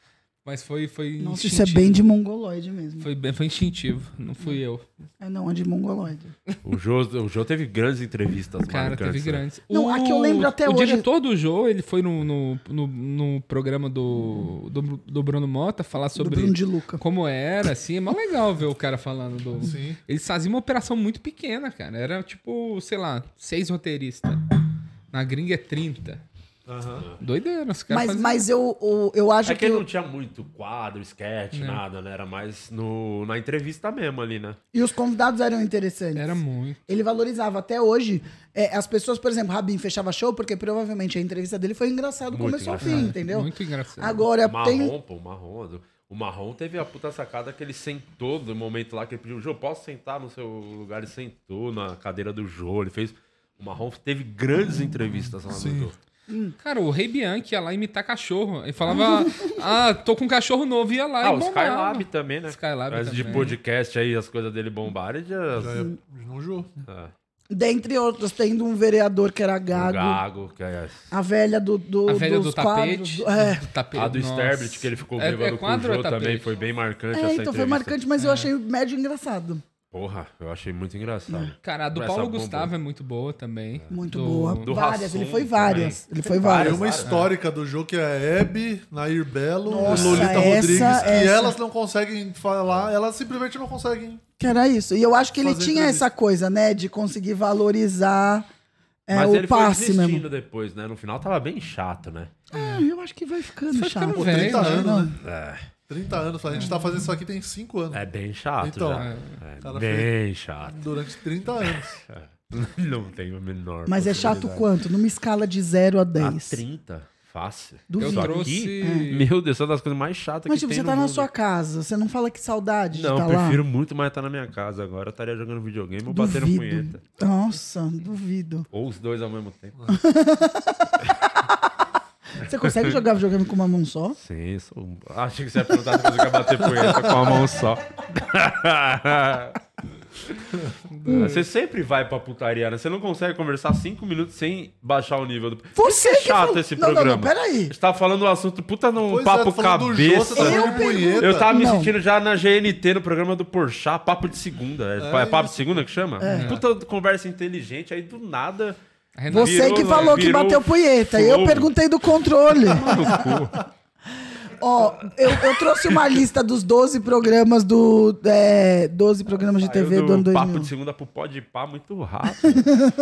Speaker 4: Mas foi, foi
Speaker 3: Nossa, isso é bem de mongoloide mesmo.
Speaker 4: Foi, bem, foi instintivo, não fui eu.
Speaker 3: É, não, é de mongoloide.
Speaker 1: O Jô, o Jô teve grandes entrevistas.
Speaker 4: Cara,
Speaker 1: marcantes,
Speaker 4: teve
Speaker 1: né?
Speaker 4: grandes.
Speaker 3: Não,
Speaker 4: o,
Speaker 3: a que eu lembro até
Speaker 4: o
Speaker 3: hoje-
Speaker 4: O diretor do Jô, ele foi no, no, no, no programa do, do, do Bruno Mota falar
Speaker 3: Do
Speaker 4: sobre
Speaker 3: Bruno de Luca.
Speaker 4: como era, assim. É mó legal ver o cara falando do...
Speaker 2: Sim.
Speaker 4: Eles faziam uma operação muito pequena, cara. Era tipo, sei lá, seis roteiristas. Na gringa é trinta. Doideira, os caras
Speaker 3: Mas,
Speaker 4: faziam-
Speaker 3: mas eu, eu, eu acho
Speaker 1: É que
Speaker 3: que...
Speaker 1: ele
Speaker 3: eu-
Speaker 1: não tinha muito quadro, sketch,
Speaker 4: Não.
Speaker 1: nada, né? Era mais no, na entrevista mesmo ali, né?
Speaker 3: E os convidados eram interessantes.
Speaker 4: Era muito.
Speaker 3: Ele valorizava. Até hoje, é, as pessoas, por exemplo, Rabin fechava show porque provavelmente a entrevista dele foi engraçada do
Speaker 1: Muito
Speaker 3: começo ao
Speaker 1: engraçado.
Speaker 3: fim, entendeu?
Speaker 4: Muito engraçado.
Speaker 3: Agora,
Speaker 1: O Marrom,
Speaker 3: tem...
Speaker 1: pô, o Marrom. O Marrom teve a puta sacada que ele sentou no momento lá que ele pediu, Jô, posso sentar no seu lugar? Ele sentou na cadeira do Jô, ele fez... O Marrom teve grandes entrevistas lá no Jô.
Speaker 4: Cara, o Rei Bianchi ia lá imitar cachorro. Ele falava, ah, tô com um cachorro novo, ia lá
Speaker 1: Ah,
Speaker 4: e
Speaker 1: o
Speaker 4: bombava.
Speaker 1: Skylab também, né?
Speaker 4: Skylab
Speaker 1: Antes de
Speaker 4: também.
Speaker 1: podcast aí, as coisas dele bombarem, já...
Speaker 2: Já é no jogo.
Speaker 1: É.
Speaker 3: Dentre outros, tendo um vereador que era
Speaker 1: O
Speaker 3: gago.
Speaker 1: Gago, que é...
Speaker 3: A velha do, do,
Speaker 4: A velha
Speaker 3: dos
Speaker 4: do
Speaker 3: quadros.
Speaker 4: tapete.
Speaker 3: do- é.
Speaker 4: do tapete.
Speaker 1: A do
Speaker 4: Nossa.
Speaker 1: Sterblit, que ele ficou
Speaker 4: É-
Speaker 1: bêbado
Speaker 4: é
Speaker 1: com o
Speaker 4: quadro ou
Speaker 1: Jô
Speaker 4: é tapete?
Speaker 1: também, foi bem marcante
Speaker 3: É,
Speaker 1: essa
Speaker 3: então foi
Speaker 1: entrevista.
Speaker 3: marcante, mas eu achei médio engraçado.
Speaker 1: Porra, eu achei muito engraçado.
Speaker 4: Cara, a do
Speaker 1: Essa
Speaker 4: Paulo
Speaker 1: bomba.
Speaker 4: Gustavo é muito boa também.
Speaker 3: Muito
Speaker 4: Do-
Speaker 3: boa.
Speaker 1: do
Speaker 3: várias,
Speaker 1: Hassum
Speaker 3: ele foi
Speaker 1: também.
Speaker 3: várias. Ele foi
Speaker 1: Tem
Speaker 2: Tem
Speaker 3: várias.
Speaker 2: uma histórica do jogo que é a Hebe, Nair Belo
Speaker 3: Nossa,
Speaker 2: e Lolita
Speaker 3: essa-
Speaker 2: Rodrigues, que
Speaker 3: essa-
Speaker 2: elas não conseguem falar, elas simplesmente não conseguem.
Speaker 3: Que era isso. E eu acho que ele
Speaker 2: Fazer
Speaker 3: tinha
Speaker 2: entrevista.
Speaker 3: essa coisa, né, de conseguir valorizar é,
Speaker 1: Mas
Speaker 3: o
Speaker 1: ele foi
Speaker 3: passe
Speaker 1: desistindo
Speaker 3: mesmo.
Speaker 1: depois, né? No final tava bem chato, né?
Speaker 3: Ah, eu acho que vai ficando
Speaker 4: Foi
Speaker 3: chato.
Speaker 4: ficando
Speaker 2: Pô,
Speaker 4: velho,
Speaker 2: trinta
Speaker 4: né?
Speaker 2: anos,
Speaker 3: Não.
Speaker 2: né?
Speaker 1: É,
Speaker 2: trinta anos, a gente tá fazendo isso aqui tem cinco anos.
Speaker 1: é bem chato
Speaker 2: Então,
Speaker 1: já. É
Speaker 2: cara
Speaker 1: bem chato.
Speaker 2: Durante trinta anos.
Speaker 1: Não tem o menor
Speaker 3: Mas é chato
Speaker 1: possibilidade.
Speaker 3: quanto? Numa escala de zero a
Speaker 1: A
Speaker 3: dez.
Speaker 1: trinta, fácil.
Speaker 4: Eu
Speaker 3: Duvido.
Speaker 4: trouxe...
Speaker 1: Meu Deus, isso é uma das coisas mais chatas
Speaker 3: Mas
Speaker 1: que
Speaker 3: tipo,
Speaker 1: tem
Speaker 3: você
Speaker 1: no
Speaker 3: tá na
Speaker 1: mundo.
Speaker 3: sua casa, você não fala que saudade
Speaker 1: Não,
Speaker 3: de
Speaker 1: eu
Speaker 3: estar lá?
Speaker 1: prefiro muito mais estar na minha casa agora. Eu estaria jogando videogame ou batendo
Speaker 3: Duvido.
Speaker 1: punheta.
Speaker 3: Nossa, duvido.
Speaker 1: Ou os dois ao mesmo tempo.
Speaker 3: Você consegue jogar videogame com uma mão só?
Speaker 1: Sim, sou... um- achei que você ia perguntar se você quer bater punheta com a mão só. Você sempre vai pra putaria, né? Você não consegue conversar cinco minutos sem baixar o nível do...
Speaker 3: Você
Speaker 1: é
Speaker 3: que
Speaker 1: chato
Speaker 3: falou-
Speaker 1: esse
Speaker 3: Não, não,
Speaker 1: programa.
Speaker 3: não, peraí.
Speaker 1: A gente tava falando do assunto, puta num
Speaker 2: Pois é,
Speaker 1: papo
Speaker 2: tô falando do Jô,
Speaker 1: cabeça.
Speaker 2: você tá
Speaker 3: Eu
Speaker 2: jogando
Speaker 3: pergunto-
Speaker 2: punheta.
Speaker 1: Eu tava me
Speaker 3: Não.
Speaker 1: sentindo já na G N T, no programa do Porchat, papo de segunda. É, é papo de segunda que chama? Puta conversa inteligente, aí do nada...
Speaker 4: A Renata-
Speaker 3: Você
Speaker 1: Virou-
Speaker 3: que falou que
Speaker 1: virou
Speaker 3: bateu punheta. Eu
Speaker 1: flow.
Speaker 3: perguntei do controle. Ó, eu, eu trouxe uma lista dos doze programas do. É, doze programas de T V
Speaker 1: Saiu
Speaker 3: do ano dois
Speaker 1: papo
Speaker 3: mil.
Speaker 1: de segunda pro pode pá muito rápido.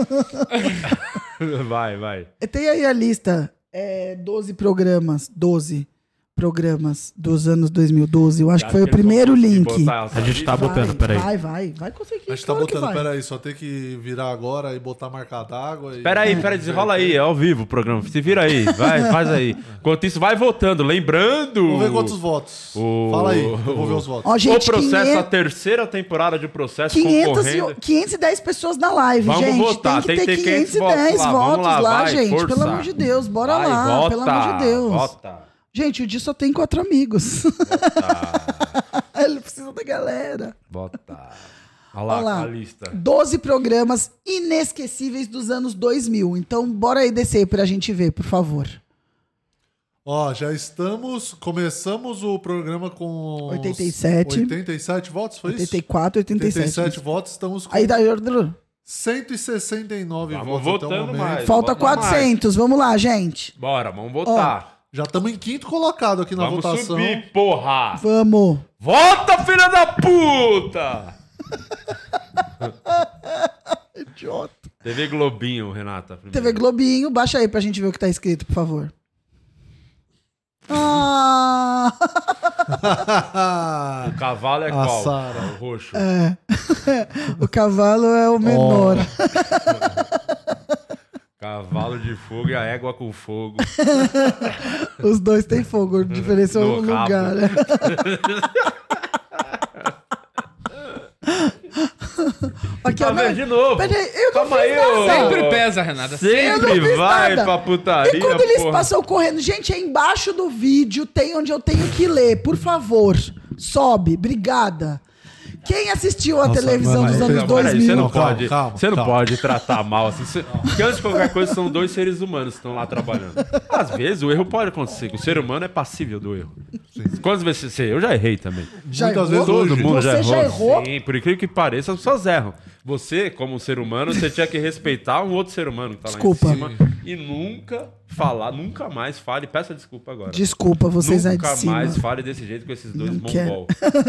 Speaker 1: Vai, vai.
Speaker 3: Tem aí a lista. É, doze programas. doze programas dos anos dois mil e doze. Eu acho que foi o primeiro link.
Speaker 5: A gente tá
Speaker 3: Vai,
Speaker 5: botando, peraí.
Speaker 3: Vai, vai. Vai conseguir.
Speaker 2: A gente tá
Speaker 3: claro que
Speaker 2: botando,
Speaker 3: vai.
Speaker 2: peraí, só tem que virar agora e botar marca d'água. e-
Speaker 1: Pera aí, pera aí, desenrola aí, é ao vivo o programa. Se vira aí, vai, faz aí. Enquanto isso, vai votando. Lembrando...
Speaker 2: Vamos ver quantos votos.
Speaker 1: o-
Speaker 2: Fala aí, eu vou ver os votos.
Speaker 3: Ó, gente,
Speaker 1: o processo,
Speaker 3: quinhentos
Speaker 1: a terceira temporada de processo
Speaker 3: quinhentos
Speaker 1: concorrendo.
Speaker 3: e, quinhentos e dez pessoas na live,
Speaker 1: Vamos
Speaker 3: gente.
Speaker 1: votar,
Speaker 3: tem que ter quinhentos e dez
Speaker 1: lá,
Speaker 3: votos
Speaker 1: vamos
Speaker 3: lá,
Speaker 1: lá, vai,
Speaker 3: gente.
Speaker 1: força.
Speaker 3: Pelo amor de Deus, bora
Speaker 1: Vai,
Speaker 3: lá.
Speaker 1: vota,
Speaker 3: pelo amor de Deus.
Speaker 1: Vota.
Speaker 3: Gente, o Di só tem quatro amigos.
Speaker 1: Vota.
Speaker 3: Ele precisa da galera.
Speaker 1: Vota. Olha lá,
Speaker 3: Olha lá.
Speaker 1: a lista.
Speaker 3: doze programas inesquecíveis dos anos dois mil. Então, bora aí descer pra gente ver, por favor.
Speaker 2: Ó, já estamos. Começamos o programa com.
Speaker 3: oitenta e sete.
Speaker 2: oitenta e sete votos, foi isso?
Speaker 3: oitenta e quatro, oitenta e sete.
Speaker 2: oitenta e sete votos, estamos com
Speaker 3: Aí dá...
Speaker 2: cento e sessenta e nove
Speaker 1: Vamos
Speaker 2: votos até o
Speaker 1: votando
Speaker 2: momento.
Speaker 1: mais.
Speaker 3: Falta
Speaker 1: Vota
Speaker 3: quatrocentos. Vamos lá, gente.
Speaker 1: Bora, vamos votar.
Speaker 2: Já estamos em quinto colocado aqui na
Speaker 1: vamos
Speaker 2: votação.
Speaker 1: subir, porra.
Speaker 3: Vamos.
Speaker 1: Vota, filha da puta!
Speaker 3: Idiota.
Speaker 1: T V Globinho, Renata. primeiro.
Speaker 3: T V Globinho, baixa aí pra gente ver o que tá escrito, por favor. Ah!
Speaker 1: O cavalo é
Speaker 2: A
Speaker 1: qual?
Speaker 2: Sara.
Speaker 1: É o roxo.
Speaker 3: O cavalo é o menor.
Speaker 1: Cavalo de fogo e a égua com fogo.
Speaker 3: Os dois têm fogo, a diferença é o
Speaker 1: No rabo.
Speaker 3: lugar. né? Aqui,
Speaker 1: Tá
Speaker 3: ó, não-
Speaker 1: vendo de novo?
Speaker 3: Peraí, eu não
Speaker 1: Calma
Speaker 3: fiz
Speaker 1: aí,
Speaker 3: nada.
Speaker 1: ô.
Speaker 4: Sempre pesa, Renata.
Speaker 3: Eu
Speaker 1: Sempre
Speaker 3: não fiz
Speaker 1: vai
Speaker 3: nada.
Speaker 1: pra putaria,
Speaker 3: E quando eles
Speaker 1: porra.
Speaker 3: passam correndo, gente, é embaixo do vídeo, tem onde eu tenho que ler, por favor. Sobe, obrigada. Quem assistiu a
Speaker 2: Nossa,
Speaker 3: televisão
Speaker 2: mas-
Speaker 3: dos
Speaker 2: mas-
Speaker 3: anos
Speaker 2: Peraí,
Speaker 1: Peraí,
Speaker 3: dois mil?
Speaker 1: você não
Speaker 2: Não, calma,
Speaker 1: pode,
Speaker 2: calma,
Speaker 1: você não
Speaker 2: calma.
Speaker 1: pode tratar mal assim. Você- Porque antes de qualquer coisa, são dois seres humanos que estão lá trabalhando. Às vezes o erro pode acontecer. O ser humano é passível do erro. Quantas vezes você... Eu já errei também.
Speaker 3: Já
Speaker 2: Muitas
Speaker 3: errou?
Speaker 2: vezes
Speaker 1: Todo
Speaker 2: hoje.
Speaker 1: mundo
Speaker 3: Você
Speaker 1: já
Speaker 3: já
Speaker 1: errou.
Speaker 3: errou?
Speaker 1: Sim, por incrível que pareça, as pessoas erram. Você, como ser humano, você tinha que respeitar um outro ser humano que tá
Speaker 3: Desculpa.
Speaker 1: lá em cima e nunca falar, nunca mais fale. Peça desculpa agora.
Speaker 3: Desculpa, vocês aí de
Speaker 1: Nunca
Speaker 3: cima.
Speaker 1: mais fale desse jeito com esses dois
Speaker 3: Não quero.
Speaker 1: mongol.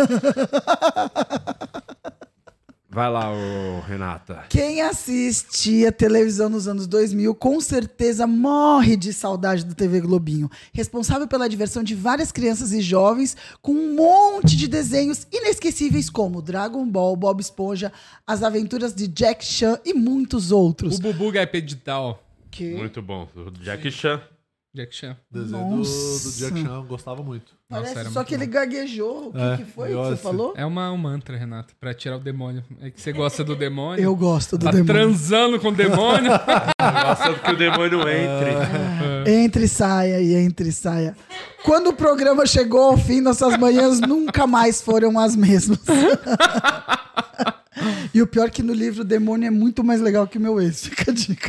Speaker 1: Vai lá, ô, Renata.
Speaker 3: Quem assistia televisão nos anos dois mil com certeza morre de saudade do T V Globinho. Responsável pela diversão de várias crianças e jovens com um monte de desenhos inesquecíveis como Dragon Ball, Bob Esponja, As Aventuras de Jack Chan e muitos outros.
Speaker 4: O Bubu Gaipedital.
Speaker 3: Que...
Speaker 1: Muito bom. O Jack Chan.
Speaker 4: Jack Chan.
Speaker 2: Desenho do,
Speaker 3: Nossa.
Speaker 2: do Jack Chan, eu gostava muito.
Speaker 3: Parece
Speaker 4: Nossa, era
Speaker 3: só
Speaker 4: muito
Speaker 3: que ele
Speaker 4: bom.
Speaker 3: gaguejou. O que,
Speaker 2: É,
Speaker 3: que foi
Speaker 2: eu
Speaker 3: que você
Speaker 2: acho-
Speaker 3: falou?
Speaker 4: É uma, um mantra, Renato, pra tirar o demônio. É que você gosta do demônio.
Speaker 3: Eu gosto do
Speaker 4: Tá
Speaker 3: demônio.
Speaker 4: transando com o demônio.
Speaker 1: Nossa, que o demônio entre.
Speaker 3: Entre e saia e entre e saia. Quando o programa chegou ao fim, nossas manhãs nunca mais foram as mesmas. E o pior é que no livro o demônio é muito mais legal que o meu ex. Fica a dica.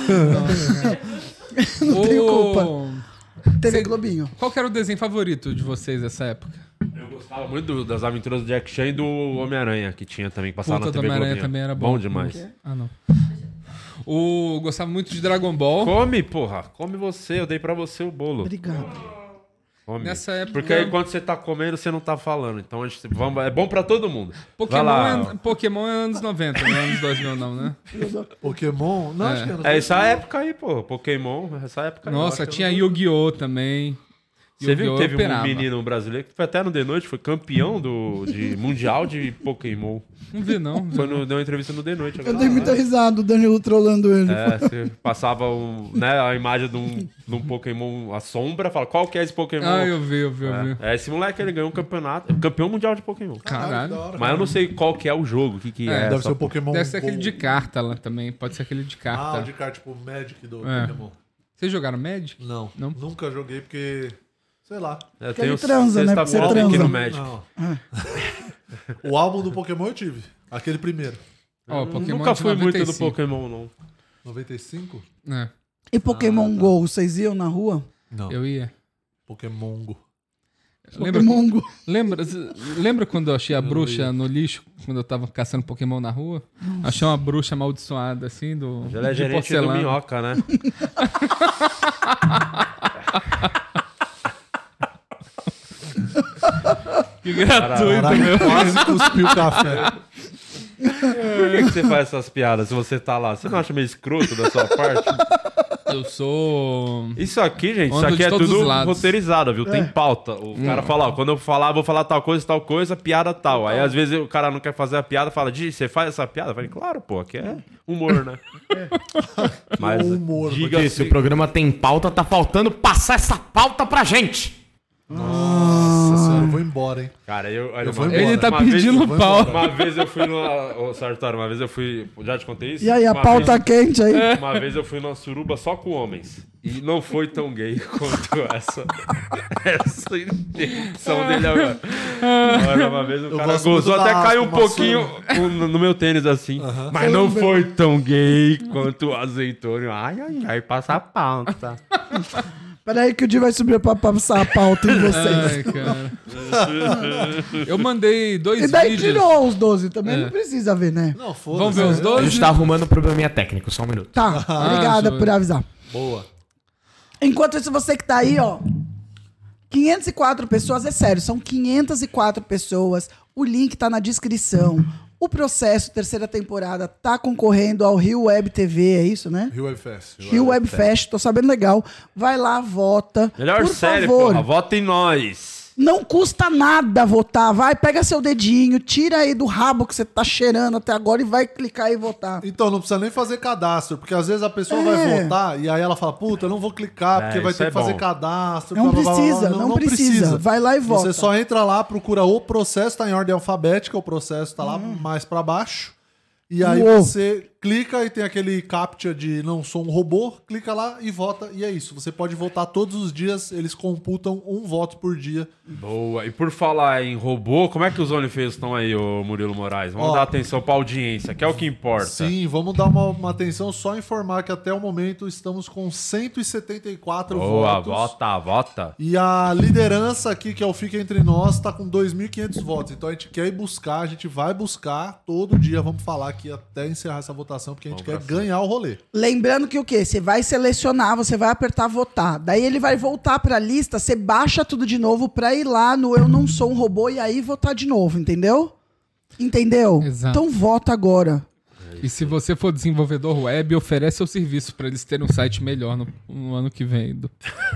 Speaker 3: Não tenho culpa. T V
Speaker 4: Cê-
Speaker 3: Globinho.
Speaker 4: Qual que era o desenho favorito de vocês dessa época?
Speaker 1: Eu gostava muito do- das aventuras do Jack Chan e do Homem-Aranha, que tinha também, que passava
Speaker 4: Puta,
Speaker 1: na
Speaker 4: do
Speaker 1: T V
Speaker 4: Homem-Aranha
Speaker 1: Globinho.
Speaker 4: também era bom.
Speaker 1: Bom demais.
Speaker 4: Ah, não. O... Gostava muito de Dragon Ball.
Speaker 1: Come, porra. Come você. Eu dei pra você o bolo.
Speaker 3: Obrigado.
Speaker 1: Come.
Speaker 4: Nessa época-
Speaker 1: Porque aí quando você tá comendo, você não tá falando. Então a gente, vamos, é bom pra todo mundo. Vai
Speaker 4: Pokémon
Speaker 1: lá.
Speaker 4: é, Pokémon é anos noventa, não é anos dois mil não, né?
Speaker 2: Pokémon? Não,
Speaker 4: É.
Speaker 2: acho que era.
Speaker 1: É essa época aí, pô. Pokémon, essa época aí.
Speaker 4: Nossa,
Speaker 2: acho que
Speaker 4: tinha
Speaker 2: eu não-
Speaker 4: Yu-Gi-Oh! Também.
Speaker 1: Você viu
Speaker 4: Yu-Gi-Oh!
Speaker 1: que teve um
Speaker 4: operava.
Speaker 1: menino brasileiro que foi até no The Noite, foi campeão do de mundial de Pokémon.
Speaker 4: Não vi, não.
Speaker 1: Foi no, deu uma entrevista no The Noite.
Speaker 3: Eu
Speaker 1: agora.
Speaker 3: dei muita risada, o Danilo trolando ele.
Speaker 1: É, você passava um, né, a imagem de um, de um Pokémon, a sombra, fala, qual que é esse Pokémon?
Speaker 4: Ah, eu vi, eu vi, eu vi.
Speaker 1: É, esse moleque, ele ganhou um campeonato, campeão mundial de Pokémon.
Speaker 4: Caralho.
Speaker 1: Mas eu não sei qual que é o jogo, o que que
Speaker 4: É,
Speaker 1: é.
Speaker 2: Deve
Speaker 1: essa
Speaker 2: ser o Pokémon.
Speaker 4: Deve ser aquele
Speaker 2: Go.
Speaker 4: de carta lá também. Pode ser aquele de
Speaker 2: Ah,
Speaker 4: carta.
Speaker 2: o de carta, tipo Magic do
Speaker 4: É.
Speaker 2: Pokémon.
Speaker 4: Vocês jogaram Magic?
Speaker 2: Não,
Speaker 4: Não?
Speaker 2: nunca joguei porque, sei lá.
Speaker 1: É,
Speaker 3: Porque
Speaker 1: tem
Speaker 3: ele
Speaker 1: o
Speaker 3: transa, né? Porque você
Speaker 1: sexta-feira aqui
Speaker 3: transa.
Speaker 1: no Magic.
Speaker 2: Não. O álbum do Pokémon eu tive. Aquele primeiro.
Speaker 4: Ó, Pokémon
Speaker 1: Nunca
Speaker 4: de
Speaker 1: fui muito
Speaker 4: noventa e
Speaker 1: do
Speaker 4: cinco.
Speaker 1: Pokémon, não.
Speaker 2: noventa e cinco?
Speaker 4: É,
Speaker 3: E Pokémon Go, vocês iam na rua?
Speaker 2: Não.
Speaker 4: eu ia.
Speaker 2: Pokémon Go.
Speaker 4: Lembra,
Speaker 3: Pokémon Go.
Speaker 4: lembra, lembra quando eu achei a
Speaker 2: Eu
Speaker 4: bruxa
Speaker 2: ia.
Speaker 4: no lixo, quando eu tava caçando Pokémon na rua? Achei uma bruxa amaldiçoada, assim, do.
Speaker 1: Ele é
Speaker 4: de
Speaker 1: gerente do
Speaker 4: porcelana.
Speaker 1: Minhoca, né?
Speaker 4: Que gratuito,
Speaker 2: Caralho,
Speaker 4: meu.
Speaker 2: quase cuspiu o café.
Speaker 1: Por que, que você faz essas piadas se você tá lá? Você não acha meio escroto da sua parte?
Speaker 4: Eu sou.
Speaker 1: Isso aqui, gente, isso
Speaker 4: Ando
Speaker 1: aqui
Speaker 4: de
Speaker 1: é
Speaker 4: todos
Speaker 1: tudo
Speaker 4: os lados.
Speaker 1: roteirizado, viu?
Speaker 3: É.
Speaker 1: Tem pauta. O cara fala, ó, quando eu falar, vou falar tal coisa, tal coisa, piada tal. Aí às vezes o cara não quer fazer a piada, fala, Di, você faz essa piada? Eu falei, claro, pô, aqui é humor, né? Mas
Speaker 2: O humor,
Speaker 1: diga
Speaker 5: Porque se
Speaker 1: assim,
Speaker 5: o programa tem pauta, tá faltando passar essa pauta pra gente.
Speaker 2: Nossa senhora, eu vou embora, hein?
Speaker 1: cara, eu... olha,
Speaker 2: Eu vou
Speaker 1: uma-
Speaker 2: embora.
Speaker 4: Ele tá
Speaker 1: uma vez-
Speaker 4: pedindo
Speaker 2: vou
Speaker 4: pau.
Speaker 2: embora.
Speaker 1: Uma vez eu fui numa... Ô, Sartori, uma vez eu fui... Já te contei isso?
Speaker 3: E aí, a
Speaker 1: Uma
Speaker 3: pauta
Speaker 1: vez-
Speaker 3: quente aí?
Speaker 1: Uma vez eu fui numa suruba só com homens. E não foi tão gay quanto essa. Essa interrupção dele agora. Olha, uma vez o
Speaker 2: Eu
Speaker 1: cara
Speaker 2: gosto muito
Speaker 1: gozou,
Speaker 2: da
Speaker 1: até caiu um
Speaker 2: arrumação.
Speaker 1: pouquinho no, no meu tênis assim. Mas não foi tão gay quanto o azeitônio. Ai, ai, ai, passa a pauta.
Speaker 3: Peraí que o Di vai subir pra passar a pauta em vocês.
Speaker 4: Ai, cara. Eu mandei dois
Speaker 3: E daí
Speaker 4: vídeos.
Speaker 3: tirou os doze também,
Speaker 4: É.
Speaker 3: não precisa ver, né?
Speaker 2: Não, foda-se.
Speaker 4: Vamos ver os
Speaker 5: A
Speaker 4: dois?
Speaker 5: gente tá arrumando um probleminha técnico, só um minuto.
Speaker 3: Tá,
Speaker 4: Ah,
Speaker 3: obrigada
Speaker 4: sou-
Speaker 3: por avisar.
Speaker 2: Boa.
Speaker 3: Enquanto isso, você que tá aí, ó. quinhentas e quatro pessoas, é sério, são quinhentas e quatro pessoas. O link tá na descrição. O Processo, terceira temporada, tá concorrendo ao Rio Web T V, é isso, né?
Speaker 2: Rio Web Fest.
Speaker 3: Rio Web Fest, tô sabendo legal. Vai lá, vota.
Speaker 1: Melhor
Speaker 3: Por
Speaker 1: série,
Speaker 3: favor.
Speaker 1: porra. Vota em nós.
Speaker 3: Não custa nada votar. Vai, pega seu dedinho, tira aí do rabo que você tá cheirando até agora e vai clicar e votar.
Speaker 2: Então, não precisa nem fazer cadastro, porque às vezes a pessoa
Speaker 3: É.
Speaker 2: vai votar e aí ela fala, puta, eu não vou clicar,
Speaker 1: É,
Speaker 2: porque vai
Speaker 1: isso
Speaker 2: ter
Speaker 1: é
Speaker 2: que fazer
Speaker 1: bom.
Speaker 2: cadastro.
Speaker 3: Não
Speaker 2: blá, blá, blá, blá.
Speaker 3: precisa, não precisa. Vai lá e vota.
Speaker 2: Você só entra lá, procura o processo, tá em ordem alfabética, o processo tá lá
Speaker 3: Hum.
Speaker 2: mais pra baixo. E aí
Speaker 3: Uou.
Speaker 2: você clica e tem aquele captcha de não sou um robô, clica lá e vota, e é isso. Você pode votar todos os dias, eles computam um voto por dia.
Speaker 1: Boa. E por falar em robô, como é que os OnlyFans estão aí, ô Murilo Moraes? Vamos
Speaker 2: Ó,
Speaker 1: dar atenção pra audiência, que é o que importa.
Speaker 2: Sim, vamos dar uma, uma atenção, só informar que até o momento estamos com cento e setenta e quatro
Speaker 1: Boa,
Speaker 2: votos.
Speaker 1: vota, vota.
Speaker 2: E a liderança aqui, que é o Fica Entre Nós, tá com dois mil e quinhentos votos. Então a gente quer ir buscar, a gente vai buscar todo dia, vamos falar aqui até encerrar essa votação, porque a gente
Speaker 1: Vamos
Speaker 2: quer
Speaker 1: pra
Speaker 2: ganhar o rolê.
Speaker 3: Lembrando que o quê? Você vai selecionar, você vai apertar votar. Daí ele vai voltar pra lista, você baixa tudo de novo pra ir lá no Eu Não Sou um Robô e aí votar de novo, entendeu? Entendeu?
Speaker 4: Exato.
Speaker 3: Então vota agora.
Speaker 4: E se você for desenvolvedor web, oferece seu serviço pra eles terem um site melhor no, no ano que vem. Do...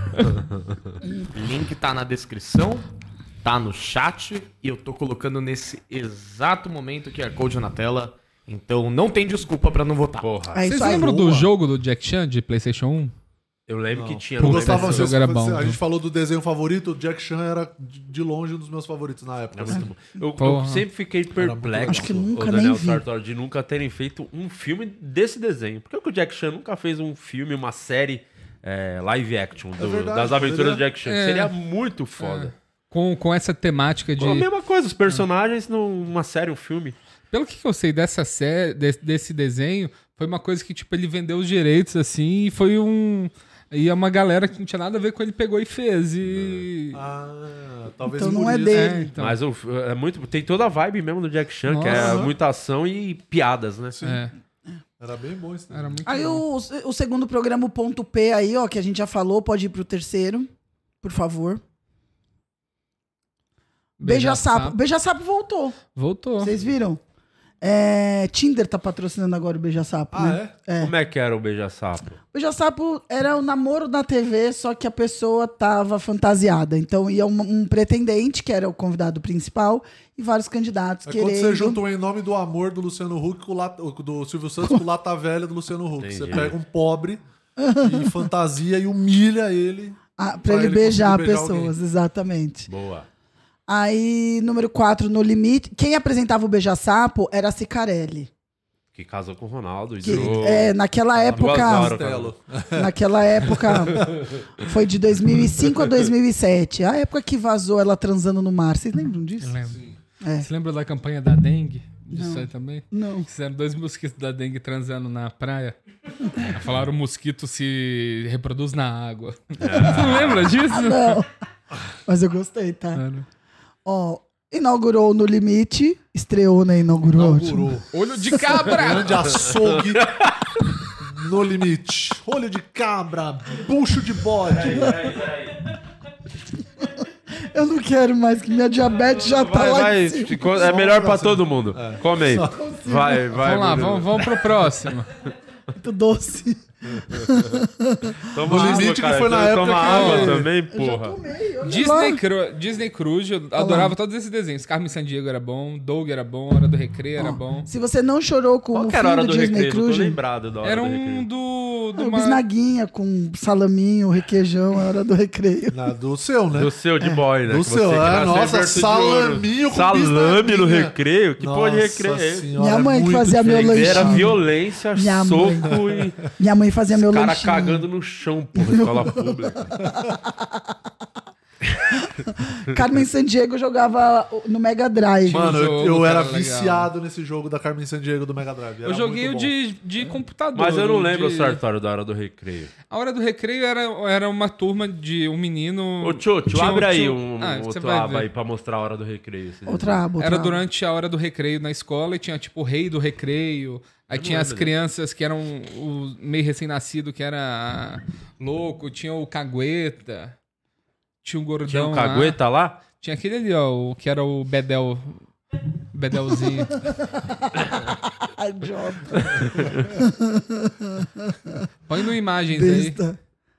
Speaker 5: Link tá na descrição, tá no chat e eu tô colocando nesse exato momento o Q R Code na tela. Então não tem desculpa pra não votar.
Speaker 1: Porra.
Speaker 3: É
Speaker 4: Vocês
Speaker 3: isso aí.
Speaker 4: lembram do
Speaker 2: boa.
Speaker 4: jogo do Jack Chan de PlayStation um?
Speaker 1: Eu lembro
Speaker 2: Não.
Speaker 1: que tinha...
Speaker 2: Eu
Speaker 1: não
Speaker 2: gostava,
Speaker 1: lembro
Speaker 4: esse
Speaker 1: se-
Speaker 4: jogo era bom,
Speaker 2: a gente
Speaker 4: viu?
Speaker 2: falou do desenho favorito, o Jack Chan era de longe um dos meus favoritos na época.
Speaker 1: É muito bom. Eu, eu
Speaker 4: Porra.
Speaker 1: sempre fiquei perplexo,
Speaker 3: Acho que nunca
Speaker 1: o
Speaker 3: nem
Speaker 1: Daniel
Speaker 3: vi.
Speaker 1: Sartori, de nunca terem feito um filme desse desenho. Por que que o Jack Chan nunca fez um filme, uma série é, live action do-
Speaker 2: verdade,
Speaker 1: das aventuras do
Speaker 2: poderia-
Speaker 1: Jack Chan?
Speaker 4: É.
Speaker 1: Seria muito foda.
Speaker 4: Com, com essa temática de...
Speaker 1: A mesma coisa, os personagens numa série, um filme.
Speaker 4: Pelo que eu sei dessa série, desse, desse desenho, foi uma coisa que, tipo, ele vendeu os direitos, assim, e foi um... E uma galera que não tinha nada a ver com ele pegou e fez. E...
Speaker 2: Ah, talvez
Speaker 3: Então não
Speaker 2: por
Speaker 3: é
Speaker 2: isso.
Speaker 3: dele.
Speaker 4: É, então.
Speaker 1: Mas o, é muito, tem toda a vibe mesmo do Jack Chan, que é
Speaker 4: Nossa.
Speaker 1: muita ação e piadas, né?
Speaker 4: É,
Speaker 2: Era bem bom isso.
Speaker 4: era muito
Speaker 3: Aí
Speaker 4: bom.
Speaker 3: o, o segundo programa, o ponto P aí, ó, que a gente já falou, pode ir pro terceiro, por favor. Beija-sapo. Beija-sapo voltou.
Speaker 4: Voltou.
Speaker 3: Vocês viram? É, Tinder tá patrocinando agora o Beija-sapo,
Speaker 2: Ah,
Speaker 3: né?
Speaker 2: é?
Speaker 1: Como é que era o beija-sapo?
Speaker 3: Beija-sapo era o namoro na T V, só que a pessoa tava fantasiada. Então ia um, um pretendente, que era o convidado principal, e vários candidatos
Speaker 2: É
Speaker 3: querendo...
Speaker 2: quando você junta o Em Nome do Amor do Luciano Huck com o Lata, do Silvio Santos com o Lata Velha do Luciano Huck.
Speaker 1: Entendi.
Speaker 2: Você pega um pobre e fantasia e humilha ele.
Speaker 3: Ah, pra,
Speaker 2: pra
Speaker 3: ele
Speaker 2: ele
Speaker 3: beijar
Speaker 2: conseguir beijar
Speaker 3: pessoas, exatamente.
Speaker 1: Boa.
Speaker 3: Aí, número quatro, No Limite. Quem apresentava o Beija-Sapo era a Cicarelli.
Speaker 1: Que casou com o Ronaldo. e
Speaker 3: Que,
Speaker 1: durou
Speaker 3: é, naquela
Speaker 1: duas
Speaker 3: época...
Speaker 1: horas.
Speaker 2: Telo.
Speaker 3: Naquela época, foi de dois mil e cinco a dois mil e sete. A época que vazou ela transando no mar. Vocês lembram disso?
Speaker 4: Eu lembro.
Speaker 3: É.
Speaker 4: Você lembra da campanha da dengue? Disso aí também?
Speaker 3: Não.
Speaker 4: Fizeram dois mosquitos da dengue transando na praia. Falaram o mosquito se reproduz na água. Você não lembra disso?
Speaker 3: Não. Mas eu gostei, tá?
Speaker 4: Mano.
Speaker 3: Ó, inaugurou No Limite. Estreou, né? Inaugurou.
Speaker 2: Inaugurou.
Speaker 4: Olho de cabra!
Speaker 2: Grande açougue no limite. Olho de cabra, bucho de bode.
Speaker 3: Eu não quero mais, que minha diabetes já tá
Speaker 1: Vai,
Speaker 3: lá
Speaker 1: vai.
Speaker 3: em cima.
Speaker 1: ficou- é melhor pra todo mundo. Come aí. Vai, vai.
Speaker 4: Vamos lá,
Speaker 1: Murilo.
Speaker 4: vamos, vamos pro próximo.
Speaker 3: Muito doce.
Speaker 1: Toma
Speaker 2: No
Speaker 1: água,
Speaker 2: limite que
Speaker 1: cara.
Speaker 2: foi na
Speaker 1: Toma
Speaker 2: época que-
Speaker 1: água também,
Speaker 3: Eu já
Speaker 1: porra.
Speaker 3: tomei, olha
Speaker 4: Disney,
Speaker 3: lá.
Speaker 4: Cru, Disney Cruise, eu adorava todos esses desenhos. Carmen Sandiego era bom, Doug era bom, Hora do Recreio era bom.
Speaker 3: Se você não chorou com
Speaker 1: Qual
Speaker 3: o
Speaker 1: que era a
Speaker 3: fim
Speaker 1: hora
Speaker 3: do
Speaker 1: do
Speaker 3: Disney
Speaker 1: recreio? Não tô
Speaker 3: Cruise,
Speaker 1: lembrado da hora
Speaker 4: Era
Speaker 1: do
Speaker 4: um
Speaker 1: recreio.
Speaker 4: do... do
Speaker 3: o
Speaker 4: uma-
Speaker 3: bisnaguinha com salaminho, requeijão, a hora do recreio.
Speaker 2: Na- do seu, né?
Speaker 1: Do seu de boy, né?
Speaker 2: Do
Speaker 1: que
Speaker 2: seu,
Speaker 1: você
Speaker 2: é,
Speaker 1: nasceu em
Speaker 2: nossa,
Speaker 1: berço de ouro.
Speaker 2: salaminho com
Speaker 1: Salame no
Speaker 2: bisnaguinha.
Speaker 1: recreio? Que porra de
Speaker 2: Nossa
Speaker 1: recreio é esse?
Speaker 2: senhora,
Speaker 3: Minha mãe
Speaker 2: é
Speaker 3: que
Speaker 2: muito
Speaker 3: fazia meu
Speaker 2: diferente.
Speaker 1: Era
Speaker 3: lanchinho.
Speaker 1: violência,
Speaker 3: Minha mãe.
Speaker 1: soco e
Speaker 3: Minha mãe fazia meu
Speaker 1: cara
Speaker 3: lanchinho.
Speaker 1: cagando no chão, porra, escola pública.
Speaker 3: Carmen Sandiego jogava no Mega Drive.
Speaker 2: Mano, eu,
Speaker 4: jogo,
Speaker 2: eu era
Speaker 4: cara, legal.
Speaker 2: viciado nesse jogo da Carmen Sandiego do Mega Drive. Era
Speaker 4: Eu joguei o
Speaker 2: muito bom.
Speaker 4: de, de computador.
Speaker 1: Mas eu não lembro
Speaker 4: de...
Speaker 1: o Sartório da hora do recreio.
Speaker 4: A Hora do Recreio era, era uma turma de um menino...
Speaker 1: Ô, Tio, tio,
Speaker 4: Tinha
Speaker 1: abre aí
Speaker 4: tio-
Speaker 1: um,
Speaker 4: Ah,
Speaker 1: um
Speaker 4: você
Speaker 1: outro
Speaker 4: vai
Speaker 1: aba
Speaker 4: ver.
Speaker 1: aí pra mostrar a hora do recreio. esse
Speaker 3: Outra aba, outra
Speaker 4: Era
Speaker 3: aba.
Speaker 4: durante a hora do recreio na escola e tinha tipo o rei do recreio. Aí tinha as
Speaker 1: lembro
Speaker 4: crianças que eram o meio recém-nascido, que era louco. Tinha o cagueta. Tinha o gordão
Speaker 1: Tinha um
Speaker 4: lá.
Speaker 1: cagueta lá?
Speaker 4: Tinha aquele ali, ó, o que era o Bedel. Bedelzinho.
Speaker 3: Ai, Jota.
Speaker 4: Põe no imagens aí.
Speaker 3: Besta.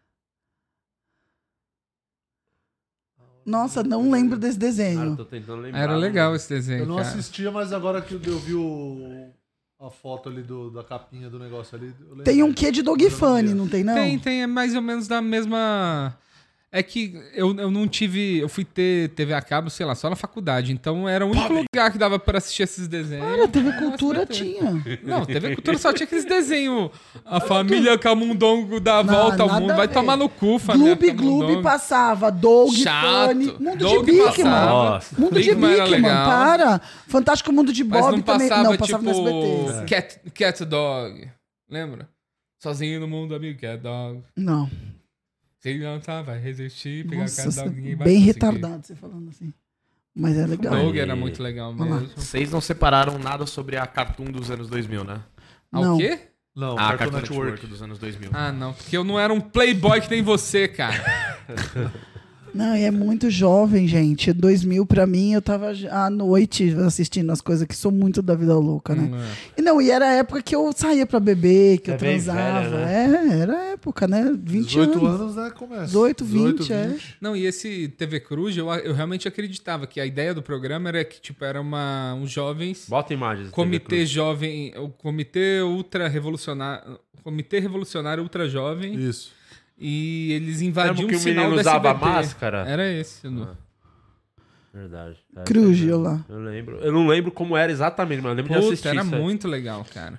Speaker 3: Nossa, não lembro desse
Speaker 1: Cara,
Speaker 3: desenho.
Speaker 1: tô tentando lembrar.
Speaker 4: Era legal esse desenho,
Speaker 2: Eu não
Speaker 4: cara.
Speaker 2: assistia, mas agora que eu vi o, a foto ali do, da capinha do negócio ali. eu lembrei.
Speaker 3: Tem um quê de Dog Funny, não tem não?
Speaker 4: Tem, tem, é mais ou menos da mesma... É que eu, eu não tive. Eu fui ter T V a cabo, sei lá, só na faculdade. Então era o único lugar que dava pra assistir esses desenhos.
Speaker 3: Cara, T V
Speaker 4: Era
Speaker 3: Cultura
Speaker 4: S B T.
Speaker 3: tinha.
Speaker 4: Não, T V Cultura só tinha aqueles desenhos. A família Camundongo dá a
Speaker 3: Não,
Speaker 4: volta ao
Speaker 3: nada
Speaker 4: mundo.
Speaker 3: a
Speaker 4: Vai
Speaker 3: ver.
Speaker 4: tomar no cu, família
Speaker 3: Gloob Gloob
Speaker 4: Camundongo.
Speaker 3: passava, Doug,
Speaker 4: Chato.
Speaker 3: Funny, Mundo
Speaker 4: Doug
Speaker 3: de Bigman.
Speaker 4: passava.
Speaker 1: Nossa.
Speaker 3: Mundo de
Speaker 4: Bigman era
Speaker 3: Bigman,
Speaker 4: legal.
Speaker 3: para. Fantástico Mundo de
Speaker 4: Mas
Speaker 3: Bob
Speaker 4: não
Speaker 3: também.
Speaker 4: passava,
Speaker 3: Não, passava
Speaker 4: tipo,
Speaker 3: no S B T.
Speaker 4: Cat, Cat Dog. Lembra? Sozinho no mundo, amigo, Cat Dog.
Speaker 3: Não.
Speaker 4: Se ele não tá, vai resistir, pegar
Speaker 3: Nossa,
Speaker 4: Cat Dog, ninguém vai
Speaker 3: bem
Speaker 4: conseguir.
Speaker 3: retardado você falando assim. Mas é legal.
Speaker 4: Doug era muito legal
Speaker 3: Olha lá.
Speaker 4: mesmo.
Speaker 5: Vocês não separaram nada sobre a Cartoon dos anos dois mil, né?
Speaker 4: Ah,
Speaker 3: Não.
Speaker 4: o quê?
Speaker 2: Não,
Speaker 5: a
Speaker 2: Cartoon
Speaker 5: Cartoon
Speaker 2: Network.
Speaker 5: Network dos anos dois mil.
Speaker 4: Ah, não. Porque eu não era um playboy que nem você, cara.
Speaker 3: Não, e é muito jovem, gente. dois mil pra mim, eu tava à noite assistindo as coisas que sou muito da vida louca, né?
Speaker 4: Hum, é.
Speaker 3: E não, e era a época que eu saía pra beber, que
Speaker 1: É
Speaker 3: eu
Speaker 1: bem
Speaker 3: transava.
Speaker 1: velha,
Speaker 3: É, era a época, né? vinte
Speaker 2: dezoito
Speaker 3: anos.
Speaker 2: anos, né? Começa.
Speaker 3: dezoito, vinte, é.
Speaker 4: Não, e esse T V Cruz, eu, eu realmente acreditava que a ideia do programa era que, tipo, era uma, uns jovens...
Speaker 1: Bota imagens.
Speaker 4: Comitê Jovem... O Comitê Ultra Revolucionário... Comitê Revolucionário Ultra Jovem.
Speaker 2: Isso.
Speaker 4: E eles invadiam
Speaker 1: Lembra que
Speaker 4: o
Speaker 1: o
Speaker 4: sinal
Speaker 1: menino
Speaker 4: do
Speaker 1: usava
Speaker 4: S B T.
Speaker 1: máscara?
Speaker 4: Era esse. No...
Speaker 1: Ah. Verdade. É,
Speaker 3: Cruz,
Speaker 1: é,
Speaker 3: olha lá.
Speaker 1: Eu lembro. Eu não lembro como era exatamente, mas eu lembro de
Speaker 4: Puta,
Speaker 1: assistir
Speaker 4: era
Speaker 1: isso aí.
Speaker 4: muito legal, cara.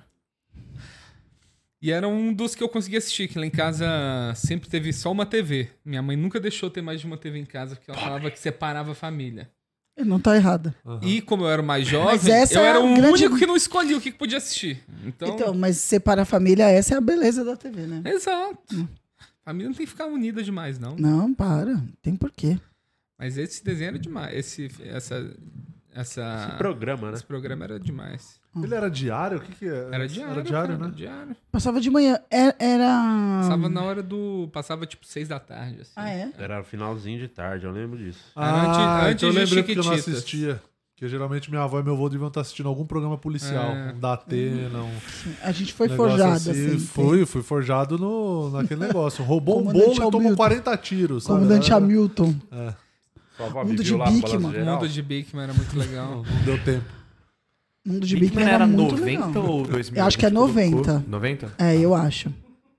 Speaker 4: E era um dos que eu conseguia assistir, que lá em casa sempre teve só uma T V. Minha mãe nunca deixou ter mais de uma T V em casa, porque ela falava que separava a família.
Speaker 3: Não tá errada.
Speaker 4: E como eu era o mais
Speaker 3: Mas
Speaker 4: jovem,
Speaker 3: essa
Speaker 4: eu
Speaker 3: é
Speaker 4: era
Speaker 3: a
Speaker 4: o
Speaker 3: grande-
Speaker 4: único que não escolhia o que que podia assistir. Então,
Speaker 3: Então, mas separar a família, essa é a beleza da T V, né?
Speaker 4: exato. A família não tem que ficar unida demais, não.
Speaker 3: Não, para. Tem porquê.
Speaker 4: Mas esse desenho era demais. Esse, essa, essa,
Speaker 1: Esse programa, né?
Speaker 4: esse programa era demais.
Speaker 2: Ele era diário? O que que é?
Speaker 4: Era diário,
Speaker 2: Era diário,
Speaker 4: cara,
Speaker 2: né?
Speaker 4: diário.
Speaker 3: Passava de manhã. Era. era-
Speaker 4: Passava na hora do... Passava, tipo, seis da tarde, assim.
Speaker 3: Ah, é?
Speaker 1: Era finalzinho de tarde, eu lembro disso.
Speaker 2: Ah,
Speaker 4: antes- antes
Speaker 2: então eu
Speaker 4: de
Speaker 2: lembrei porque eu não
Speaker 4: Chiquititas.
Speaker 2: assistia. Porque geralmente minha avó e meu avô deviam estar assistindo algum programa policial.
Speaker 4: É.
Speaker 2: Um da Atena, um
Speaker 3: A gente foi
Speaker 2: negócio
Speaker 3: forjado, assim.
Speaker 2: Fui, fui forjado no, naquele negócio. Roubou um
Speaker 3: Comandante
Speaker 2: bolo e tomou
Speaker 3: Hamilton.
Speaker 2: quarenta tiros. sabe?
Speaker 3: Comandante
Speaker 2: Era-
Speaker 3: Hamilton.
Speaker 1: Sua avó
Speaker 3: Mundo
Speaker 1: vivia
Speaker 3: de
Speaker 1: lá no
Speaker 3: Bigman.
Speaker 1: Balanço
Speaker 4: O
Speaker 1: Geral?
Speaker 4: mundo de Bigman era muito legal.
Speaker 2: Não, não deu tempo.
Speaker 3: Mundo de
Speaker 5: Bigman
Speaker 3: Bigman era,
Speaker 5: era
Speaker 3: muito
Speaker 5: noventa
Speaker 3: legal.
Speaker 5: ou dois mil?
Speaker 3: Eu acho que é noventa.
Speaker 5: noventa?
Speaker 3: É, eu acho.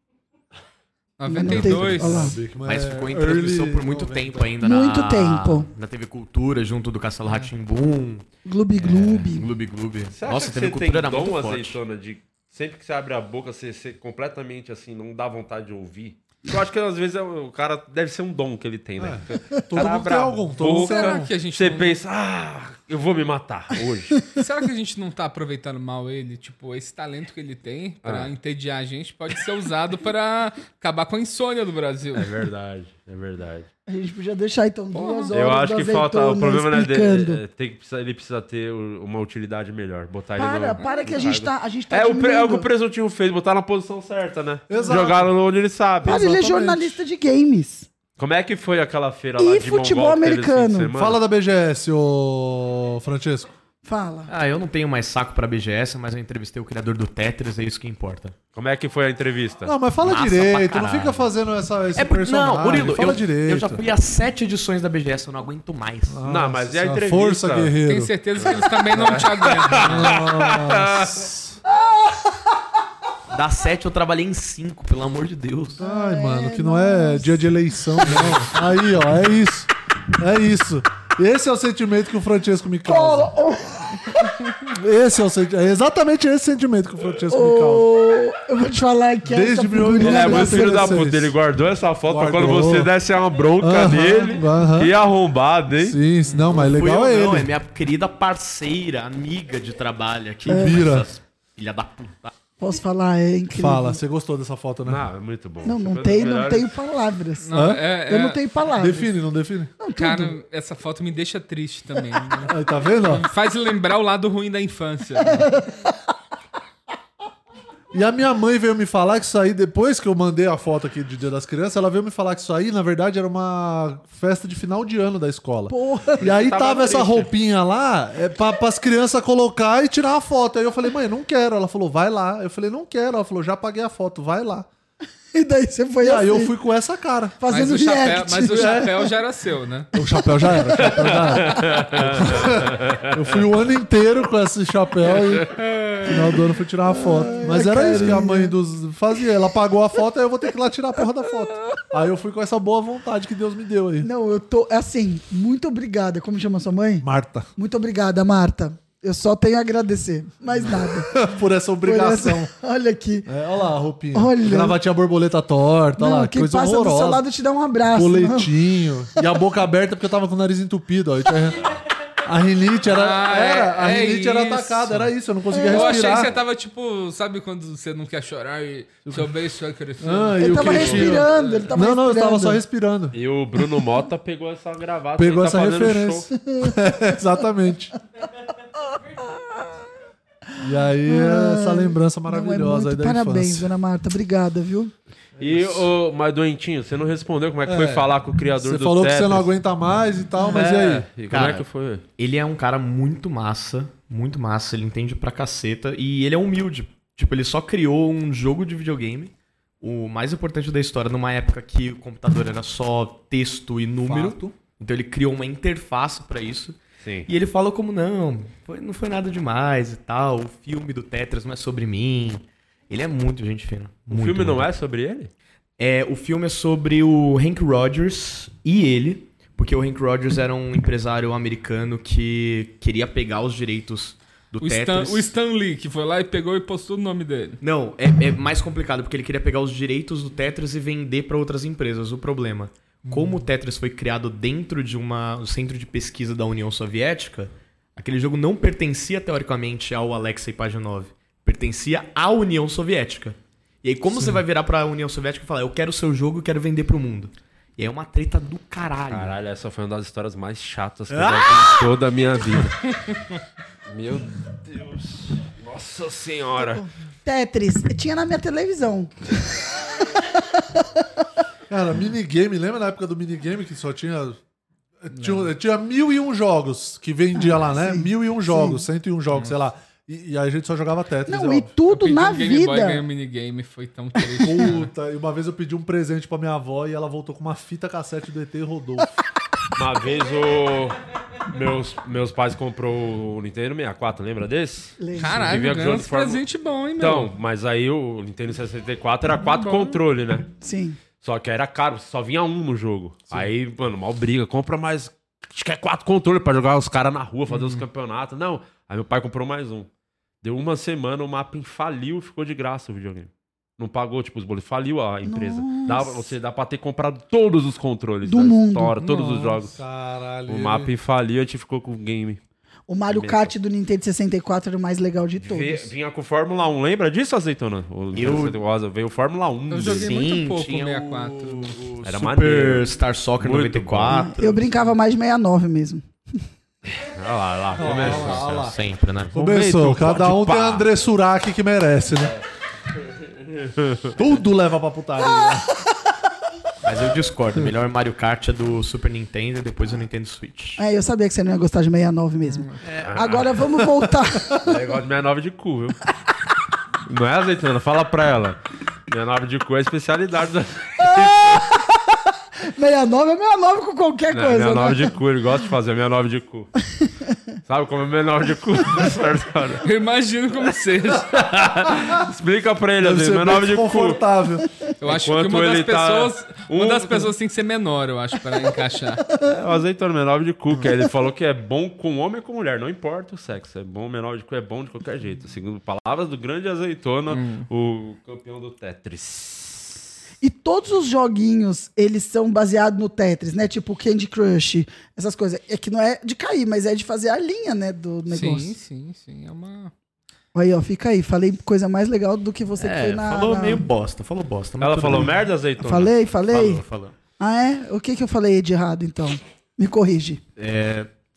Speaker 4: noventa e dois.
Speaker 3: Olha lá.
Speaker 2: Bigman
Speaker 5: Mas
Speaker 2: é
Speaker 5: ficou em
Speaker 2: early
Speaker 5: transmissão por muito
Speaker 2: noventa.
Speaker 5: tempo ainda
Speaker 3: Muito
Speaker 5: na...
Speaker 3: tempo.
Speaker 5: Na T V Cultura, junto do Castelo Rá-Tim-Bum,
Speaker 3: Gloob Gloob.
Speaker 5: Gloob Gloob.
Speaker 1: Você acha
Speaker 5: Nossa,
Speaker 1: que
Speaker 5: T V
Speaker 1: você
Speaker 5: Cultura
Speaker 1: tem
Speaker 5: era muito
Speaker 1: dom,
Speaker 5: forte.
Speaker 1: azeitona, de sempre que você abre a boca, você ser completamente assim, não dá vontade de ouvir? Eu acho que às vezes é o o cara deve ser um dom que ele tem, né?
Speaker 2: Todo
Speaker 1: Cara,
Speaker 2: mundo
Speaker 1: abre
Speaker 2: tem
Speaker 1: a
Speaker 2: algum. Todo mundo
Speaker 1: boca,
Speaker 2: tem
Speaker 4: Será
Speaker 2: algum.
Speaker 4: que a gente
Speaker 1: Você
Speaker 4: não...
Speaker 1: pensa, ah, eu vou me matar hoje.
Speaker 4: Será que a gente não tá aproveitando mal ele? Tipo, esse talento que ele tem pra
Speaker 1: Ah.
Speaker 4: entediar a gente pode ser usado pra acabar com a insônia do Brasil.
Speaker 1: É verdade, é verdade.
Speaker 3: A gente podia deixar então duas horas
Speaker 1: Eu acho que
Speaker 3: da
Speaker 1: falta. O
Speaker 3: azeitona
Speaker 1: problema né,
Speaker 3: explicando.
Speaker 1: dele, é, tem que precisar- ele precisa ter o- uma utilidade melhor. Botar ele
Speaker 3: Para,
Speaker 1: no,
Speaker 3: para que a
Speaker 1: no
Speaker 3: gente
Speaker 1: cargo.
Speaker 3: tá, a gente tá
Speaker 1: É o, pre- é o que o
Speaker 3: diminuindo.
Speaker 1: presuntinho fez, botar na posição certa, né?
Speaker 2: Exato.
Speaker 1: Jogaram onde ele sabe.
Speaker 3: Para, ele é
Speaker 2: Exatamente.
Speaker 3: jornalista de games.
Speaker 1: Como é que foi aquela feira lá
Speaker 3: E
Speaker 1: de
Speaker 3: futebol
Speaker 1: Mongol que teve esse fim de
Speaker 3: americano.
Speaker 1: semana?
Speaker 2: Fala da B G S, ô Francesco.
Speaker 3: Fala.
Speaker 5: Ah, eu não tenho mais saco pra B G S, mas eu entrevistei o criador do Tetris, é isso que importa.
Speaker 1: Como é que foi a entrevista?
Speaker 2: Não, mas fala
Speaker 5: Massa pra
Speaker 2: direito, não
Speaker 5: caralho.
Speaker 2: fica fazendo essa, esse
Speaker 5: É porque,
Speaker 2: personagem.
Speaker 5: não, Murilo,
Speaker 2: fala
Speaker 5: eu,
Speaker 2: direito.
Speaker 5: eu já fui a sete edições da B G S, eu não aguento mais.
Speaker 1: Não, mas e a
Speaker 2: Nossa,
Speaker 1: entrevista?
Speaker 2: Força, guerreiro.
Speaker 4: Tenho certeza que eles também não te aguentam.
Speaker 2: Nossa.
Speaker 5: Da sete eu trabalhei em cinco, pelo amor de Deus.
Speaker 2: Ai, mano, que não é dia de eleição, não. Aí, ó, é isso. É isso. Esse é o sentimento que o Francesco me causa. Esse é o sentimento. É exatamente esse sentimento que o Francesco me causa.
Speaker 3: Ô, eu vou te falar que
Speaker 2: Desde
Speaker 3: essa
Speaker 2: mil oitocentos
Speaker 1: Ele
Speaker 3: figurinha
Speaker 1: é muito filho da
Speaker 2: dezesseis.
Speaker 1: puta, ele guardou essa foto pra
Speaker 2: Guardou.
Speaker 1: quando você desse uma bronca
Speaker 2: Aham,
Speaker 1: nele.
Speaker 2: aham.
Speaker 1: Que arrombado, hein?
Speaker 2: Sim, sim, não, mas
Speaker 5: Fui
Speaker 2: legal
Speaker 5: eu
Speaker 2: é
Speaker 5: não, é
Speaker 2: ele.
Speaker 5: minha querida parceira, amiga de trabalho aqui.
Speaker 2: Vira.
Speaker 5: Essas Filha da puta.
Speaker 3: Posso falar, é incrível.
Speaker 2: Fala, você gostou dessa foto, né?
Speaker 1: Não, é muito bom.
Speaker 3: Não, não
Speaker 1: Foi
Speaker 3: tenho,
Speaker 1: das
Speaker 3: não
Speaker 1: melhores-
Speaker 3: tenho palavras.
Speaker 4: Não,
Speaker 2: Hã?
Speaker 4: é-
Speaker 3: Eu
Speaker 4: é-
Speaker 3: não tenho palavras.
Speaker 2: Define, não define?
Speaker 3: Não, tudo.
Speaker 4: Cara, essa foto me deixa triste também. né?
Speaker 2: Aí, tá vendo? ó?
Speaker 4: Faz lembrar o lado ruim da infância.
Speaker 2: E a minha mãe veio me falar que isso aí, depois que eu mandei a foto aqui de Dia das Crianças, ela veio me falar que isso aí, na verdade, era uma festa de final de ano da escola.
Speaker 3: Porra.
Speaker 2: E aí
Speaker 1: Tava
Speaker 2: tava essa
Speaker 1: triste.
Speaker 2: roupinha lá é, pra, pras crianças colocar e tirar a foto. Aí eu falei, mãe, não quero. Ela falou, vai lá. Eu falei, não quero. Ela falou, já paguei a foto, vai lá.
Speaker 3: E daí você foi
Speaker 2: E
Speaker 3: assim,
Speaker 2: aí eu fui com essa cara.
Speaker 3: fazendo
Speaker 4: Mas o, chapéu,
Speaker 3: react.
Speaker 4: mas o chapéu já era seu, né?
Speaker 2: O chapéu já era, o chapéu já era. Eu fui o ano inteiro com esse chapéu e no final do ano fui tirar uma foto. Mas era isso que a mãe dos fazia. Ela pagou a foto, aí eu vou ter que ir lá tirar a porra da foto. Aí eu fui com essa boa vontade que Deus me deu aí.
Speaker 3: Não, eu tô, assim, muito obrigada. Como chama sua mãe?
Speaker 2: Marta,
Speaker 3: Muito obrigada, Marta. Eu só tenho a agradecer, mais nada.
Speaker 2: por essa
Speaker 3: Por
Speaker 2: obrigação.
Speaker 3: essa- Olha aqui.
Speaker 2: É, olha lá a roupinha.
Speaker 3: Olha.
Speaker 2: Gravatinha borboleta torta, olha
Speaker 3: Não,
Speaker 2: lá,
Speaker 3: quem
Speaker 2: coisa
Speaker 3: passa do
Speaker 2: horrorosa.
Speaker 3: seu lado te dá um abraço.
Speaker 2: Boletinho. E a boca aberta porque eu tava com o nariz entupido. Ó. Eu tinha- A rinite era.
Speaker 4: Ah,
Speaker 2: era a
Speaker 4: é- é
Speaker 2: rinite era
Speaker 4: isso.
Speaker 2: atacada, era isso, eu não conseguia
Speaker 4: Eu achei
Speaker 2: respirar.
Speaker 4: que você tava tipo, sabe quando você não quer chorar e seu beijo vai crescer?
Speaker 2: Ah, e
Speaker 3: Ele
Speaker 2: o
Speaker 3: tava
Speaker 2: queixinho?
Speaker 3: respirando, ele tava
Speaker 2: Não, não, eu
Speaker 3: respirando.
Speaker 2: tava só respirando.
Speaker 1: E o Bruno Mota pegou essa gravata.
Speaker 2: Pegou
Speaker 1: ele tá
Speaker 2: essa
Speaker 1: fazendo
Speaker 2: referência.
Speaker 1: show.
Speaker 2: Exatamente. E aí, essa lembrança
Speaker 3: Não, é
Speaker 2: maravilhosa aí
Speaker 3: muito
Speaker 2: da
Speaker 3: parabéns,
Speaker 2: infância.
Speaker 3: dona Marta. Obrigada, viu?
Speaker 1: E, ô, mas doentinho, você não respondeu como é que foi
Speaker 2: É.
Speaker 1: falar com o criador
Speaker 2: Você
Speaker 1: do
Speaker 2: falou que
Speaker 1: Tetris.
Speaker 2: você não aguenta mais e tal, mas e aí?
Speaker 1: É, e como
Speaker 5: Cara,
Speaker 1: é que foi?
Speaker 5: Ele é um cara muito massa, muito massa, ele entende pra caceta e ele é humilde. Tipo, ele só criou um jogo de videogame, o mais importante da história, numa época que o computador era só texto e número.
Speaker 2: Fato.
Speaker 5: Então ele criou uma interface pra isso.
Speaker 1: Sim.
Speaker 5: E ele falou como, não, foi- não foi nada demais e tal, o filme do Tetris não é sobre mim. Ele é muito gente fina.
Speaker 1: O
Speaker 5: muito,
Speaker 1: filme não
Speaker 5: muito.
Speaker 1: é sobre ele?
Speaker 5: É, o filme é sobre o Hank Rogers e ele, porque o Hank Rogers era um empresário americano que queria pegar os direitos do
Speaker 4: O Stan,
Speaker 5: Tetris.
Speaker 4: o Stan Lee, que foi lá e pegou e postou o nome dele.
Speaker 5: Não, é, é mais complicado, porque ele queria pegar os direitos do Tetris e vender para outras empresas. O problema, como o Tetris foi criado dentro de uma, um centro de pesquisa da União Soviética, aquele jogo não pertencia teoricamente ao Alexei Pajitnov, pertencia à União Soviética. E aí como você vai virar pra União Soviética e falar, eu quero o seu jogo e quero vender pro mundo? E aí é uma treta do caralho.
Speaker 1: Caralho, essa foi uma das histórias mais chatas que eu já vi em toda a minha vida. Meu Deus. Nossa senhora.
Speaker 3: Tetris, tinha na minha televisão.
Speaker 2: Cara, minigame, lembra na época do minigame que só tinha. Tinha, tinha mil e um jogos que vendia lá, né?
Speaker 3: sim.
Speaker 2: Mil e um jogos, cento e um jogos, sei lá. E, e aí a gente só jogava Tetris.
Speaker 3: Não,
Speaker 2: é
Speaker 3: e
Speaker 2: óbvio.
Speaker 3: tudo
Speaker 4: Eu pedi
Speaker 3: na
Speaker 4: um Game Boy, ganhei um
Speaker 3: vida.
Speaker 4: minigame, foi tão triste.
Speaker 2: Puta, e uma vez eu pedi um presente pra minha avó e ela voltou com uma fita cassete do E T Rodolfo.
Speaker 1: Uma vez o... Meus, meus pais comprou o Nintendo sessenta e quatro, lembra desse?
Speaker 2: é
Speaker 4: Caralho,
Speaker 1: Vivia
Speaker 4: ganhou
Speaker 1: jogando
Speaker 4: uns
Speaker 1: de forma-
Speaker 4: presente bom, hein, meu?
Speaker 1: Então, mas aí o Nintendo sessenta e quatro era quatro
Speaker 4: Bom.
Speaker 1: controles, né?
Speaker 3: Sim.
Speaker 1: Só que era caro, só vinha um no jogo. Aí, mano, mal briga, compra mais. Acho que é quatro controles pra jogar os caras na rua, fazer os campeonatos. Não. Aí meu pai comprou mais um. Deu uma semana, o mapa faliu e ficou de graça o videogame. Não pagou, tipo, os boletos. Faliu a empresa. Dá, você dá pra ter comprado todos os controles
Speaker 3: Do
Speaker 1: da
Speaker 3: mundo.
Speaker 1: história, todos os
Speaker 4: Nossa.
Speaker 1: jogos.
Speaker 2: Caralho.
Speaker 1: O
Speaker 2: ele-
Speaker 1: mapa faliu e a gente ficou com o game.
Speaker 3: O Mario
Speaker 1: Imenso.
Speaker 3: Kart do Nintendo sessenta e quatro era o mais legal de todos.
Speaker 1: Ve- Vinha com Fórmula um, lembra disso, Azeitona? O
Speaker 5: Eu-
Speaker 1: Nintendo Rosa veio Fórmula um.
Speaker 4: Eu joguei
Speaker 1: dele.
Speaker 4: muito pouco
Speaker 5: tinha
Speaker 4: sessenta e quatro.
Speaker 5: O, o
Speaker 1: Era
Speaker 5: Super
Speaker 1: maneiro.
Speaker 5: Star Soccer
Speaker 1: Muito
Speaker 5: noventa e quatro.
Speaker 3: Eu brincava mais de sessenta e nove mesmo.
Speaker 1: Olha lá, olha lá, começou.
Speaker 2: lá, olha lá.
Speaker 5: Sempre, né?
Speaker 2: Começou,
Speaker 1: Momento,
Speaker 2: cada um
Speaker 1: pode
Speaker 2: tem
Speaker 1: pá.
Speaker 2: André Surak que merece, né? Tudo leva pra putaria.
Speaker 5: Mas eu discordo. O melhor Mario Kart é do Super Nintendo e depois do Nintendo Switch.
Speaker 3: É, eu sabia que você não ia gostar de sessenta e nove mesmo. Agora vamos voltar.
Speaker 1: É igual de sessenta e nove de cu, viu? Não é, Azeitona? Fala pra ela. sessenta e nove de cu é a especialidade da...
Speaker 3: sessenta e nove é sessenta e nove com qualquer
Speaker 1: Não,
Speaker 3: coisa,
Speaker 1: sessenta e nove
Speaker 3: né?
Speaker 1: de cu, ele gosta de fazer sessenta e nove de cu. Sabe como é sessenta e nove de cu? Certo?
Speaker 4: Eu imagino como seja.
Speaker 1: Explica pra ele,
Speaker 2: Deve
Speaker 1: assim,
Speaker 2: ser
Speaker 1: sessenta e nove
Speaker 2: bem
Speaker 1: de cu.
Speaker 2: desconfortável.
Speaker 4: Eu acho que
Speaker 1: Enquanto
Speaker 4: uma das
Speaker 1: ele tá-
Speaker 4: pessoas. Uma
Speaker 1: Um-
Speaker 4: das pessoas tem que ser menor, eu acho, pra encaixar.
Speaker 1: É o Azeitona, sessenta e nove de cu, que aí ele falou que é bom com homem ou com mulher, não importa o sexo. É bom, sessenta e nove de cu é bom de qualquer jeito. Segundo palavras do grande Azeitona, o campeão do Tetris.
Speaker 3: E todos os joguinhos, eles são baseados no Tetris, né? Tipo Candy Crush, essas coisas. É que não é de cair, mas é de fazer a linha, né, do negócio.
Speaker 4: Sim, sim, sim. É uma.
Speaker 3: Aí, ó, fica aí. Falei coisa mais legal do que você que
Speaker 5: É,
Speaker 3: foi na...
Speaker 5: falou
Speaker 3: na-
Speaker 5: meio bosta, falou bosta. mas
Speaker 1: Ela
Speaker 5: tudo
Speaker 1: falou
Speaker 5: bem.
Speaker 1: merda, Azeitona?
Speaker 3: Falei, falei?
Speaker 5: Falou, falou.
Speaker 3: Ah, é? O que que eu falei de errado, então? Me corrige.
Speaker 5: É,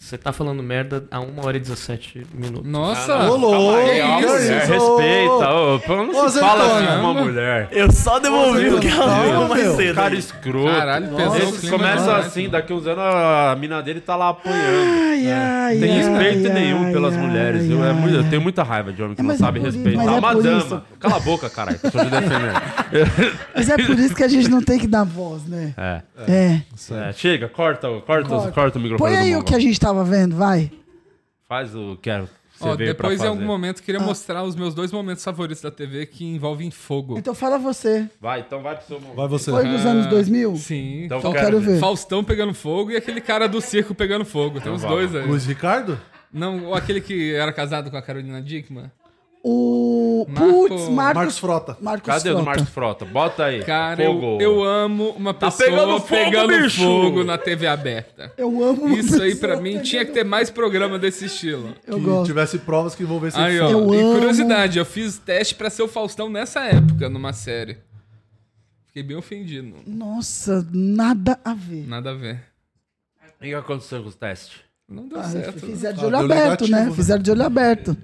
Speaker 5: Você tá falando merda há uma hora e dezessete minutos.
Speaker 4: Nossa!
Speaker 2: Ô, louco!
Speaker 1: Calma aí,
Speaker 2: que
Speaker 1: ó,
Speaker 2: é
Speaker 1: mulher,
Speaker 2: isso?
Speaker 1: respeita. Ô, não
Speaker 2: Ô,
Speaker 1: se fala
Speaker 2: azeitona.
Speaker 1: assim com uma mulher.
Speaker 5: Eu só devolvi o que ela
Speaker 2: Calma,
Speaker 5: falou mais
Speaker 2: meu.
Speaker 5: cedo.
Speaker 1: Cara escroto.
Speaker 4: Caralho, pesou
Speaker 1: Esse
Speaker 4: o clima
Speaker 1: começa
Speaker 4: demais,
Speaker 1: assim,
Speaker 4: mano.
Speaker 1: daqui uns anos a mina dele tá lá apanhando.
Speaker 3: Ai, ai,
Speaker 1: Tem
Speaker 3: ai,
Speaker 1: respeito
Speaker 3: ai,
Speaker 1: nenhum
Speaker 3: ai,
Speaker 1: pelas
Speaker 3: ai,
Speaker 1: mulheres. Eu, é
Speaker 3: ai,
Speaker 1: muito- eu
Speaker 3: ai.
Speaker 1: tenho muita raiva de homem que
Speaker 3: É,
Speaker 1: não
Speaker 3: mas é
Speaker 1: sabe
Speaker 3: por isso,
Speaker 1: respeitar.
Speaker 3: mas é
Speaker 1: Uma
Speaker 3: por
Speaker 1: dama.
Speaker 3: isso.
Speaker 1: Cala a boca, caralho, que eu tô te defendendo.
Speaker 3: Mas é por isso que a gente não tem que dar voz, né?
Speaker 1: É.
Speaker 3: É.
Speaker 1: É, chega, corta, o- corta,
Speaker 3: Corta.
Speaker 1: corta, corta o microfone.
Speaker 3: Põe
Speaker 1: do
Speaker 3: aí o
Speaker 1: Mongol.
Speaker 3: que a gente tava vendo, vai.
Speaker 1: Faz o que é- você
Speaker 4: Ó,
Speaker 1: veio pra
Speaker 4: depois, em
Speaker 1: fazer.
Speaker 4: algum momento,
Speaker 3: Ah.
Speaker 4: queria mostrar os meus dois momentos favoritos da T V que envolvem fogo.
Speaker 3: Então fala você.
Speaker 1: Vai, então vai pro seu momento.
Speaker 2: Vai você.
Speaker 3: Foi nos anos dois mil?
Speaker 4: Sim.
Speaker 1: Então,
Speaker 3: Então
Speaker 1: quero
Speaker 3: quero
Speaker 1: ver.
Speaker 3: ver.
Speaker 4: Faustão pegando fogo e aquele cara do circo pegando fogo. Tem os
Speaker 1: Então
Speaker 4: dois
Speaker 1: vamos.
Speaker 4: aí.
Speaker 2: Luiz Ricardo?
Speaker 4: Não, ou aquele que era casado com a Carolina Dickman.
Speaker 3: O.
Speaker 4: Marco-
Speaker 3: Putz, Marcos.
Speaker 2: Marcos Frota.
Speaker 3: Marcos
Speaker 1: Cadê o do
Speaker 3: Frota.
Speaker 1: Marcos Frota? Bota aí.
Speaker 4: Cara,
Speaker 1: Fogo.
Speaker 4: eu, eu amo uma
Speaker 1: Tá
Speaker 4: pessoa
Speaker 1: pegando fogo,
Speaker 4: pegando
Speaker 1: bicho!
Speaker 4: fogo na T V aberta.
Speaker 3: Eu amo uma
Speaker 4: Isso aí,
Speaker 3: pessoa
Speaker 4: pra mim,
Speaker 3: pegando-
Speaker 4: tinha que ter mais programa desse estilo.
Speaker 3: Eu
Speaker 2: Que
Speaker 3: gosto.
Speaker 2: tivesse provas que envolvessem
Speaker 4: Aí, ó.
Speaker 2: fogo.
Speaker 3: Eu
Speaker 4: e
Speaker 3: amo.
Speaker 4: curiosidade, eu fiz teste pra ser o Faustão nessa época, numa série. Fiquei bem ofendido.
Speaker 3: Nossa, nada a ver.
Speaker 4: Nada a ver.
Speaker 1: O que aconteceu com os testes?
Speaker 4: Não deu
Speaker 3: Ah,
Speaker 4: certo.
Speaker 3: fizeram de
Speaker 2: Ah,
Speaker 3: olho
Speaker 2: deu
Speaker 3: aberto,
Speaker 2: negativo,
Speaker 3: né?
Speaker 2: né?
Speaker 3: Fizeram de olho aberto.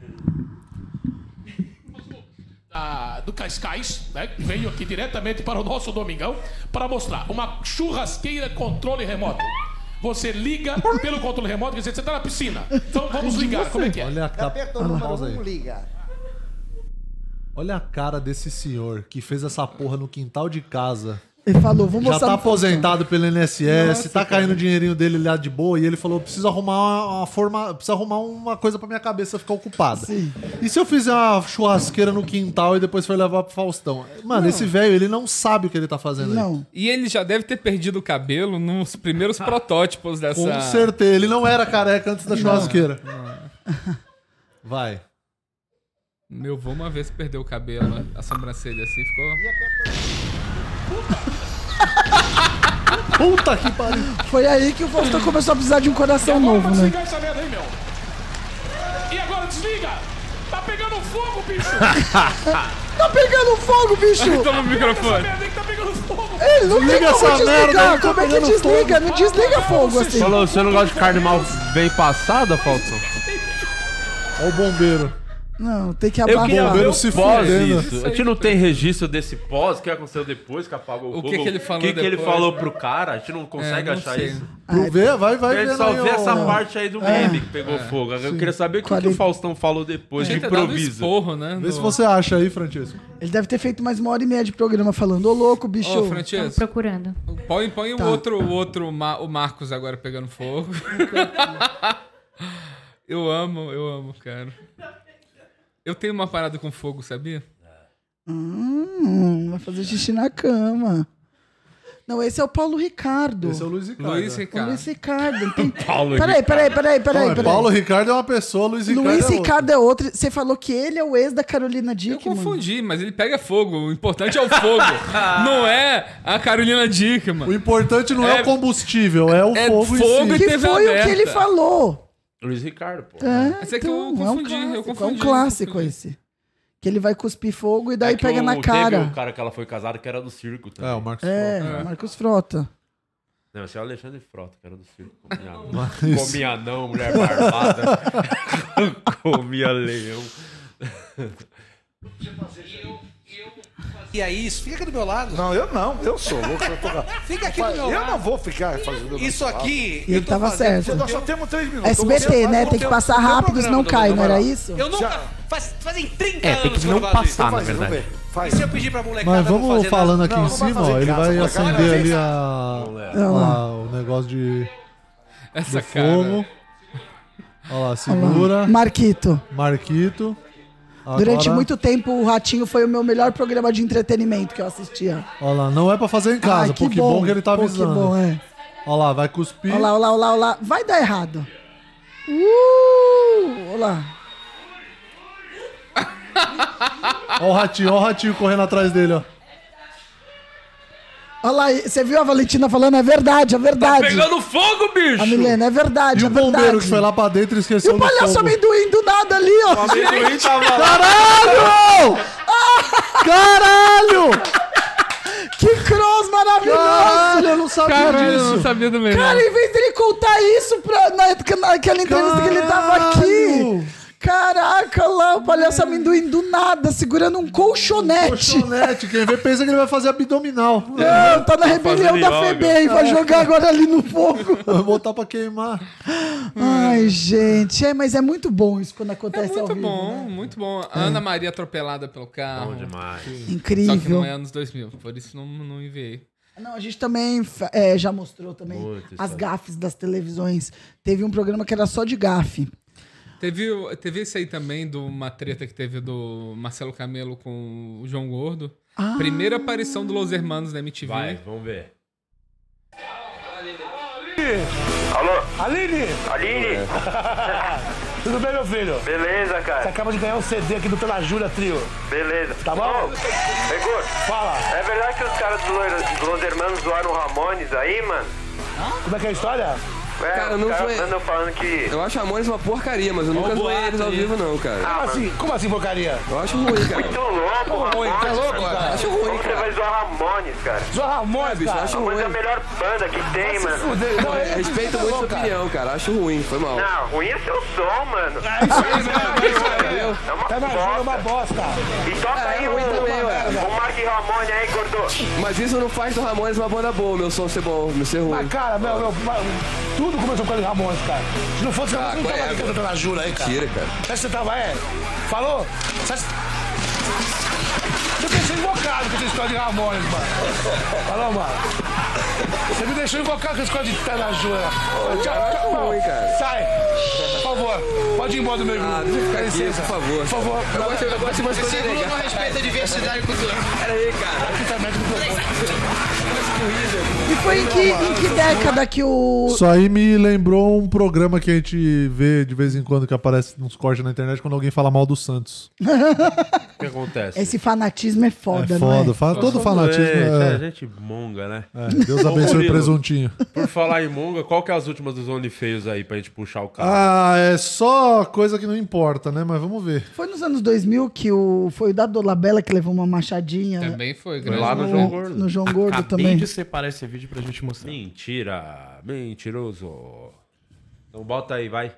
Speaker 7: da- do Cascais, né? Que veio aqui diretamente para o nosso Domingão para mostrar uma churrasqueira controle remoto. Você liga pelo controle remoto, quer dizer, você está na piscina. Então vamos ligar, como é que é?
Speaker 2: Olha a capa.
Speaker 8: Aperta o número um, liga.
Speaker 2: Olha a cara desse senhor que fez essa porra no quintal de casa.
Speaker 3: Ele falou, vou
Speaker 2: Já
Speaker 3: mostrar.
Speaker 2: tá
Speaker 3: no Faustão.
Speaker 2: aposentado pelo I N S S,
Speaker 4: Nossa,
Speaker 2: tá caindo o dinheirinho dele lá de boa, e ele falou: preciso arrumar uma, uma forma, preciso arrumar uma coisa pra minha cabeça ficar ocupada.
Speaker 3: Sim.
Speaker 2: E se eu fizer uma churrasqueira no quintal e depois for levar pro Faustão? Mano, esse velho, ele não sabe o que ele tá fazendo aí.
Speaker 3: Não.
Speaker 4: E ele já deve ter perdido o cabelo nos primeiros protótipos dessa.
Speaker 2: Com certeza, ele não era careca antes da churrasqueira. Vai.
Speaker 4: Meu avô uma vez perdeu o cabelo, a sobrancelha assim, ficou.
Speaker 2: Puta que pariu.
Speaker 3: Foi aí que o Faustão começou a precisar de um coração
Speaker 7: Agora
Speaker 3: novo,
Speaker 7: pra
Speaker 3: né?
Speaker 7: desligar essa merda aí, meu. E agora desliga! Tá pegando fogo, bicho!
Speaker 3: Tá pegando fogo, bicho!
Speaker 4: Toma o
Speaker 7: Essa
Speaker 4: microfone.
Speaker 7: merda aí que tá pegando fogo!
Speaker 3: Ei, não tem
Speaker 2: Desliga
Speaker 3: como
Speaker 2: essa merda,
Speaker 3: desligar.
Speaker 2: tá
Speaker 3: Como é que
Speaker 2: pegando
Speaker 3: desliga? Não desliga fogo assim.
Speaker 1: Falou, você não gosta de carne mal bem passada, Faustão?
Speaker 2: Olha o bombeiro.
Speaker 3: Não, tem que
Speaker 1: Eu
Speaker 3: abafar.
Speaker 1: queria ver
Speaker 2: bombeiro
Speaker 1: o
Speaker 2: se
Speaker 1: pós
Speaker 2: fudendo.
Speaker 1: isso. A gente não tem registro desse pós, o que aconteceu depois que apagou o
Speaker 4: O
Speaker 1: fogo.
Speaker 4: que que ele falou
Speaker 1: O que, que ele
Speaker 4: depois?
Speaker 1: falou pro cara? A gente não consegue
Speaker 4: É, não
Speaker 1: achar
Speaker 4: sei.
Speaker 1: isso.
Speaker 2: Tu vê, vai, vai
Speaker 1: Ele
Speaker 2: vendo
Speaker 1: só
Speaker 2: aí,
Speaker 1: vê
Speaker 2: ó.
Speaker 1: essa parte aí do meme que pegou
Speaker 4: É.
Speaker 1: fogo. Eu queria saber o que, que
Speaker 3: quarenta
Speaker 1: o Faustão falou depois, de
Speaker 4: Tinha que ter dado um
Speaker 1: improviso.
Speaker 4: esporro, né?
Speaker 2: Vê
Speaker 4: no-
Speaker 2: se você acha aí, Francisco.
Speaker 3: Ele deve ter feito mais uma hora e meia de programa falando, ô louco, bicho.
Speaker 4: Ô,
Speaker 6: Tô
Speaker 4: Francesco,
Speaker 6: procurando.
Speaker 4: põe, põe
Speaker 3: Tá.
Speaker 4: o outro, o outro, Ma- o Marcos agora pegando fogo. Eu amo, eu amo, cara. Eu tenho uma parada com fogo, sabia?
Speaker 3: Hum, vai fazer xixi na cama. Não, esse é o Paulo Ricardo.
Speaker 2: Esse é o Luiz Ricardo.
Speaker 4: Luiz
Speaker 2: né?
Speaker 3: O
Speaker 4: Ricardo.
Speaker 3: Luiz Ricardo. Não tem...
Speaker 1: Paulo
Speaker 3: Peraí, peraí, peraí,
Speaker 2: Não,
Speaker 3: peraí,
Speaker 2: é
Speaker 3: peraí.
Speaker 2: Paulo Ricardo é uma pessoa, Luiz Ricardo
Speaker 3: Luiz
Speaker 2: é outro.
Speaker 3: Ricardo é outro. Você falou que ele é o ex da Carolina
Speaker 4: Eu
Speaker 3: Dickman.
Speaker 4: confundi, mas ele pega fogo. O importante é o fogo. Não é a Carolina Dickman.
Speaker 2: O importante não é,
Speaker 4: É-
Speaker 2: o combustível, é o
Speaker 4: é
Speaker 2: fogo, em
Speaker 4: fogo
Speaker 2: si.
Speaker 4: e-
Speaker 3: Que
Speaker 4: T V
Speaker 3: foi o
Speaker 4: aberta.
Speaker 3: que ele falou.
Speaker 1: Luiz Ricardo, pô.
Speaker 3: É,
Speaker 4: Mas é que eu
Speaker 3: então,
Speaker 4: confundi,
Speaker 3: é um
Speaker 4: eu
Speaker 3: clássico,
Speaker 4: confundi,
Speaker 3: é um clássico
Speaker 4: confundi.
Speaker 3: esse. Que ele vai cuspir fogo e daí
Speaker 1: É que
Speaker 3: pega
Speaker 1: o-
Speaker 3: na
Speaker 1: Teve
Speaker 3: cara.
Speaker 1: o cara que ela foi casada que era do circo também.
Speaker 2: É, o Marcos
Speaker 3: É,
Speaker 2: Frota.
Speaker 3: Marcos Frota.
Speaker 1: Não, esse é o Alexandre Frota, que era do circo. Comia, comia não, mulher barbada. Comia leão.
Speaker 9: E é isso, fica aqui do meu lado.
Speaker 8: Não, eu não, eu sou louco. Eu, tô...
Speaker 9: Fica aqui do meu
Speaker 8: eu
Speaker 9: lado.
Speaker 8: não vou ficar fazendo
Speaker 9: Isso aqui.
Speaker 3: E ele
Speaker 9: eu tô
Speaker 3: tava
Speaker 9: fazendo-
Speaker 3: certo.
Speaker 8: Nós só temos três minutos.
Speaker 3: S B T,
Speaker 8: Então,
Speaker 3: né?
Speaker 8: você-
Speaker 3: Tem que
Speaker 8: não
Speaker 3: passar
Speaker 8: tem
Speaker 3: rápido,
Speaker 8: programa,
Speaker 3: senão cai, não
Speaker 8: vai
Speaker 3: era
Speaker 8: lá.
Speaker 3: isso?
Speaker 9: Eu nunca.
Speaker 8: Já-
Speaker 9: Faz, fazem trinta
Speaker 5: É,
Speaker 9: anos
Speaker 5: tem que
Speaker 9: eu não
Speaker 5: não
Speaker 9: faço isso.
Speaker 5: passar, na
Speaker 8: Faz, vamos
Speaker 5: verdade.
Speaker 8: ver. Faz.
Speaker 9: E se eu pedir pra molecada
Speaker 2: Mas
Speaker 9: não
Speaker 2: vamos
Speaker 9: fazer
Speaker 2: falando
Speaker 9: nada?
Speaker 2: aqui
Speaker 8: Não,
Speaker 2: em
Speaker 8: não vai
Speaker 2: cima,
Speaker 8: fazer
Speaker 2: ó. Ele
Speaker 8: casa,
Speaker 2: vai
Speaker 8: vai
Speaker 2: acender
Speaker 8: acabar.
Speaker 2: ali a,
Speaker 3: Olha lá.
Speaker 2: a- o negócio de
Speaker 4: Essa
Speaker 2: do
Speaker 4: cara.
Speaker 2: fogo. Olha lá, segura.
Speaker 3: Marquito.
Speaker 2: Marquito.
Speaker 3: Durante
Speaker 2: Agora,
Speaker 3: muito tempo, o Ratinho foi o meu melhor programa de entretenimento que eu assistia.
Speaker 2: Olha lá, não é pra fazer em casa.
Speaker 3: Ai,
Speaker 2: Pô, que bom que ele tá
Speaker 3: Pô,
Speaker 2: avisando.
Speaker 3: Que bom, é.
Speaker 2: Olha lá, vai cuspir.
Speaker 3: Olha lá, olha lá, olha lá, olha lá. Vai dar errado. Uh, olha lá.
Speaker 2: Olha o ratinho, olha o ratinho correndo atrás dele, ó.
Speaker 3: Olha lá, você viu a Valentina falando? É verdade, é verdade.
Speaker 1: Pegando fogo, bicho!
Speaker 3: A Milena, é verdade,
Speaker 2: E
Speaker 3: é
Speaker 2: o bombeiro
Speaker 3: verdade.
Speaker 2: que foi lá pra dentro e
Speaker 3: E
Speaker 2: esqueceu
Speaker 3: o
Speaker 2: do
Speaker 3: palhaço
Speaker 2: fogo.
Speaker 3: amendoim do nada ali, ó.
Speaker 1: O amendoim tava lá.
Speaker 2: Caralho! Caralho!
Speaker 3: Que cross maravilhoso.
Speaker 2: Caralho, eu não sabia
Speaker 4: Caralho, eu
Speaker 2: disso.
Speaker 4: não sabia do melhor.
Speaker 3: Cara, em vez dele contar era isso pra, na, naquela entrevista que ele tava aqui. Caraca, lá o palhaço amendoim do nada, segurando um colchonete.
Speaker 2: Colchonete, quem vê pensa que ele vai fazer abdominal.
Speaker 3: Não, tá na rebelião da FEBEM, vai jogar agora ali no fogo.
Speaker 2: Vai botar pra queimar.
Speaker 3: Ai, gente, é, mas é muito bom isso quando
Speaker 4: É
Speaker 3: acontece ao
Speaker 4: muito
Speaker 3: vivo,
Speaker 4: bom,
Speaker 3: né?
Speaker 4: muito bom. Ana Maria atropelada pelo carro.
Speaker 1: Bom demais.
Speaker 3: Incrível.
Speaker 4: Só que não é anos dois mil, por isso não, não enviei.
Speaker 3: Não, a gente também é, já mostrou também
Speaker 1: Muito
Speaker 3: as
Speaker 1: isso.
Speaker 3: gafes das televisões. Teve um programa que era só de gafe.
Speaker 4: Teve, o- teve esse aí também, de uma treta que teve do Marcelo Camelo com o João Gordo.
Speaker 3: Ah.
Speaker 4: Primeira aparição do Los Hermanos na M T V.
Speaker 1: Vai, vamos ver.
Speaker 10: Alô?
Speaker 8: Aline!
Speaker 10: Aline?
Speaker 8: Tudo bem, meu filho?
Speaker 10: Beleza,
Speaker 8: Você
Speaker 10: cara.
Speaker 8: acaba de ganhar um C D aqui do Pela Júlia Trio.
Speaker 10: Beleza.
Speaker 8: Tá bom?
Speaker 10: Igor,
Speaker 8: Fala.
Speaker 10: é verdade que os caras do Lo- do Los Hermanos zoaram o Ramones aí, mano?
Speaker 8: Como é que é a história?
Speaker 10: É,
Speaker 11: Cara,
Speaker 10: os
Speaker 11: não
Speaker 10: caras
Speaker 11: foi-
Speaker 10: andam falando que...
Speaker 11: Eu acho Ramones uma porcaria, mas eu nunca zoei eles ao vivo, não, cara.
Speaker 10: Ah,
Speaker 8: Como
Speaker 10: mano,
Speaker 8: assim? Como assim, porcaria?
Speaker 11: Eu acho ruim, cara.
Speaker 10: muito louco,
Speaker 8: Ruim,
Speaker 10: Ramones.
Speaker 8: tá louco, cara?
Speaker 11: Acho ruim,
Speaker 10: Como você
Speaker 11: cara.
Speaker 10: vai zoar Ramones, cara?
Speaker 8: Zoa Ramones,
Speaker 11: bicho, eu
Speaker 8: cara.
Speaker 11: acho
Speaker 10: Ramones é a
Speaker 11: ruim.
Speaker 10: melhor banda que tem, mano.
Speaker 8: Fudeu. Não, é-
Speaker 11: Respeito muito a sua opinião, cara. Acho ruim, foi mal.
Speaker 10: Não, ruim é seu som, mano.
Speaker 8: É isso aí, mesmo, é isso aí.
Speaker 10: É uma
Speaker 8: Tá na Júlia, é uma
Speaker 10: bosta.
Speaker 8: bosta.
Speaker 10: E toca
Speaker 11: É,
Speaker 10: aí
Speaker 11: é
Speaker 10: o,
Speaker 11: ruim também, ué.
Speaker 10: o Mark Ramone aí, gordo.
Speaker 11: Mas isso não faz do Ramones uma banda boa, meu som ser bom, não ser ruim.
Speaker 8: Mas, cara, meu, meu, tudo começou com o Ramones, cara. Se não fosse Ramones,
Speaker 11: Ah,
Speaker 8: você não
Speaker 11: qual
Speaker 8: tava
Speaker 11: é,
Speaker 8: aqui
Speaker 11: meu?
Speaker 8: cantando na Júlia aí, cara.
Speaker 11: Tira, cara.
Speaker 8: Onde você tava, é? Falou? Você Você deixou invocado com essa história de Ramones, mano. Falou, mano? Você me deixou invocado com essa história de estar na Júlia. Tchau, tchau,
Speaker 11: acho ruim, cara.
Speaker 8: Sai, por favor. Pode ir embora do meu grupo.
Speaker 11: Ah, deixa eu ficar
Speaker 8: Dá
Speaker 11: aqui,
Speaker 8: licença.
Speaker 11: por favor.
Speaker 8: Por favor.
Speaker 11: Eu gosto, eu gosto de umas coisas legais.
Speaker 9: respeita a diversidade cultural.
Speaker 11: Pera aí, cara.
Speaker 8: Aqui também, aqui no
Speaker 3: E foi em que, em que década que o...
Speaker 2: Isso aí me lembrou um programa que a gente vê de vez em quando que aparece nos cortes na internet quando alguém fala mal do Santos.
Speaker 1: O que acontece?
Speaker 3: Esse fanatismo é foda,
Speaker 2: É
Speaker 3: não é?
Speaker 2: foda, fa- todo fanatismo
Speaker 1: É,
Speaker 2: é,
Speaker 1: gente monga, né?
Speaker 2: é, Deus abençoe o
Speaker 1: Murilo.
Speaker 2: presuntinho.
Speaker 1: Por falar em monga, qual que é as últimas dos OnlyFeios aí pra gente puxar o carro?
Speaker 2: Ah, é só coisa que não importa, né? Mas vamos ver.
Speaker 3: Foi nos anos dois mil que o... Foi o da Dolabella que levou uma machadinha
Speaker 4: Também foi,
Speaker 1: Foi
Speaker 4: grande.
Speaker 1: lá no
Speaker 3: no,
Speaker 1: João Gordo.
Speaker 3: no João Gordo
Speaker 5: Acabei
Speaker 3: também.
Speaker 5: de separar esse vídeo pra gente mostrar.
Speaker 1: Mentira, mentiroso. Então bota aí, vai.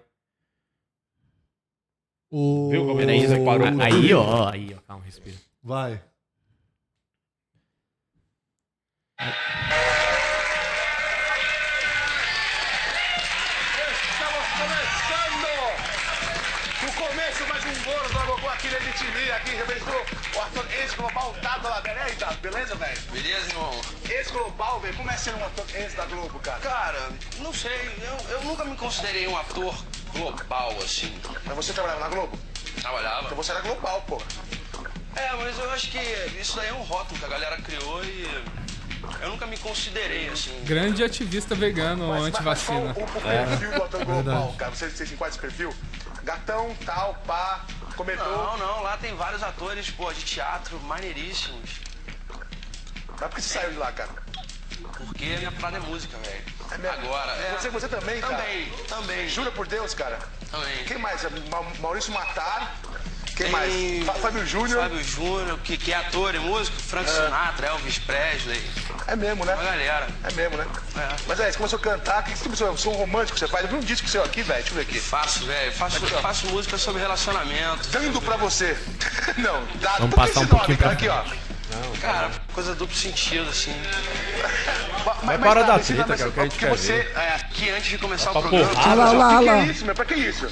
Speaker 2: O...
Speaker 1: Viu como
Speaker 5: Peraí,
Speaker 1: você parou?
Speaker 2: o-
Speaker 5: Aí, ó. Aí, ó. Calma, respira.
Speaker 2: Vai.
Speaker 8: Estamos começando! No começo, mais um bolo da Gogô aqui na M T V, aqui representou o ator ex-global Dado lá, beleza? Beleza, velho?
Speaker 9: Beleza, irmão?
Speaker 8: Ex-global, velho, como é ser um ator ex da Globo, cara?
Speaker 9: Cara, não sei, eu, eu nunca me considerei um ator global, assim.
Speaker 8: Mas você trabalhava na Globo?
Speaker 9: Trabalhava.
Speaker 8: Então você era global, pô.
Speaker 9: É, mas eu acho que isso daí é um rótulo que a galera criou e eu nunca me considerei, assim.
Speaker 4: Grande ativista vegano
Speaker 8: Mas,
Speaker 4: anti-vacina.
Speaker 8: mas qual o, o perfil do ator global, cara? Você, você se enquadra esse perfil? Gatão, tal, pá, comentou.
Speaker 9: Não, não, lá tem vários atores, pô, de teatro maneiríssimos.
Speaker 8: Mas por que você saiu de lá, cara?
Speaker 9: Porque minha parada é música, velho.
Speaker 8: É mesmo?
Speaker 9: Agora, é.
Speaker 8: Você, você também, cara?
Speaker 9: Também, também.
Speaker 8: Jura por Deus, cara?
Speaker 9: Também.
Speaker 8: Quem mais? Ma- Maurício Matar. Quem
Speaker 9: Tem
Speaker 8: mais? Fá- Fábio Júnior.
Speaker 9: Fábio Júnior, que, que é ator e músico. Frank Sinatra, Elvis Presley.
Speaker 8: É mesmo, né?
Speaker 9: Uma galera.
Speaker 8: É mesmo, né?
Speaker 9: É.
Speaker 8: Mas aí, você começou a cantar, que tipo de som romântico você faz? Eu vi um disco seu aqui, velho, deixa eu ver aqui.
Speaker 9: Faço, velho. Faço,
Speaker 8: Aqui, ó.
Speaker 9: faço música sobre relacionamento.
Speaker 8: Dando pra você. Não, dá.
Speaker 5: Vamos
Speaker 8: por que
Speaker 5: passar um
Speaker 8: esse nome,
Speaker 5: pouquinho
Speaker 8: cara?
Speaker 5: pra-
Speaker 8: Aqui, ó.
Speaker 9: Cara, coisa duplo sentido, assim.
Speaker 1: Vai parar da
Speaker 8: ensina,
Speaker 1: treta,
Speaker 8: mas
Speaker 1: que é o que a gente
Speaker 8: porque
Speaker 1: quer
Speaker 8: você,
Speaker 1: ver.
Speaker 9: É, que antes de começar
Speaker 1: Pra
Speaker 9: o programa.
Speaker 1: porrada.
Speaker 3: Olha lá, olha lá,
Speaker 8: O
Speaker 3: olha
Speaker 8: que
Speaker 3: lá.
Speaker 8: é isso, meu? Pra que isso?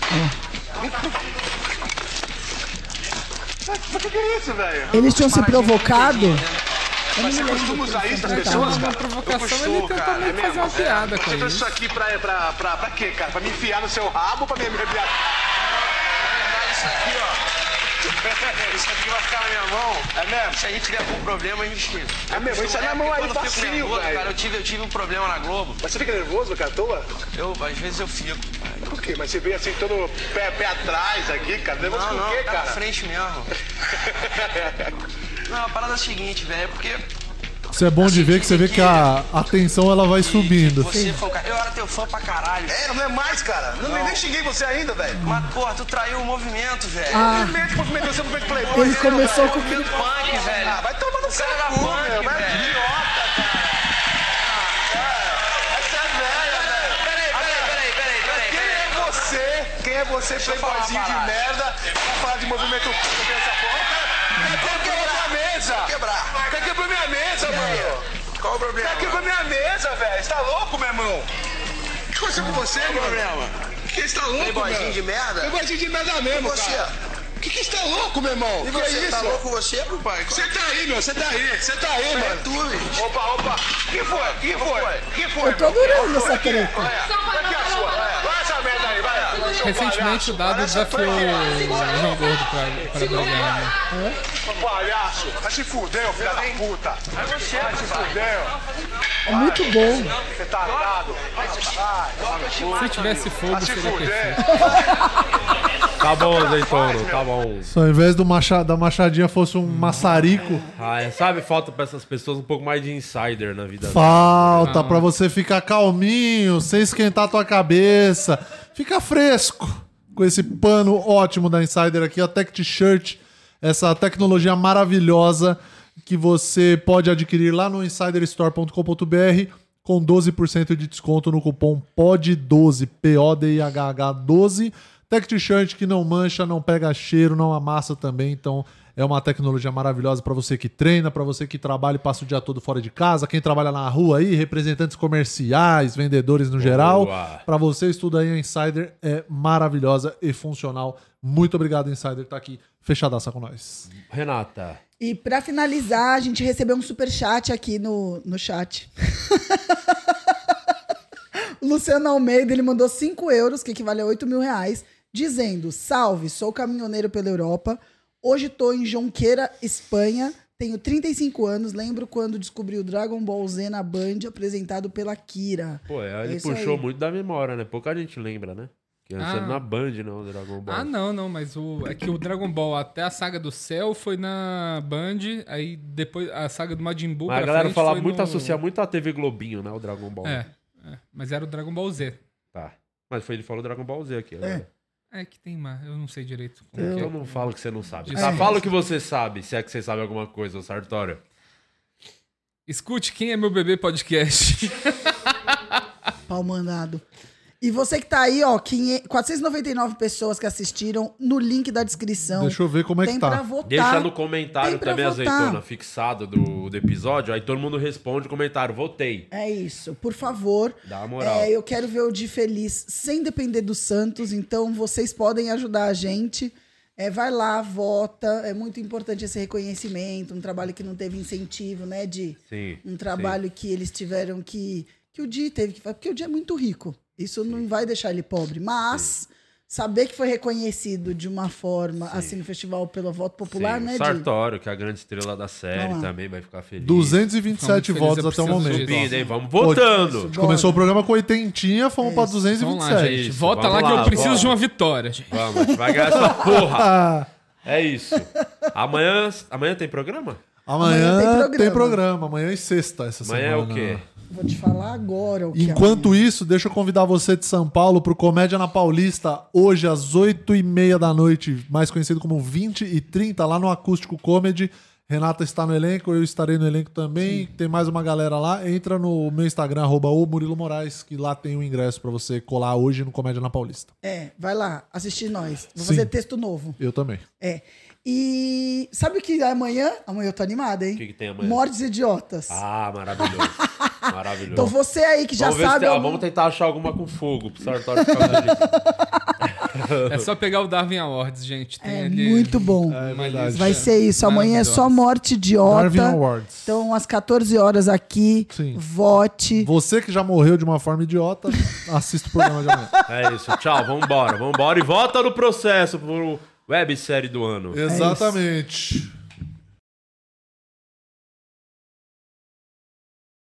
Speaker 8: Pra que que é isso, velho?
Speaker 3: Eles tinham se provocado.
Speaker 8: Mas você costuma usar isso das
Speaker 3: Tá.
Speaker 8: pessoas,
Speaker 4: Uma
Speaker 8: cara?
Speaker 4: provocação,
Speaker 8: Eu
Speaker 4: ele
Speaker 8: costumo,
Speaker 4: tentou
Speaker 8: cara,
Speaker 4: meio
Speaker 8: é
Speaker 4: que fazer uma
Speaker 8: mesmo?
Speaker 4: piada
Speaker 8: Você
Speaker 4: com
Speaker 8: fez
Speaker 4: isso.
Speaker 8: isso aqui pra, pra, pra, pra quê, cara? Pra me enfiar no seu rabo ou pra me arrepiar?
Speaker 9: Isso aqui, ó. Isso aqui vai ficar na minha mão.
Speaker 8: É mesmo?
Speaker 9: Se a gente der algum problema, a gente.
Speaker 8: É mesmo? Isso é na mão aí,
Speaker 9: quando eu fico
Speaker 8: facinho,
Speaker 9: nervoso,
Speaker 8: velho.
Speaker 9: cara, eu tive, eu tive um problema na Globo.
Speaker 8: Mas você fica nervoso, cara, à toa?
Speaker 9: Eu, às vezes eu fico.
Speaker 8: Por quê? Mas você veio assim, todo pé, pé atrás aqui, cara. Nervoso
Speaker 9: Não,
Speaker 8: com o
Speaker 9: não,
Speaker 8: quê,
Speaker 9: tá
Speaker 8: cara?
Speaker 9: na frente mesmo. Não, a parada é a seguinte, velho, é porque.
Speaker 2: Isso é bom de ver que você vê que a atenção ela vai subindo.
Speaker 9: Você foi um cara. Eu era teu fã pra caralho.
Speaker 8: É, não é mais, cara. Não,
Speaker 9: Não.
Speaker 8: nem xinguei você ainda, velho.
Speaker 9: Mas, porra, tu traiu o movimento, velho.
Speaker 3: Ah.
Speaker 8: Movimento, movimento, você movimento playboy.
Speaker 3: Ele começou com...
Speaker 9: Movimento punk, velho.
Speaker 8: Ah, vai tomar no
Speaker 9: O cara era
Speaker 8: cu,
Speaker 9: punk,
Speaker 8: meu. Vai
Speaker 9: velho.
Speaker 8: idiota, cara. Ah, essa é velha, velho.
Speaker 9: Peraí, peraí, peraí.
Speaker 8: você, playboyzinho de merda, vai falar de movimento sobre essa porra. Quer quebrar a mesa? Quebrar. Quer quebrar minha mesa, mano? Qual o problema? Quer quebrar minha mesa, velho? Você tá louco, meu irmão? O que aconteceu com você, meu problema? Que você tá louco, meu?
Speaker 9: Playboyzinho de merda?
Speaker 8: Playboyzinho de merda mesmo, cara. O que que você tá louco, meu irmão?
Speaker 9: E
Speaker 8: que
Speaker 9: você,
Speaker 8: é isso?
Speaker 9: tá louco você, papai?
Speaker 8: Você tá aí, meu, você tá aí, você tá aí,
Speaker 9: É
Speaker 8: mano.
Speaker 9: tu, bicho.
Speaker 8: Opa, opa. Que foi? Que foi? Que foi?
Speaker 3: Eu tô adorando essa treta.
Speaker 8: Olha, aqui a sua. Vai essa merda aí, vai.
Speaker 4: Recentemente o Dado desafiou o João Gordo pra, para brigar, né?
Speaker 8: Palhaço. Vai se fuder, filho da puta. Vai você, vai se fuder.
Speaker 3: É muito bom.
Speaker 8: Você tá ligado?
Speaker 4: Se tivesse fogo, seria perfeito.
Speaker 1: Tá bom, Zeitono, tá bom.
Speaker 2: Se ao invés do macha, da machadinha fosse um maçarico,
Speaker 1: Ah, é, sabe, falta pra essas pessoas um pouco mais de insider na vida.
Speaker 2: falta pra você ficar calminho, sem esquentar a tua cabeça. Fica fresco com esse pano ótimo da Insider aqui, a Tech T-Shirt, essa tecnologia maravilhosa que você pode adquirir lá no insider store ponto com ponto b r com doze por cento de desconto no cupom P O D doze, P O D I H H doze. Tech T-Shirt que não mancha, não pega cheiro, não amassa também, então é uma tecnologia maravilhosa para você que treina, para você que trabalha e passa o dia todo fora de casa, quem trabalha na rua aí, representantes comerciais, vendedores no geral. Para vocês, tudo aí, a Insider é maravilhosa e funcional. Muito obrigado, Insider, tá aqui fechadaça com nós.
Speaker 1: Renata.
Speaker 3: E pra finalizar, a gente recebeu um superchat aqui no, no chat. O Luciano Almeida, ele mandou cinco euros, que equivale a oito mil reais, dizendo: salve, sou caminhoneiro pela Europa, hoje tô em Jonqueira, Espanha, tenho trinta e cinco anos, lembro quando descobri o Dragon Ball Z na Band, apresentado pela Kira.
Speaker 1: Pô,
Speaker 3: É
Speaker 1: ele
Speaker 3: isso
Speaker 1: puxou
Speaker 3: aí.
Speaker 1: muito da memória, né? Pouca gente lembra, né? Que antes
Speaker 4: Ah.
Speaker 1: era na Band, não, o Dragon Ball.
Speaker 4: Ah, não, não, mas o, é que o Dragon Ball até a saga do Cell foi na Band, aí depois a saga do Majin Buu
Speaker 1: Mas a
Speaker 4: pra
Speaker 1: galera
Speaker 4: frente
Speaker 1: fala
Speaker 4: foi
Speaker 1: muito,
Speaker 4: no...
Speaker 1: associa muito a T V Globinho, né? O Dragon Ball.
Speaker 4: É, é, mas era o Dragon Ball Z.
Speaker 1: Tá. Mas foi ele falou Dragon Ball Z aqui. É,
Speaker 4: É que tem uma, eu não sei direito. como
Speaker 1: eu
Speaker 4: que é.
Speaker 1: Então não falo que você não sabe.
Speaker 4: Desculpa.
Speaker 1: Tá, fala o que você sabe, se é que você sabe alguma coisa, Sartório.
Speaker 4: Escute Quem é Meu Bebê Podcast.
Speaker 3: Pau mandado. E você que tá aí, ó, quatrocentas e noventa e nove pessoas que assistiram no link da descrição.
Speaker 2: Deixa eu ver como é que
Speaker 3: Tem
Speaker 2: tá.
Speaker 3: pra votar.
Speaker 1: Deixa no comentário
Speaker 3: Tem pra
Speaker 1: também,
Speaker 3: votar.
Speaker 1: Azeitona, fixado do, do episódio, aí todo mundo responde o comentário, votei.
Speaker 3: É isso, por favor.
Speaker 1: Dá uma moral.
Speaker 3: É, eu quero ver o Di feliz sem depender do Santos, então vocês podem ajudar a gente. É, vai lá, vota. É muito importante esse reconhecimento, um trabalho que não teve incentivo, né, Di?
Speaker 1: Sim.
Speaker 3: Um trabalho que eles tiveram que... Que o Di teve que fazer, porque o Di é muito rico. Isso não vai deixar ele pobre. Mas Sim. saber que foi reconhecido de uma forma, Sim. assim, no festival pelo voto popular,
Speaker 1: Sim.
Speaker 3: né,
Speaker 1: o Sartório, que é a grande estrela da série, também vai ficar feliz.
Speaker 2: duzentos e vinte e sete votos até o momento.
Speaker 1: Subindo, hein? Vamos votando.
Speaker 2: A gente começou o programa com oitentinha, fomos pra duzentos e vinte e sete.
Speaker 4: Vamos lá, gente. Vota
Speaker 1: Vamos
Speaker 4: lá
Speaker 1: lá,
Speaker 4: que eu preciso
Speaker 1: vamos.
Speaker 4: de uma vitória, gente.
Speaker 1: Vamos, a gente vai ganhar essa porra. É isso. Amanhã, amanhã tem programa?
Speaker 2: Amanhã,
Speaker 3: Amanhã tem
Speaker 2: tem,
Speaker 3: programa.
Speaker 2: programa. Amanhã é sexta essa
Speaker 1: Amanhã
Speaker 2: semana.
Speaker 1: é o quê?
Speaker 3: Vou te falar agora o que
Speaker 2: Enquanto isso, deixa eu convidar você de São Paulo pro Comédia na Paulista, hoje às oito e meia da noite, mais conhecido como vinte e trinta, lá no Acústico Comedy. Renata está no elenco, eu estarei no elenco também. Sim. Tem mais uma galera lá. Entra no meu Instagram, arroba o Murilo Moraes, que lá tem um ingresso pra você colar hoje no Comédia na Paulista.
Speaker 3: É, vai lá, assistir nós. Vou
Speaker 2: Sim.
Speaker 3: fazer texto novo.
Speaker 2: Eu também.
Speaker 3: É. E sabe o que amanhã? Amanhã eu tô animada, hein?
Speaker 1: O que, que tem amanhã?
Speaker 3: Mortes Idiotas.
Speaker 1: Ah, maravilhoso. Maravilhoso.
Speaker 3: Então você aí que já
Speaker 1: vamos ver se
Speaker 3: sabe...
Speaker 1: tem- ah,
Speaker 3: algum-
Speaker 1: Vamos tentar achar alguma com fogo pro Sartório ficar feliz.
Speaker 4: É só pegar o Darwin Awards, gente. Tem
Speaker 3: É
Speaker 4: ali
Speaker 3: muito bom.
Speaker 4: uma
Speaker 2: verdade.
Speaker 4: lista
Speaker 3: Vai ser isso. Amanhã é só morte idiota.
Speaker 2: Darwin Awards.
Speaker 3: Então, às quatorze horas aqui,
Speaker 2: Sim.
Speaker 3: vote.
Speaker 2: Você que já morreu de uma forma idiota, assista o programa de amanhã.
Speaker 1: É isso. Tchau, vambora. Vambora e volta no processo pro websérie do ano.
Speaker 2: Exatamente.